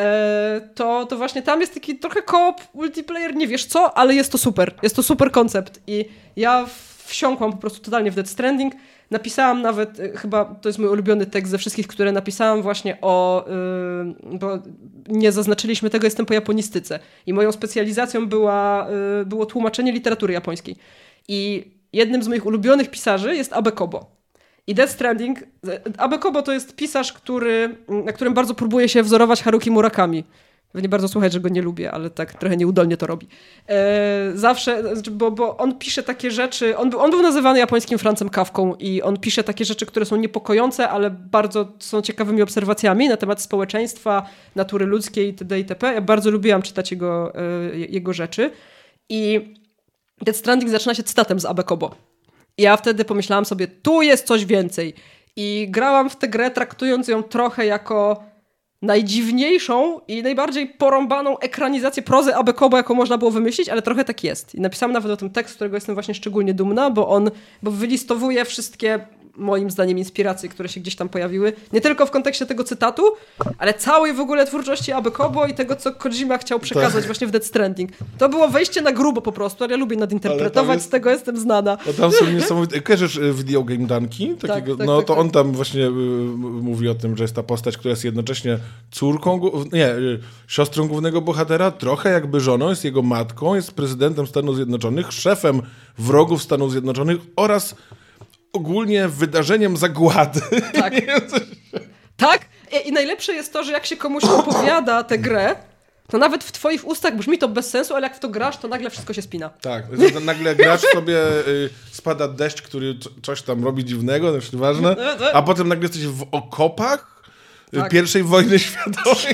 E, to, to właśnie tam jest taki trochę koop, multiplayer, nie wiesz co, ale jest to super. Jest to super koncept i ja wsiąkłam po prostu totalnie w Death Stranding. Napisałam nawet, chyba to jest mój ulubiony tekst ze wszystkich, które napisałam właśnie o, yy, bo nie zaznaczyliśmy tego, jestem po japonistyce i moją specjalizacją była, yy, było tłumaczenie literatury japońskiej. I jednym z moich ulubionych pisarzy jest Abe Kobo. I Death Stranding, Abe Kobo to jest pisarz, który, na którym bardzo próbuje się wzorować Haruki Murakami. Pewnie bardzo słuchać, że go nie lubię, ale tak trochę nieudolnie to robi. E, zawsze, bo, bo on pisze takie rzeczy, on, on był nazywany japońskim Francem Kafką i on pisze takie rzeczy, które są niepokojące, ale bardzo są ciekawymi obserwacjami na temat społeczeństwa, natury ludzkiej itd. itp. Ja bardzo lubiłam czytać jego, e, jego rzeczy i Death Stranding zaczyna się cytatem z Abe Kobo. I ja wtedy pomyślałam sobie, tu jest coś więcej. I grałam w tę grę, traktując ją trochę jako najdziwniejszą i najbardziej porąbaną ekranizację prozy Abe Kobo, jaką można było wymyślić, ale trochę tak jest. I napisałam nawet o tym tekst, z którego jestem właśnie szczególnie dumna, bo on bo wylistowuje wszystkie, moim zdaniem, inspiracje, które się gdzieś tam pojawiły. Nie tylko w kontekście tego cytatu, ale całej w ogóle twórczości Abe Kobo i tego, co Kojima chciał przekazać tak. właśnie w Death Stranding. To było wejście na grubo po prostu, ale ja lubię nadinterpretować, jest... z tego jestem znana. No tam są niesamowite... Kojarzysz Video Game Danki? Takiego... Tak, tak, no tak, to tak. on tam właśnie y, mówi o tym, że jest ta postać, która jest jednocześnie córką, nie, y, siostrą głównego bohatera, trochę jakby żoną, jest jego matką, jest prezydentem Stanów Zjednoczonych, szefem wrogów Stanów Zjednoczonych oraz ogólnie wydarzeniem zagłady. Tak. tak. I, I najlepsze jest to, że jak się komuś opowiada tę grę, to nawet w twoich ustach brzmi to bez sensu, ale jak w to grasz, to nagle wszystko się spina. Tak. Nagle grasz sobie, y, spada deszcz, który coś tam robi dziwnego, to już nieważne, a potem nagle jesteś w okopach tak. pierwszej wojny światowej.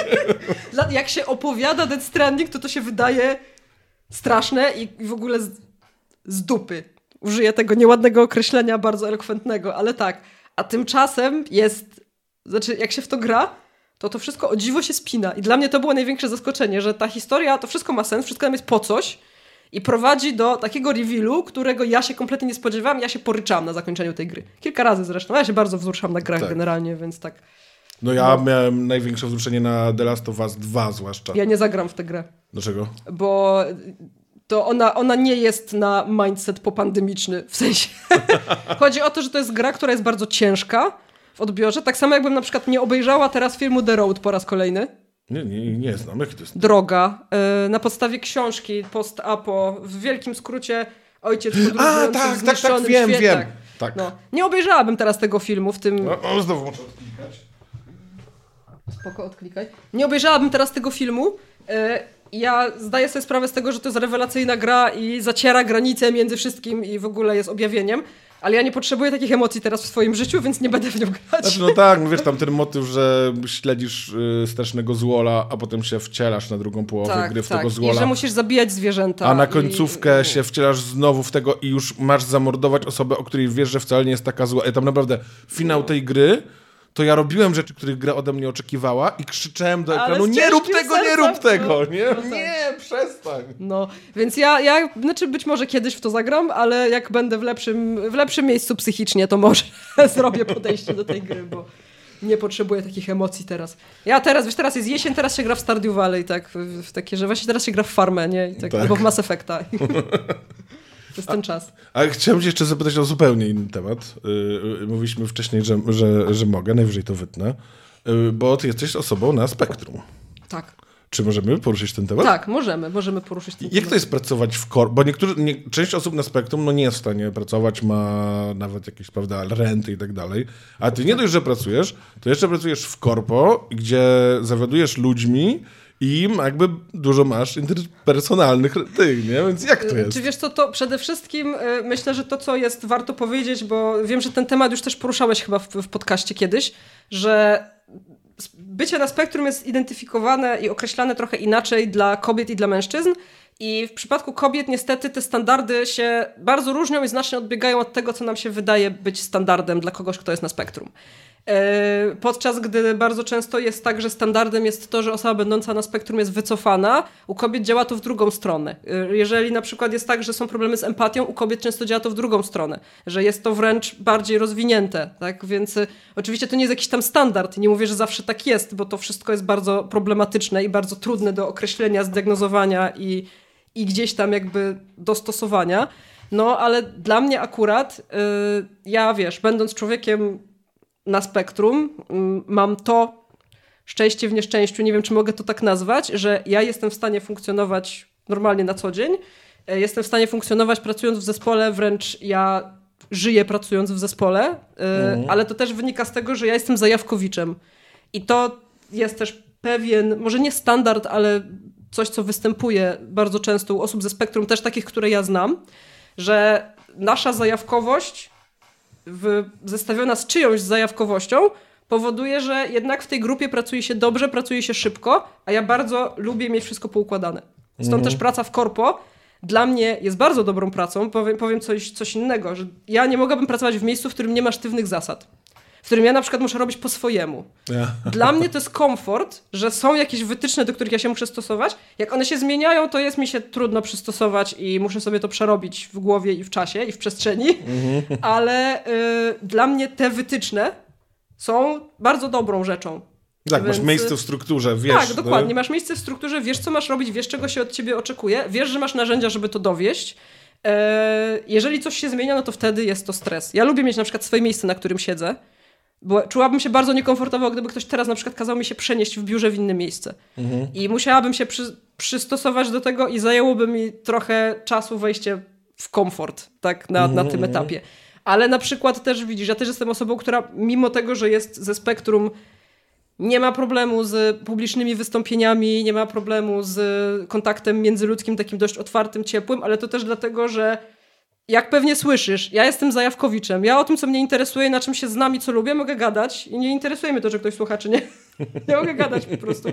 Jak się opowiada Death Stranding, to to się wydaje straszne i, i w ogóle z, z dupy. Użyję tego nieładnego określenia, bardzo elokwentnego, ale tak. A tymczasem jest... Znaczy, jak się w to gra, to to wszystko o dziwo się spina. I dla mnie to było największe zaskoczenie, że ta historia, to wszystko ma sens, wszystko tam jest po coś i prowadzi do takiego revealu, którego ja się kompletnie nie spodziewałam. Ja się poryczałam na zakończeniu tej gry. Kilka razy zresztą. Ja się bardzo wzruszam na grach tak. generalnie, więc tak... No ja no. miałem największe wzruszenie na The Last of Us dwa zwłaszcza. Ja nie zagram w tę grę. Dlaczego? Bo... to ona, ona nie jest na mindset popandemiczny, w sensie. Chodzi o to, że to jest gra, która jest bardzo ciężka w odbiorze. Tak samo jakbym na przykład nie obejrzała teraz filmu The Road po raz kolejny. Nie, nie, nie znam. Jaki to jest? Droga. Yy, na podstawie książki post-apo. W wielkim skrócie ojciec podróżujący A, tak, w tak, tak, wiem, świecie. wiem. Tak. No. Nie obejrzałabym teraz tego filmu w tym... No, no znowu muszę odklikać. Spoko, odklikaj. Nie obejrzałabym teraz tego filmu. Yy, Ja zdaję sobie sprawę z tego, że to jest rewelacyjna gra i zaciera granice między wszystkim i w ogóle jest objawieniem, ale ja nie potrzebuję takich emocji teraz w swoim życiu, więc nie będę w nią grać. Znaczy, no tak, no wiesz, tam ten motyw, że śledzisz y, strasznego złola, a potem się wcielasz na drugą połowę tak, gry w tak. tego złola. I że musisz zabijać zwierzęta. A na końcówkę i... się wcielasz znowu w tego i już masz zamordować osobę, o której wiesz, że wcale nie jest taka zła. I tam naprawdę finał tej gry... to ja robiłem rzeczy, których gra ode mnie oczekiwała i krzyczałem do ekranu, nie rób tego, nie rób tego, nie, no, tak. nie, przestań. No, więc ja, ja, znaczy być może kiedyś w to zagram, ale jak będę w lepszym, w lepszym miejscu psychicznie, to może zrobię podejście do tej gry, bo nie potrzebuję takich emocji teraz. Ja teraz, wiesz, teraz jest jesień, teraz się gra w Stardew Valley, tak, w, w takie, że właśnie teraz się gra w Farmę, nie, I tak, tak. albo w Mass Effecta. To jest ten czas. A, a chciałem cię jeszcze zapytać o zupełnie inny temat. Yy, mówiliśmy wcześniej, że, że, że mogę, najwyżej to wytnę, yy, bo ty jesteś osobą na spektrum. Tak. Czy możemy poruszyć ten temat? Tak, możemy, możemy poruszyć ten Jak temat. to jest pracować w korpo? Bo niektórzy, nie, część osób na spektrum no nie jest w stanie pracować, ma nawet jakieś, prawda, renty i tak dalej. A ty nie dość, że pracujesz, to jeszcze pracujesz w korpo, gdzie zawiadujesz ludźmi i jakby dużo masz interpersonalnych tych, nie? Więc jak to jest? Czy wiesz co, to przede wszystkim y, myślę, że to, co jest warto powiedzieć, bo wiem, że ten temat już też poruszałeś chyba w, w podcaście kiedyś, że bycie na spektrum jest identyfikowane i określane trochę inaczej dla kobiet i dla mężczyzn. I w przypadku kobiet niestety te standardy się bardzo różnią i znacznie odbiegają od tego, co nam się wydaje być standardem dla kogoś, kto jest na spektrum. Podczas gdy bardzo często jest tak, że standardem jest to, że osoba będąca na spektrum jest wycofana, u kobiet działa to w drugą stronę. Jeżeli na przykład jest tak, że są problemy z empatią, u kobiet często działa to w drugą stronę, że jest to wręcz bardziej rozwinięte, tak? Więc y, oczywiście to nie jest jakiś tam standard. Nie mówię, że zawsze tak jest, bo to wszystko jest bardzo problematyczne i bardzo trudne do określenia, zdiagnozowania i, i gdzieś tam jakby dostosowania. No, ale dla mnie akurat, y, ja wiesz, będąc człowiekiem na spektrum, mam to szczęście w nieszczęściu, nie wiem, czy mogę to tak nazwać, że ja jestem w stanie funkcjonować normalnie na co dzień. Jestem w stanie funkcjonować pracując w zespole, wręcz ja żyję pracując w zespole, mhm. ale to też wynika z tego, że ja jestem zajawkowiczem. I to jest też pewien, może nie standard, ale coś, co występuje bardzo często u osób ze spektrum, też takich, które ja znam, że nasza zajawkowość W, zestawiona z czyjąś zajawkowością powoduje, że jednak w tej grupie pracuje się dobrze, pracuje się szybko, a ja bardzo lubię mieć wszystko poukładane. Stąd mm. też praca w korpo dla mnie jest bardzo dobrą pracą. Powiem, powiem coś, coś innego, że ja nie mogłabym pracować w miejscu, w którym nie ma sztywnych zasad. W którym ja na przykład muszę robić po swojemu. Yeah. Dla mnie to jest komfort, że są jakieś wytyczne, do których ja się muszę stosować. Jak one się zmieniają, to jest mi się trudno przystosować i muszę sobie to przerobić w głowie i w czasie i w przestrzeni. Mm-hmm. Ale y, dla mnie te wytyczne są bardzo dobrą rzeczą. Tak, Więc... masz miejsce w strukturze, wiesz. Tak, dokładnie. No? Masz miejsce w strukturze, wiesz, co masz robić, wiesz, czego się od ciebie oczekuje, wiesz, że masz narzędzia, żeby to dowieść. E, jeżeli coś się zmienia, no to wtedy jest to stres. Ja lubię mieć na przykład swoje miejsce, na którym siedzę, bo czułabym się bardzo niekomfortowo, gdyby ktoś teraz na przykład kazał mi się przenieść w biurze w inne miejsce. Mhm. I musiałabym się przy, przystosować do tego i zajęłoby mi trochę czasu wejście w komfort, tak, na, mhm, na tym etapie. Ale na przykład też widzisz, ja też jestem osobą, która mimo tego, że jest ze spektrum, nie ma problemu z publicznymi wystąpieniami, nie ma problemu z kontaktem międzyludzkim takim dość otwartym, ciepłym, ale to też dlatego, że jak pewnie słyszysz, ja jestem zajawkowiczem. Ja o tym, co mnie interesuje, na czym się znam i co lubię, mogę gadać i nie interesuje mnie to, że ktoś słucha, czy nie. Nie mogę gadać po prostu.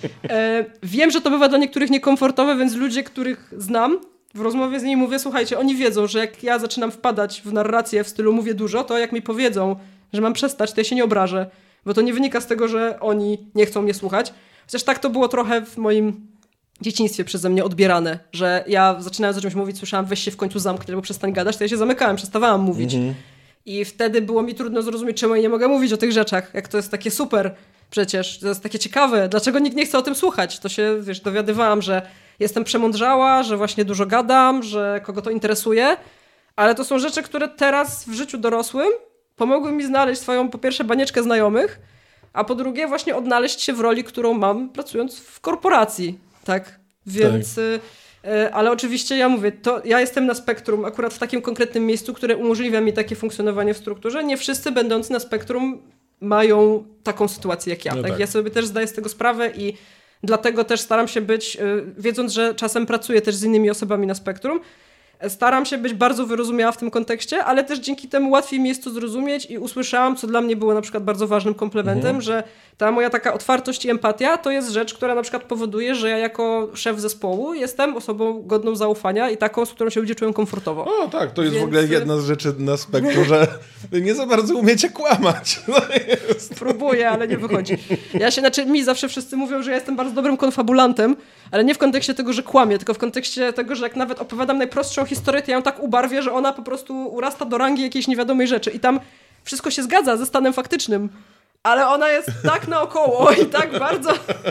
E, wiem, że to bywa dla niektórych niekomfortowe, więc ludzie, których znam, w rozmowie z nimi mówię, słuchajcie, oni wiedzą, że jak ja zaczynam wpadać w narrację w stylu mówię dużo, to jak mi powiedzą, że mam przestać, to ja się nie obrażę. Bo to nie wynika z tego, że oni nie chcą mnie słuchać. Chociaż tak to było trochę w moim dzieciństwie przeze mnie odbierane, że ja zaczynając o czymś mówić, słyszałam weź się w końcu zamknąć, albo przestań gadać, to ja się zamykałem, przestawałam mówić. Mm-hmm. I wtedy było mi trudno zrozumieć, czemu ja nie mogę mówić o tych rzeczach, jak to jest takie super przecież, to jest takie ciekawe, dlaczego nikt nie chce o tym słuchać. To się, wiesz, dowiadywałam, że jestem przemądrzała, że właśnie dużo gadam, że kogo to interesuje, ale to są rzeczy, które teraz w życiu dorosłym pomogły mi znaleźć swoją, po pierwsze, banieczkę znajomych, a po drugie właśnie odnaleźć się w roli, którą mam pracując w korporacji. Tak, więc, tak. Y, ale oczywiście ja mówię, to ja jestem na spektrum akurat w takim konkretnym miejscu, które umożliwia mi takie funkcjonowanie w strukturze. Nie wszyscy będący na spektrum mają taką sytuację jak ja. No tak? Tak. Ja sobie też zdaję z tego sprawę i dlatego też staram się być, y, wiedząc, że czasem pracuję też z innymi osobami na spektrum, staram się być bardzo wyrozumiała w tym kontekście, ale też dzięki temu łatwiej mi jest to zrozumieć i usłyszałam, co dla mnie było na przykład bardzo ważnym komplementem, mhm. że ta moja taka otwartość i empatia to jest rzecz, która na przykład powoduje, że ja jako szef zespołu jestem osobą godną zaufania i taką, z którą się ludzie czują komfortowo. O tak, to jest Więc... w ogóle jedna z rzeczy na spektrum, że nie za bardzo umiecie kłamać. No jest. Próbuję, ale nie wychodzi. Ja się, znaczy mi zawsze wszyscy mówią, że ja jestem bardzo dobrym konfabulantem, ale nie w kontekście tego, że kłamię, tylko w kontekście tego, że jak nawet opowiadam najprostszą historię, to ja ją tak ubarwię, że ona po prostu urasta do rangi jakiejś niewiadomej rzeczy i tam wszystko się zgadza ze stanem faktycznym, ale ona jest tak naokoło i tak bardzo...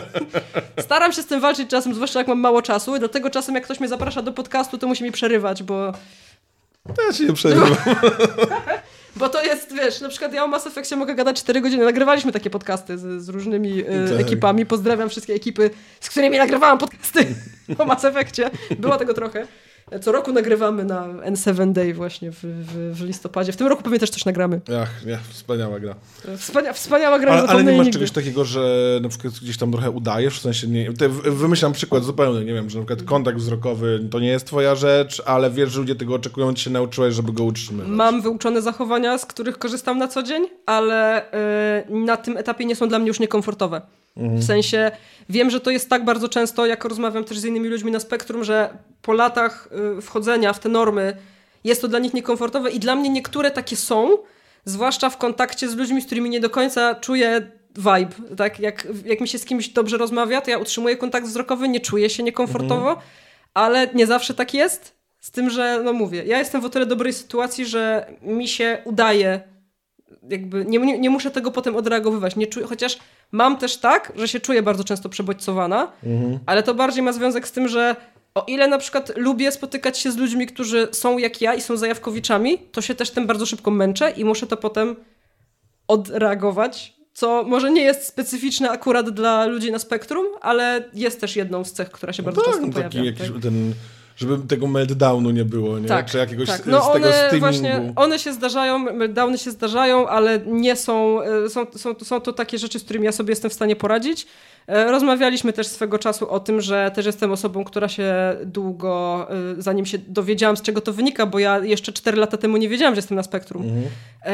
Staram się z tym walczyć czasem, zwłaszcza jak mam mało czasu i dlatego czasem jak ktoś mnie zaprasza do podcastu, to musi mi przerywać, bo... To ja się nie przerywam. Bo to jest, wiesz, na przykład ja o Mass Effectie mogę gadać cztery godziny. Nagrywaliśmy takie podcasty z, z różnymi y, tak. ekipami. Pozdrawiam wszystkie ekipy, z którymi nagrywałam podcasty o Mass Effectie. Było tego trochę. Co roku nagrywamy na N siedem Day właśnie w, w, w listopadzie. W tym roku pewnie też coś nagramy. Ach, nie, wspaniała gra. Wspania, wspaniała gra. Ale, ale nie masz nigdy. czegoś takiego, że na przykład gdzieś tam trochę udajesz, w sensie nie, te, wymyślam przykład zupełnie, nie wiem, że na przykład kontakt wzrokowy to nie jest twoja rzecz, ale wiesz, że ludzie tego oczekują, ci się nauczyłeś, żeby go utrzymywać. Mam wyuczone zachowania, z których korzystam na co dzień, ale yy, na tym etapie nie są dla mnie już niekomfortowe. Mhm. W sensie wiem, że to jest tak bardzo często, jak rozmawiam też z innymi ludźmi na spektrum, że po latach yy, wchodzenia w te normy jest to dla nich niekomfortowe i dla mnie niektóre takie są, zwłaszcza w kontakcie z ludźmi, z którymi nie do końca czuję vibe. Tak? Jak, jak mi się z kimś dobrze rozmawia, to ja utrzymuję kontakt wzrokowy, nie czuję się niekomfortowo, mhm. ale nie zawsze tak jest. Z tym, że, no mówię, ja jestem w o tyle dobrej sytuacji, że mi się udaje, jakby nie, nie, nie muszę tego potem odreagowywać. Nie czuję, chociaż mam też tak, że się czuję bardzo często przebodźcowana, mhm. ale to bardziej ma związek z tym, że o ile na przykład lubię spotykać się z ludźmi, którzy są jak ja i są zajawkowiczami, to się też tym bardzo szybko męczę i muszę to potem odreagować, co może nie jest specyficzne akurat dla ludzi na spektrum, ale jest też jedną z cech, która się no bardzo tak, często no pojawia. taki jakiś tak? ten... Żeby tego meltdownu nie było, nie? Tak, czy jakiegoś tak. z, No z one tego steamingu. Właśnie, one się zdarzają, meltdowny się zdarzają, ale nie są, są, są, są to takie rzeczy, z którymi ja sobie jestem w stanie poradzić. Rozmawialiśmy też swego czasu o tym, że też jestem osobą, która się długo, zanim się dowiedziałam, z czego to wynika, bo ja jeszcze cztery lata temu nie wiedziałam, że jestem na spektrum. Mhm.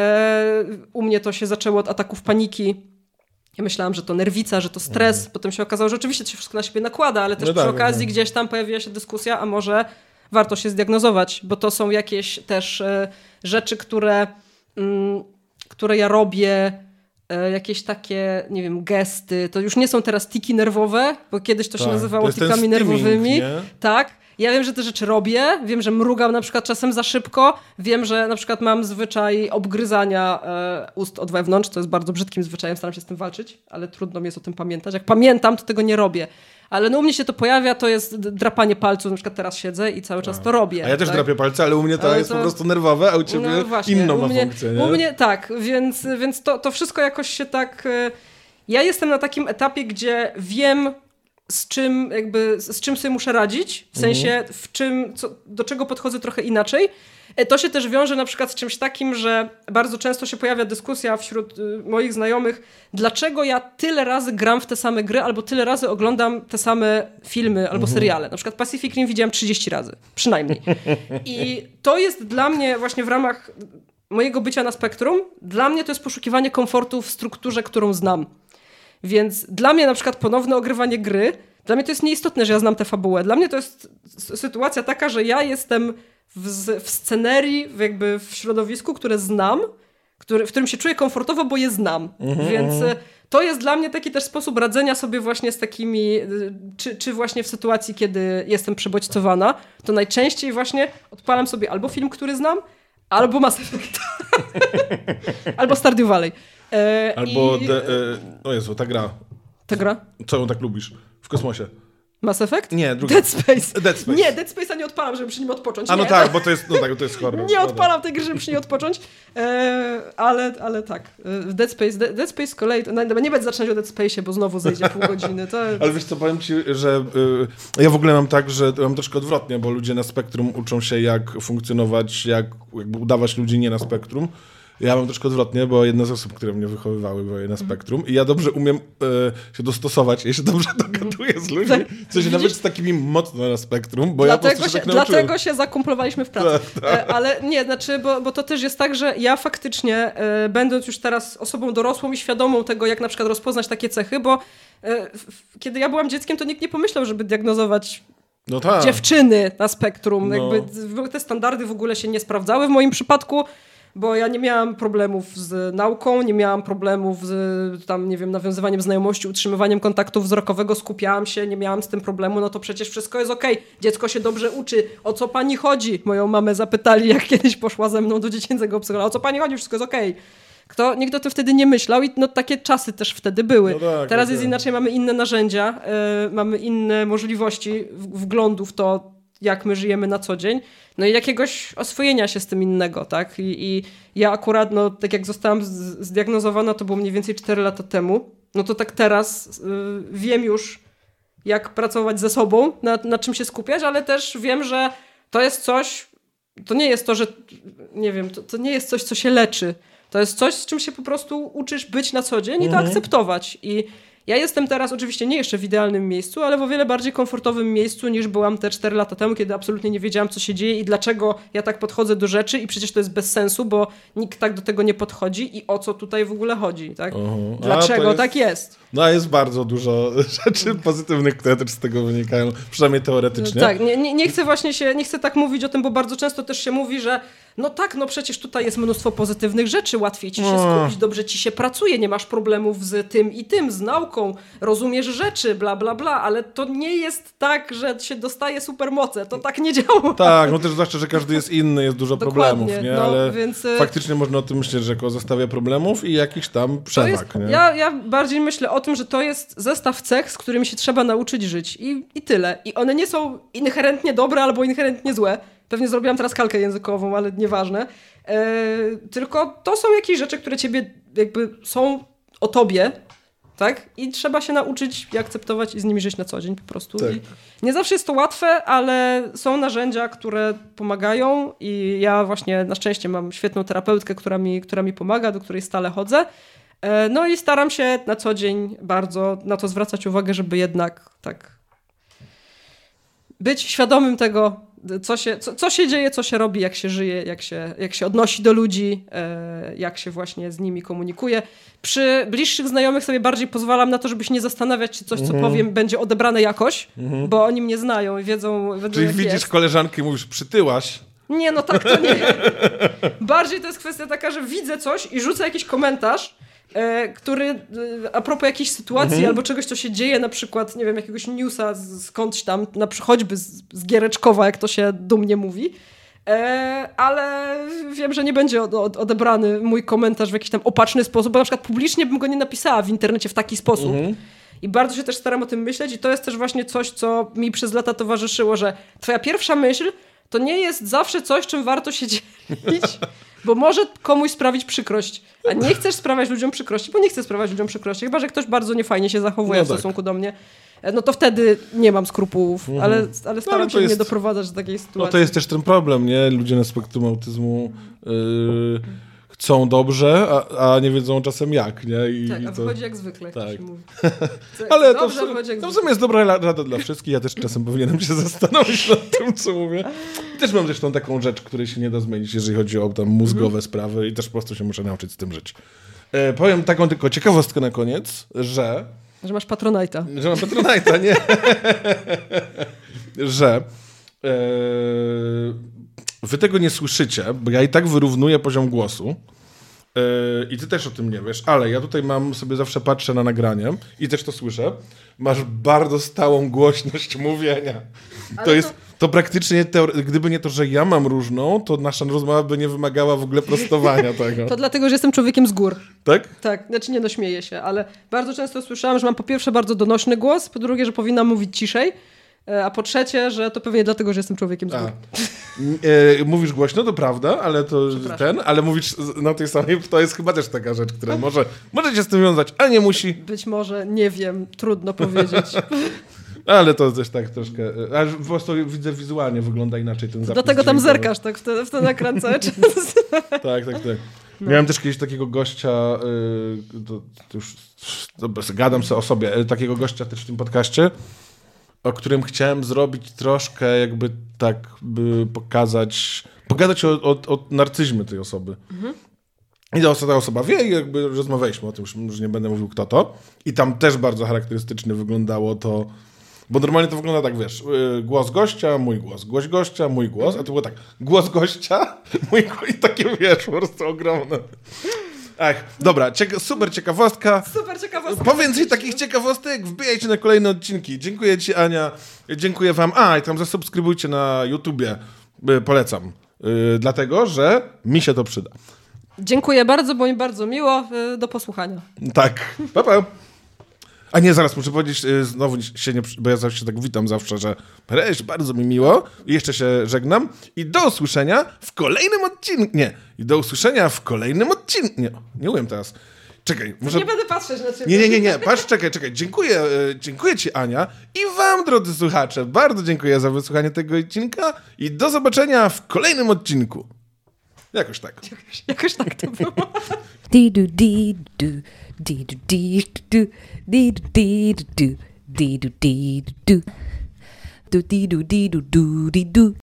U mnie to się zaczęło od ataków paniki. Ja myślałam, że to nerwica, że to stres. Mhm. Potem się okazało, że oczywiście to się wszystko na siebie nakłada, ale też no przy tak, okazji tak. gdzieś tam pojawiła się dyskusja, a może warto się zdiagnozować, bo to są jakieś też e, rzeczy, które, mm, które ja robię, e, jakieś takie, nie wiem, gesty. To już nie są teraz tiki nerwowe, bo kiedyś to tak, się nazywało to tikami nerwowymi. Nie? Tak. Ja wiem, że te rzeczy robię, wiem, że mrugam na przykład czasem za szybko, wiem, że na przykład mam zwyczaj obgryzania e, ust od wewnątrz, to jest bardzo brzydkim zwyczajem, staram się z tym walczyć, ale trudno mi jest o tym pamiętać. Jak pamiętam, to tego nie robię. Ale no u mnie się to pojawia, to jest drapanie palców, na przykład teraz siedzę i cały czas a. to robię. A ja też tak? drapię palce, ale u mnie to ale jest to... po prostu nerwowe, a u ciebie no właśnie, inną ma mnie, funkcję, nie? U mnie tak, więc, więc to, to wszystko jakoś się tak... E, ja jestem na takim etapie, gdzie wiem... z czym jakby, z czym sobie muszę radzić, w sensie mhm. w czym, co, do czego podchodzę trochę inaczej. To się też wiąże na przykład z czymś takim, że bardzo często się pojawia dyskusja wśród y, moich znajomych, dlaczego ja tyle razy gram w te same gry, albo tyle razy oglądam te same filmy albo mhm. seriale. Na przykład Pacific Rim widziałam trzydzieści razy, przynajmniej. I to jest dla mnie właśnie w ramach mojego bycia na spektrum, dla mnie to jest poszukiwanie komfortu w strukturze, którą znam. Więc dla mnie na przykład ponowne ogrywanie gry, dla mnie to jest nieistotne, że ja znam tę fabułę. Dla mnie to jest sytuacja taka, że ja jestem w, w scenerii, w jakby w środowisku, które znam, który, w którym się czuję komfortowo, bo je znam. Mm-hmm. Więc to jest dla mnie taki też sposób radzenia sobie właśnie z takimi, czy, czy właśnie w sytuacji, kiedy jestem przebodźcowana, to najczęściej właśnie odpalam sobie albo film, który znam, albo Mass Effect. albo Stardew Valley. E, Albo, i... de, e, o Jezu, ta gra. Ta gra? Co ją tak lubisz? W kosmosie. Mass Effect? Nie, druga. Dead Space. Dead Space. Nie, Dead Space'a nie odpalam, żeby przy nim odpocząć. A no nie, tak, bo to jest, no tak, to jest horror. Nie odpalam tej gry, żeby przy niej odpocząć, e, ale, ale tak. Dead Space, De, Dead Space z kolei, no, nie będę zaczynać o Dead Space'ie, bo znowu zejdzie pół godziny. To... Ale wiesz co, powiem ci, że y, ja w ogóle mam tak, że mam troszkę odwrotnie, bo ludzie na spektrum uczą się jak funkcjonować, jak jakby udawać ludzi nie na spektrum. Ja mam troszkę odwrotnie, bo jedna z osób, które mnie wychowywały, były na spektrum i ja dobrze umiem e, się dostosować, ja się dobrze dogaduję z ludźmi, w sensie nawet z takimi mocno na spektrum, bo dlatego ja po prostu się, się tak Dlatego się zakumplowaliśmy w pracy. Tak, tak. E, ale nie, znaczy, bo, bo to też jest tak, że ja faktycznie, e, będąc już teraz osobą dorosłą i świadomą tego, jak na przykład rozpoznać takie cechy, bo e, w, kiedy ja byłam dzieckiem, to nikt nie pomyślał, żeby diagnozować no tak. dziewczyny na spektrum. No. Jakby te standardy w ogóle się nie sprawdzały w moim przypadku. Bo ja nie miałam problemów z nauką, nie miałam problemów z tam, nie wiem, nawiązywaniem znajomości, utrzymywaniem kontaktu wzrokowego, skupiałam się, nie miałam z tym problemu, no to przecież wszystko jest okej. Dziecko się dobrze uczy. O co pani chodzi? Moją mamę zapytali, jak kiedyś poszła ze mną do dziecięcego psychologa. O co pani chodzi? Wszystko jest okej. Kto, nikt o tym wtedy nie myślał i no, takie czasy też wtedy były. No tak, Teraz tak, jest tak. inaczej, mamy inne narzędzia, yy, mamy inne możliwości w, wglądu w to, jak my żyjemy na co dzień, no i jakiegoś oswojenia się z tym innego, tak? I, i ja akurat, no tak jak zostałam z, zdiagnozowana, to było mniej więcej cztery lata temu, no to tak teraz yy, wiem już, jak pracować ze sobą, na, na czym się skupiać, ale też wiem, że to jest coś, to nie jest to, że nie wiem, to, to nie jest coś, co się leczy. To jest coś, z czym się po prostu uczysz być na co dzień i mhm. to akceptować. I ja jestem teraz oczywiście nie jeszcze w idealnym miejscu, ale w o wiele bardziej komfortowym miejscu niż byłam te cztery lata temu, kiedy absolutnie nie wiedziałam, co się dzieje i dlaczego ja tak podchodzę do rzeczy i przecież to jest bez sensu, bo nikt tak do tego nie podchodzi i o co tutaj w ogóle chodzi, tak? Uh-huh. Dlaczego jest, tak jest? No jest bardzo dużo rzeczy pozytywnych, które też z tego wynikają, przynajmniej teoretycznie. No, tak, nie, nie, nie chcę właśnie się, nie chcę tak mówić o tym, bo bardzo często też się mówi, że no tak, no przecież tutaj jest mnóstwo pozytywnych rzeczy, łatwiej ci się no. skupić, dobrze ci się pracuje, nie masz problemów z tym i tym, z nauką, rozumiesz rzeczy, bla, bla, bla, ale to nie jest tak, że się dostaje supermoce, to tak nie działa. Tak, no też zwłaszcza, że każdy jest inny, jest dużo Dokładnie, problemów, nie? no, Ale więc, faktycznie można o tym myśleć, że jako zestawia problemów i jakiś tam przewag, jest, nie? Ja, ja bardziej myślę o tym, że to jest zestaw cech, z którymi się trzeba nauczyć żyć i, i tyle. I one nie są inherentnie dobre albo inherentnie złe. Pewnie zrobiłam teraz kalkę językową, ale nieważne. Yy, tylko to są jakieś rzeczy, które ciebie jakby są o tobie, tak? I trzeba się nauczyć je akceptować i z nimi żyć na co dzień po prostu. Tak. I nie zawsze jest to łatwe, ale są narzędzia, które pomagają i ja właśnie na szczęście mam świetną terapeutkę, która mi, która mi pomaga, do której stale chodzę. Yy, no i staram się na co dzień bardzo na to zwracać uwagę, żeby jednak tak być świadomym tego, co się, co, co się dzieje, co się robi, jak się żyje, jak się, jak się odnosi do ludzi, e, jak się właśnie z nimi komunikuje. Przy bliższych znajomych sobie bardziej pozwalam na to, żeby się nie zastanawiać, czy coś, co Mhm. powiem, będzie odebrane jakoś, Mhm. bo oni mnie znają i wiedzą, wiedzą Czyli jak widzisz jest. koleżankę i mówisz, przytyłaś. Nie, no tak to nie. Bardziej to jest kwestia taka, że widzę coś i rzucę jakiś komentarz, e, który e, a propos jakiejś sytuacji Mhm. albo czegoś, co się dzieje, na przykład, nie wiem, jakiegoś newsa z- skądś tam, na, przy- choćby z, z Giereczkowa, jak to się dumnie mówi, e, ale wiem, że nie będzie od, od, odebrany mój komentarz w jakiś tam opaczny sposób, bo na przykład publicznie bym go nie napisała w internecie w taki sposób. Mhm. I bardzo się też staram o tym myśleć i to jest też właśnie coś, co mi przez lata towarzyszyło, że twoja pierwsza myśl to nie jest zawsze coś, czym warto się dzielić, bo może komuś sprawić przykrość. A nie chcesz sprawiać ludziom przykrości, bo nie chcesz sprawiać ludziom przykrości. Chyba że ktoś bardzo niefajnie się zachowuje No w tak. stosunku do mnie. No to wtedy nie mam skrupułów, Mhm. ale, ale staram No, to się jest- nie doprowadzać do takiej sytuacji. No to jest też ten problem, nie? Ludzie na spektrum autyzmu yy, chcą dobrze, a, a nie wiedzą czasem jak, nie? I, Tak, i a to... wychodzi jak zwykle, jak Tak. to się mówi. Ale to w, Dobrze, sumie, wychodzi jak to w zwykle. sumie jest dobra rada dla wszystkich. Ja też czasem powinienem się zastanowić nad tym, co mówię. Też mam zresztą taką rzecz, której się nie da zmienić, jeżeli chodzi o tam mózgowe Mhm. sprawy i też po prostu się muszę nauczyć z tym żyć. E, powiem taką tylko ciekawostkę na koniec, że... Że masz Patronite'a. Że mam Patronite'a, nie? że e, wy tego nie słyszycie, bo ja i tak wyrównuję poziom głosu. I ty też o tym nie wiesz, ale ja tutaj mam, sobie zawsze patrzę na nagranie i też to słyszę. Masz bardzo stałą głośność mówienia. To Ale jest, to praktycznie, teore- gdyby nie to, że ja mam różną, to nasza rozmowa by nie wymagała w ogóle prostowania tego. To dlatego, że jestem człowiekiem z gór. Tak? Tak, znaczy nie no, śmieję się, ale bardzo często słyszałam, że mam po pierwsze bardzo donośny głos, po drugie, że powinnam mówić ciszej, a po trzecie, że to pewnie dlatego, że jestem człowiekiem z gór. E, mówisz głośno, to prawda, ale to ten, ale mówisz z- na tej samej, to jest chyba też taka rzecz, która może, może cię z tym wiązać, a nie musi, Być może, nie wiem, trudno powiedzieć. ale to też tak troszkę, e, aż po prostu widzę wizualnie, wygląda inaczej ten zapis Dlatego tam dźwiękowy. zerkasz tak w ten, w ten ekran cały czas. Tak, tak, tak. Miałem też kiedyś takiego gościa, y, to, to już dobra, gadam sobie o sobie, y, takiego gościa też w tym podcaście, o którym chciałem zrobić troszkę jakby tak, by pokazać, pogadać o, o, o narcyzmie tej osoby. Mhm. I ta osoba, ta osoba wie i jakby rozmawialiśmy o tym, już, już nie będę mówił kto to. I tam też bardzo charakterystycznie wyglądało to, bo normalnie to wygląda tak, wiesz, yy, głos gościa, mój głos, głos gościa, mój głos, a to było tak, głos gościa, mój głos i takie, wiesz, po prostu ogromne. Ach, dobra, cieka- super ciekawostka. Super ciekawostka. Po więcej takich ciekawostek wbijajcie na kolejne odcinki. Dziękuję ci, Ania. Dziękuję wam. A, i tam zasubskrybujcie na YouTubie. Y, Polecam. Y, dlatego, że mi się to przyda. Dziękuję bardzo, bo mi bardzo miło. Y, Do posłuchania. Tak. Pa, pa. A nie, zaraz muszę powiedzieć, y, znowu się nie, przy- bo ja zawsze tak witam zawsze, że cześć, bardzo mi miło. I jeszcze się żegnam. I do usłyszenia w kolejnym odcinku. Nie. I do usłyszenia w kolejnym odcinku. Nie, nie umiem teraz. czekaj. Może... Nie będę patrzeć na ciebie. Nie, nie, nie, nie. Patrz, czekaj, czekaj. Dziękuję, e, dziękuję ci, Ania. I wam, drodzy słuchacze, bardzo dziękuję za wysłuchanie tego odcinka i do zobaczenia w kolejnym odcinku. Jakoś tak. Jakoś, jakoś tak to było. Di-du, di-du, di-du, di-du, di-du, di-du, di-du, di-du, di-du. Du, di-du, di-du, du, di-du.